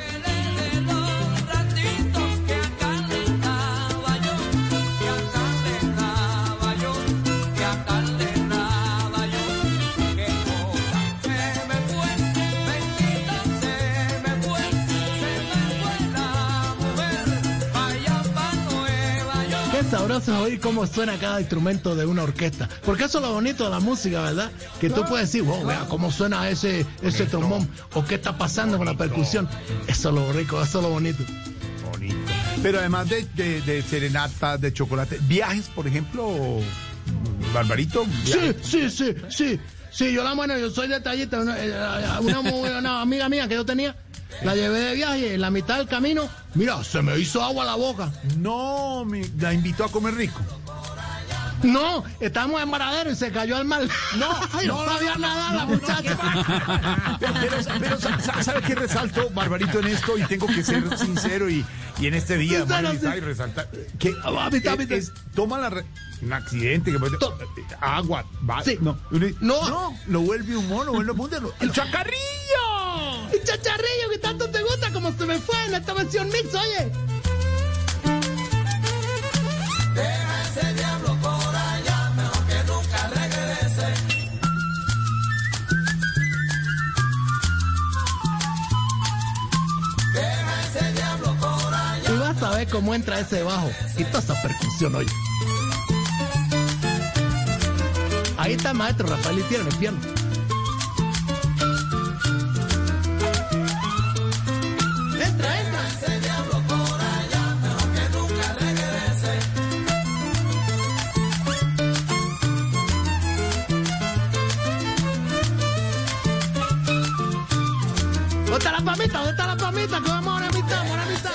Sabroso es oír cómo suena cada instrumento de una orquesta, porque eso es lo bonito de la música, ¿verdad? Que tú puedes decir, wow, vea cómo suena ese, ese trombón, o qué está pasando con la percusión. Eso es lo rico, eso es lo bonito. Bonito. Pero además de, de, de serenata, de chocolate, viajes, por ejemplo, Barbarito. Sí, sí, sí, sí. Sí, yo la bueno, yo soy detallista. Una, una, una amiga mía que yo tenía, la llevé de viaje, en la mitad del camino, mira, se me hizo agua a la boca. No, me, la invitó a comer rico. No, estábamos en Varadero y se cayó al mar. No, Ay, no, no sabía no, nada no, la muchacha. No, pero, pero, pero ¿sabe qué resalto, Barbarito, en esto? Y tengo que ser sincero y, y en este día, sincero, sí. Y resaltar que ah, mitad, es, mitad. Es, toma la... Re, un accidente, que puede, agua, va, sí. no, no, no, lo vuelve un mono, vuelve un mono, el chacarrillo. El chacharrillo que tanto te gusta, como se me fue en esta versión mix, oye. Deja ese diablo por allá, mejor que nunca regrese. Deja ese diablo por allá. Y vas a ver cómo entra ese bajo y toda esa percusión, oye. Ahí está el maestro Rafael Itier en el piano. Entra, entra. Ese diablo por allá, mejor que nunca regrese. ¿Dónde está la palmita? ¿Dónde está la palmita? Que vamos a una mitad, a una mitad.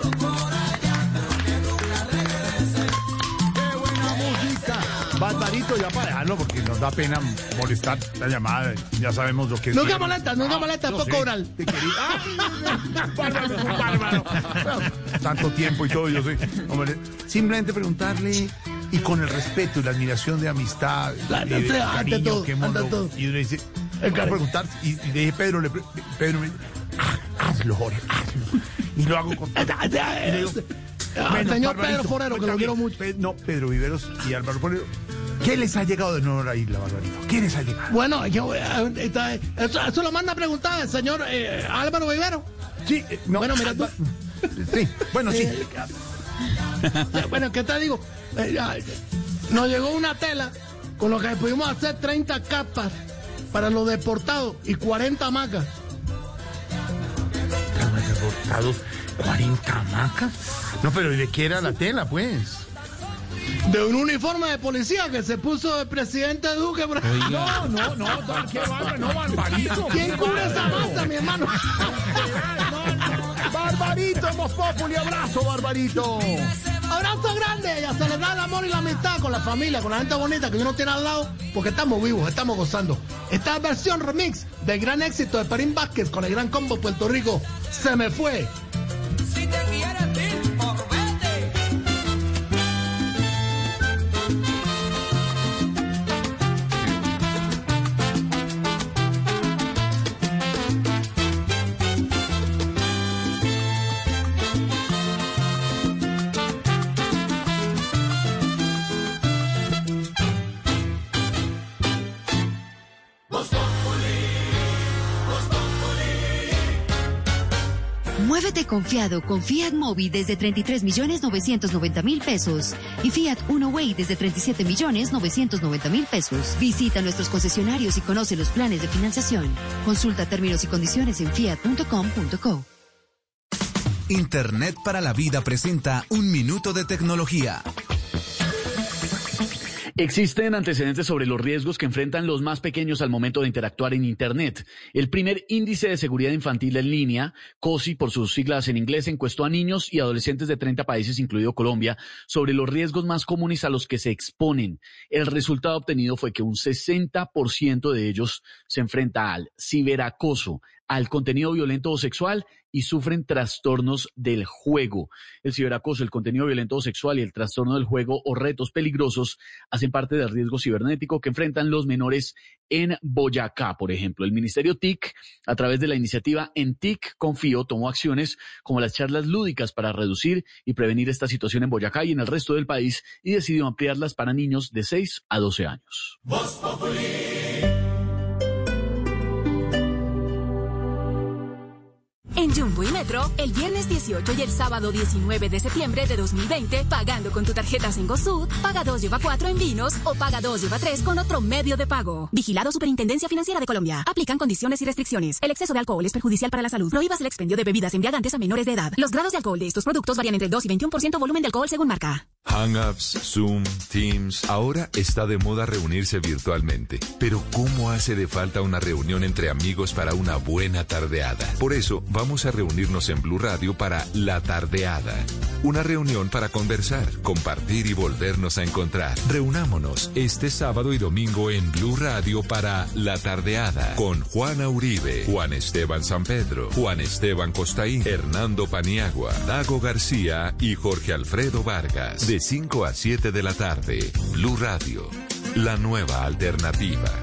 Barbarito, ya para dejarlo, porque nos da pena molestar la llamada. Ya sabemos lo que es. Nunca molesta, nunca molesta, es poco oral. Bárbaro, bárbaro. Tanto tiempo y todo, yo soy. Hombre, simplemente preguntarle, y con el respeto y la admiración de amistad, la, de, de sea, cariño todo, que hemos. Todo. Y uno dice, voy a preguntar, y, y le dije, Pedro, le, Pedro me dice, hazlo, Jorge, hazlo. Y lo hago con. Y le digo, bueno, señor Pedro Forero, que lo quiero mucho. Pe, no, Pedro Viveros y Álvaro Forero. ¿Qué les ha llegado de nuevo a la isla, Barbarito? ¿Qué les ha llegado? Bueno, yo, eso, eso lo manda a preguntar el señor eh, Álvaro Vivero. Sí, eh, no. Bueno, mira tú. Sí, bueno, sí. Eh, bueno, ¿qué te digo? Eh, nos llegó una tela con lo que pudimos hacer treinta capas para los deportados y cuarenta hamacas. ¿Deportados? ¿cuarenta hamacas? No, pero ¿y de qué era la tela, pues? De un uniforme de policía que se puso el presidente Duque. No, no, no, no, qué bárbaro, no, Barbarito. ¿Quién cubre esa masa, mi hermano? Barbarito, Voz Populi, abrazo, Barbarito. Abrazo grande y a celebrar el amor y la amistad con la familia, con la gente bonita que uno tiene al lado, porque estamos vivos, estamos gozando. Esta versión remix del gran éxito de Perín Vázquez con el gran combo Puerto Rico, Se Me Fue. Si te quieres ir, por vete. Muévete confiado con Fiat Mobi desde treinta y tres millones novecientos noventa mil pesos y Fiat Uno Way desde treinta y siete millones novecientos noventa mil pesos. Visita nuestros concesionarios y conoce los planes de financiación. Consulta términos y condiciones en fiat punto com punto co. Internet para la Vida presenta Un Minuto de Tecnología. Existen antecedentes sobre los riesgos que enfrentan los más pequeños al momento de interactuar en Internet. El primer índice de seguridad infantil en línea, COSI por sus siglas en inglés, encuestó a niños y adolescentes de treinta países, incluido Colombia, sobre los riesgos más comunes a los que se exponen. El resultado obtenido fue que un sesenta por ciento de ellos se enfrenta al ciberacoso, al contenido violento o sexual y sufren trastornos del juego. El ciberacoso, el contenido violento o sexual y el trastorno del juego o retos peligrosos hacen parte del riesgo cibernético que enfrentan los menores en Boyacá, por ejemplo. El Ministerio T I C, a través de la iniciativa En T I C Confío, tomó acciones como las charlas lúdicas para reducir y prevenir esta situación en Boyacá y en el resto del país y decidió ampliarlas para niños de seis a doce años. En Jumbo y Metro, el viernes dieciocho y el sábado diecinueve de septiembre de dos mil veinte, pagando con tu tarjeta Cencosud, paga dos, lleva cuatro en vinos o paga dos, lleva tres con otro medio de pago. Vigilado Superintendencia Financiera de Colombia. Aplican condiciones y restricciones. El exceso de alcohol es perjudicial para la salud. Prohíbas el expendio de bebidas embriagantes a menores de edad. Los grados de alcohol de estos productos varían entre el dos y veintiuno por ciento volumen de alcohol según marca. Hangouts, Zoom, Teams. Ahora está de moda reunirse virtualmente. Pero ¿cómo hace de falta una reunión entre amigos para una buena tardeada? Por eso, vamos a reunirnos en Blue Radio para La Tardeada. Una reunión para conversar, compartir y volvernos a encontrar. Reunámonos este sábado y domingo en Blue Radio para La Tardeada con Juana Uribe, Juan Esteban Sampedro, Juan Esteban Costaín, Hernando Paniagua, Dago García y Jorge Alfredo Vargas. De cinco a siete de la tarde, Blue Radio, la nueva alternativa.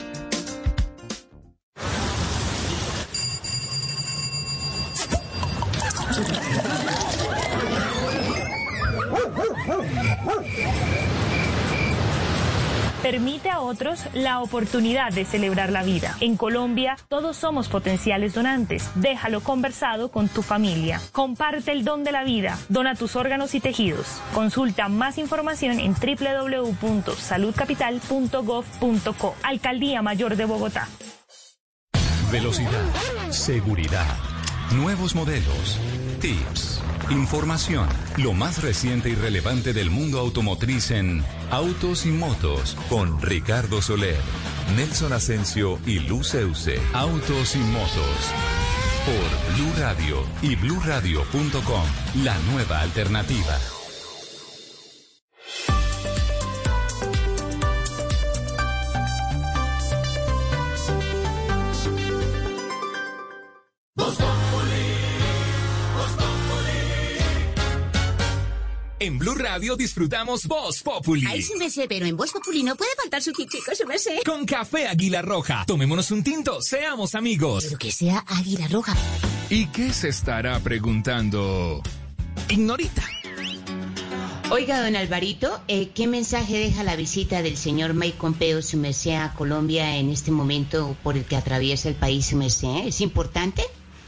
Permite a otros la oportunidad de celebrar la vida. En Colombia, todos somos potenciales donantes. Déjalo conversado con tu familia. Comparte el don de la vida. Dona tus órganos y tejidos. Consulta más información en doble u doble u doble u punto salud capital punto gov punto co. Alcaldía Mayor de Bogotá. Velocidad, seguridad, nuevos modelos, tips, información, lo más reciente y relevante del mundo automotriz en Autos y Motos con Ricardo Soler, Nelson Asensio y Luz Euse. Autos y Motos por Blue Radio y blue radio punto com, la nueva alternativa. En Blue Radio disfrutamos Voz Populi. Ay, sí me sé, pero en Voz Populi no puede faltar su tintico, sí me sé. Con café Águila Roja. Tomémonos un tinto, seamos amigos. Pero que sea Águila Roja. ¿Y qué se estará preguntando Ignorita? Oiga, don Alvarito, eh, ¿qué mensaje deja la visita del señor Mike Pompeo, su merced, a Colombia en este momento por el que atraviesa el país, su merced? ¿Es importante?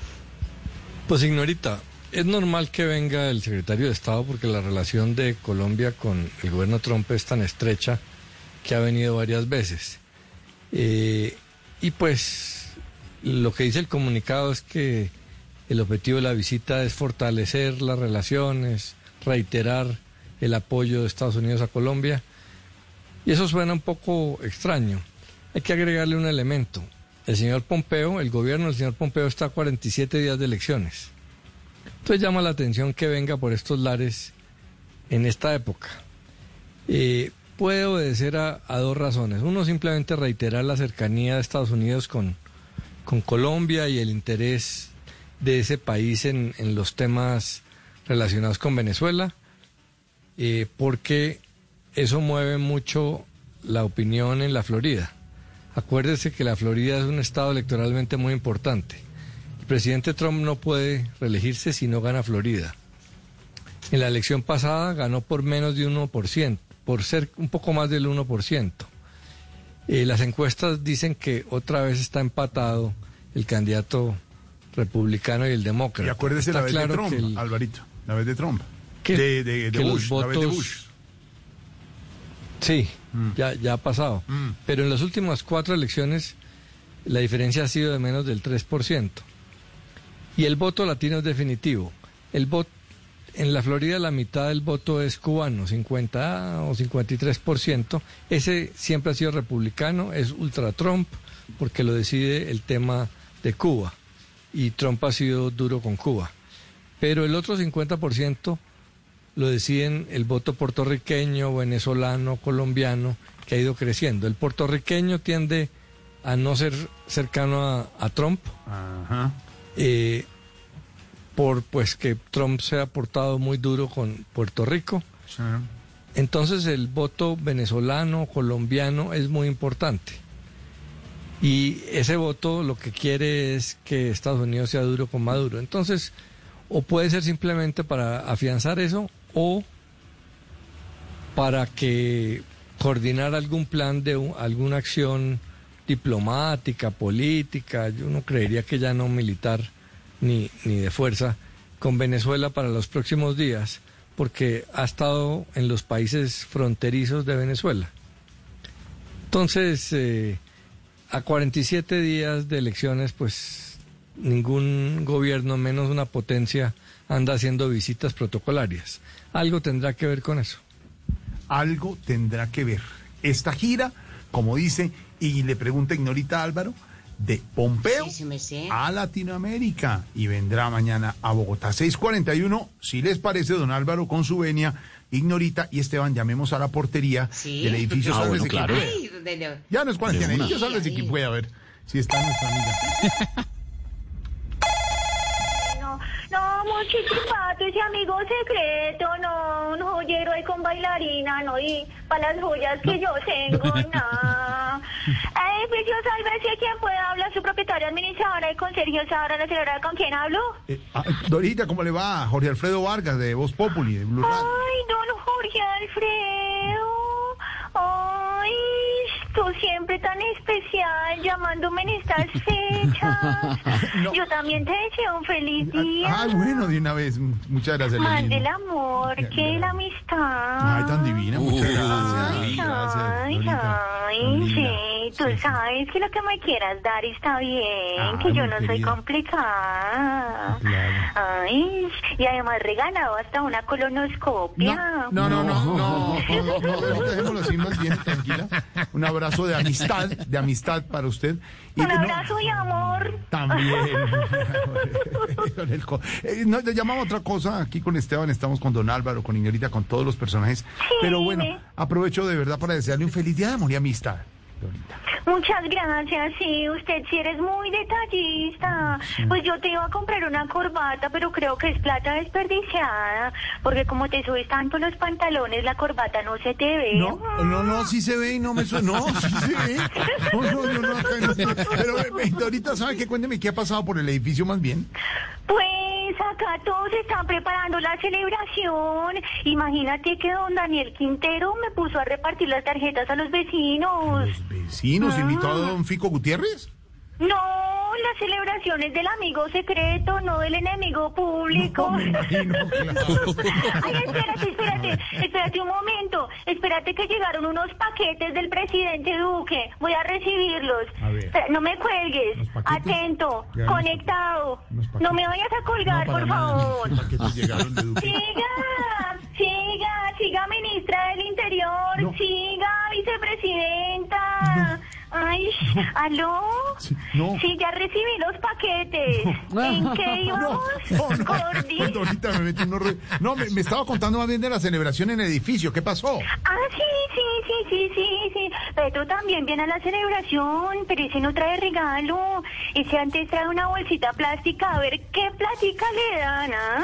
Pues, Ignorita, es normal que venga el secretario de Estado porque la relación de Colombia con el gobierno Trump es tan estrecha que ha venido varias veces. Eh, y pues lo que dice el comunicado es que el objetivo de la visita es fortalecer las relaciones, reiterar el apoyo de Estados Unidos a Colombia. Y eso suena un poco extraño. Hay que agregarle un elemento. El señor Pompeo, el gobierno del señor Pompeo está a cuarenta y siete días de elecciones. Entonces llama la atención que venga por estos lares en esta época. Eh, puede obedecer a, a dos razones. Uno, simplemente reiterar la cercanía de Estados Unidos con, con Colombia y el interés de ese país en, en los temas relacionados con Venezuela, eh, porque eso mueve mucho la opinión en la Florida. Acuérdese que la Florida es un estado electoralmente muy importante. El presidente Trump no puede reelegirse si no gana Florida. En la elección pasada ganó por menos de uno por ciento, por ser un poco más del uno por ciento. Eh, las encuestas dicen que otra vez está empatado el candidato republicano y el demócrata. Y acuérdese está la vez claro de Trump, que el, Alvarito, la vez de Trump. Que, de de, de que Bush, los votos, la vez de Bush. Sí, mm. ya, ya ha pasado. Mm. Pero en las últimas cuatro elecciones la diferencia ha sido de menos del tres por ciento. Y el voto latino es definitivo. El voto, en la Florida la mitad del voto es cubano, cincuenta o cincuenta y tres por ciento. Ese siempre ha sido republicano, es ultra Trump, porque lo decide el tema de Cuba. Y Trump ha sido duro con Cuba. Pero el otro cincuenta por ciento lo deciden el voto puertorriqueño, venezolano, colombiano, que ha ido creciendo. El puertorriqueño tiende a no ser cercano a, a Trump, Ajá. Eh, por pues que Trump se ha portado muy duro con Puerto Rico. Sí. Entonces el voto venezolano, colombiano es muy importante. Y ese voto lo que quiere es que Estados Unidos sea duro con Maduro. Entonces, o puede ser simplemente para afianzar eso, o para que coordinar algún plan de un, alguna acción diplomática, política, yo no creería que ya no militar ni, ni de fuerza, con Venezuela para los próximos días, porque ha estado en los países fronterizos de Venezuela. Entonces, eh, a cuarenta y siete días de elecciones, pues ningún gobierno, menos una potencia, anda haciendo visitas protocolarias. Algo tendrá que ver con eso. Algo tendrá que ver. Esta gira, como dice, y le pregunta Ignorita Álvaro, de Pompeo a Latinoamérica, y vendrá mañana a Bogotá. seis cuarenta y uno, si les parece, don Álvaro, con su venia, Ignorita y Esteban, llamemos a la portería ¿Sí? del edificio. Ah, Sálvese bueno, claro. quien Ay, pueda. de- de- Ya no es cuarentena, de una. edificio Sálvese quien pueda, a ver si está nuestra amiga. No, no, muchísimas ese amigo secreto, no, un joyero ahí con bailarina, no, y para las joyas que yo tengo, no. Edificio Sálvese quien pueda, habla su propietaria administradora y con Sergio Sabra, la señora, ¿con quién hablo? Eh, ah, Dorita, ¿cómo le va? Jorge Alfredo Vargas, de Voz Populi, de Blue Radio. Ay, don Jorge Alfredo. Ay, tú siempre tan especial llamándome en estas fechas. No. Yo también te deseo un feliz día. Ah, bueno, de una vez. Muchas gracias. lo Más mismo. del amor que la amistad. Ay, tan divina, muchas gracias. Ay, Gracias, ay, Dorita. ay, Tan linda. sí, tú sabes que lo que me quieras dar está bien, Ah, que yo mi no soy querida. complicada. Claro. Ay, y además regalado hasta una colonoscopia. No, no, no, no, no, no, no, dejémoslo así más bien, tranquila. Un abrazo de amistad, de amistad para usted. Y Un no, abrazo y amor. también. Con el co- eh, no, le llamamos otra cosa aquí con Esteban, estamos con don Álvaro, con Ignorita, con todos los personajes. Pero bueno, aprovecho de verdad para desearle un feliz día de amor y amistad. Muchas gracias, sí, usted sí eres muy detallista. Pues yo te iba a comprar una corbata, pero creo que es plata desperdiciada, porque como te subes tanto los pantalones, la corbata no se te ve. No, no, no, sí se ve y no me suena. No, sí se ve. No, no, no, no, acá no. Pero eh, ahorita, ¿sabe qué? Cuénteme qué ha pasado por el edificio más bien. Pues acá todos están preparando la celebración. Imagínate que don Daniel Quintero me puso a repartir las tarjetas a los vecinos. ¿Vecinos Ah. invitó a don Fico Gutiérrez? No, la celebración es del amigo secreto, no del enemigo público. No, me imagino, claro. Ay, espérate, espérate, espérate un momento. Espérate que llegaron unos paquetes del presidente Duque. Voy a recibirlos. A ver. Espera, no me cuelgues. Los paquetes. Atento, Llegaron los conectado. paquetes. No me vayas a colgar, No, para por nada, favor. los paquetes llegaron de Duque. Siga, siga, siga, ministra del Interior. No. Siga, vicepresidenta. Ay, ¿aló? Sí, no. Sí, ya recibí los paquetes. ¿En qué íbamos? No, no, Gordi. no, ahorita me metí unos re- No, me, me estaba contando más bien de la celebración en el edificio. ¿Qué pasó? Ah, sí, sí, sí, sí, sí, sí. Petro también viene a la celebración, pero ese no trae regalo. Ese antes trae una bolsita plástica. A ver qué plática le dan, ¿ah?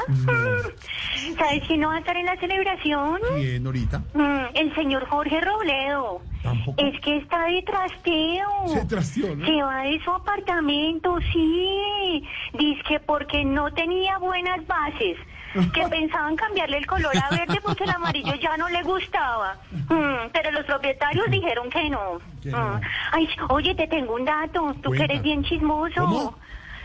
Mm. ¿Sabes quién no va a estar en la celebración? Bien, ahorita. Mm, el señor Jorge Robledo. Tampoco. Es que está de trasteo. Se trasteó, ¿no? Se va de su apartamento, sí. Dice que porque no tenía buenas bases. Que pensaban cambiarle el color a verde porque el amarillo ya no le gustaba. Mm, pero los propietarios dijeron que no. Que no. Mm. Ay, oye, te tengo un dato. Tú que Cuenta. eres bien chismoso. ¿Cómo?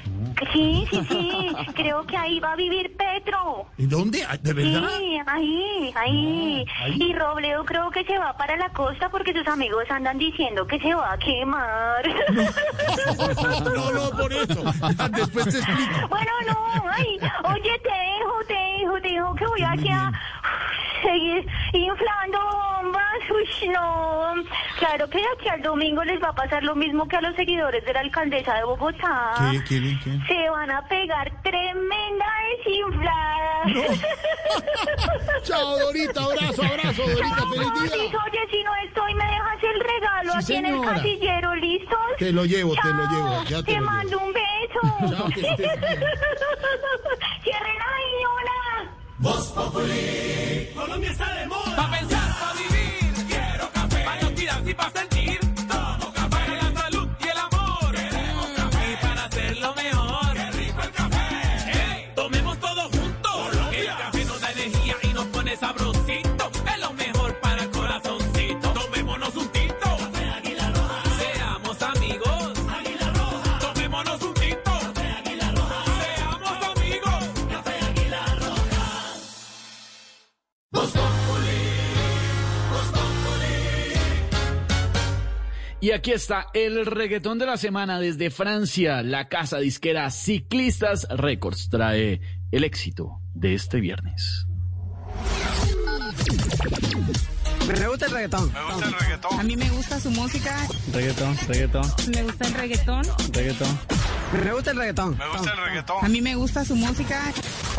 Sí, sí, sí. Creo que ahí va a vivir Petro. ¿En dónde? ¿De verdad? Sí, ahí, ahí. Ah, ahí. Y Robledo creo que se va para la costa porque sus amigos andan diciendo que se va a quemar. No, no, por eso. Después te explico. Bueno, no, ay, oye, te dejo, te dejo, te dejo que voy voy aquí a seguir inflando bombas. Uy, no. Claro que de aquí al domingo les va a pasar lo mismo que a los seguidores de la alcaldesa de Bogotá. ¿Qué, qué, qué? Se van a pegar tremenda desinflada. No. Chao, Dorita, abrazo, abrazo, Dorita, Chao, feliz día. Jorge, oye, si no estoy, me dejas el regalo Sí, aquí en el señora. casillero, ¿listos? Te lo llevo, Chao, te lo llevo, ya te te lo llevo. mando un beso. Chao, que estés bien. Cierren la viñola. Voz Populi. Colombia está de moda. Pa' pensar, pa' vivir. Quiero café. Pa' no tirar y pa' sentir. Tomo café. Para la salud y el amor. Queremos café. Y para hacerlo mejor. Qué rico el café. Hey, tomemos todo juntos. Colombia. El café nos da energía y nos pone sabrosito. Es lo mejor para el corazoncito. Tomémonos un tito. Café Águila Roja. Seamos amigos. Águila Roja. Tomémonos un tito. Café Águila Roja. Seamos amigos. Café Águila Roja. Y aquí está el reggaetón de la semana desde Francia. La casa disquera Ciclistas Records trae el éxito de este viernes. Me gusta el reggaetón. Me gusta el reggaetón. A mí me gusta su música. Reggaetón, reggaetón, Me gusta el reggaetón. reggaetón. Me gusta el reggaetón. Me gusta el reggaetón. A mí me gusta su música.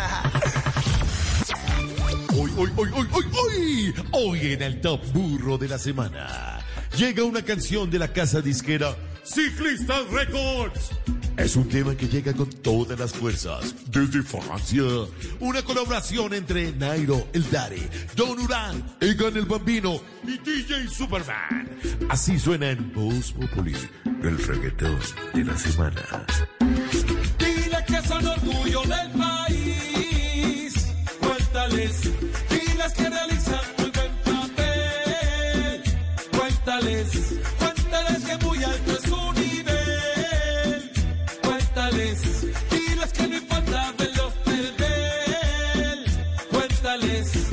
Hoy, hoy, hoy, hoy, hoy, hoy, hoy en el Top Burro de la Semana llega una canción de la casa disquera Ciclistas Records. Es un tema que llega con todas las fuerzas desde Francia. Una colaboración entre Nairo, el Daddy, Don Urán, Egan el Bambino y D J Superman. Así suena en Voz Populi, el reggaetón de la semana. Dile que son orgullo del país. Cuéntales, diles que realizan muy buen papel. Cuéntales, cuéntales que muy alto es su nivel. Cuéntales, diles que no importa verlos perder. Cuéntales.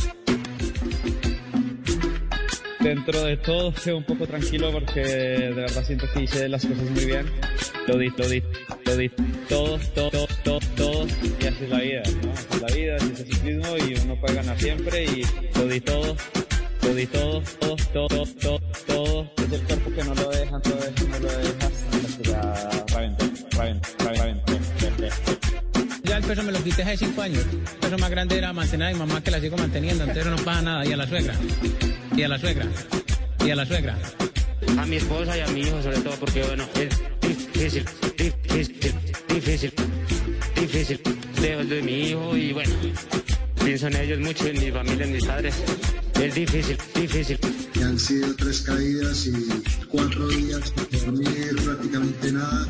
Dentro de todo, estoy un poco tranquilo porque de verdad siento que hice las cosas muy bien. Lo di, lo di, lo di todo, todo, todo, todo, y así es la vida, ¿no? Así es la vida, así es el ciclismo y uno puede ganar siempre y lo di todo, lo di todo, todo, todo, todo, todo. Es el cuerpo que no lo deja, no lo deja, no lo dejas, hasta que ya reventó, reventó, reventó, reventó. Ya el peso me lo quité hace cinco años. El peso más grande era mantener a mi mamá, que la sigo manteniendo, entonces no pasa nada. Y a la suegra, y a la suegra, y a la suegra. A mi esposa y a mi hijo sobre todo porque bueno, es difícil, difícil, difícil, difícil. Dejo de mi hijo y bueno, pienso en ellos mucho, en mi familia, en mis padres. Es difícil, difícil. Que han sido tres caídas y cuatro días sin dormir prácticamente nada.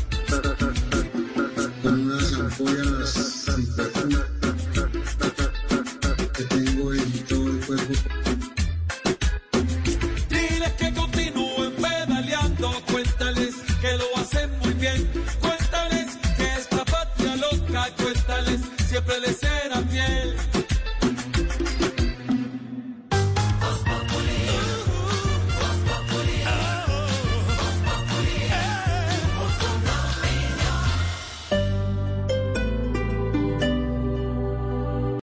Con unas ampollas que tengo en todo el cuerpo. Diles que continúen pedaleando, cuéntales que lo hacen muy bien, cuéntales que esta patria loca, cuéntales siempre les será fiel,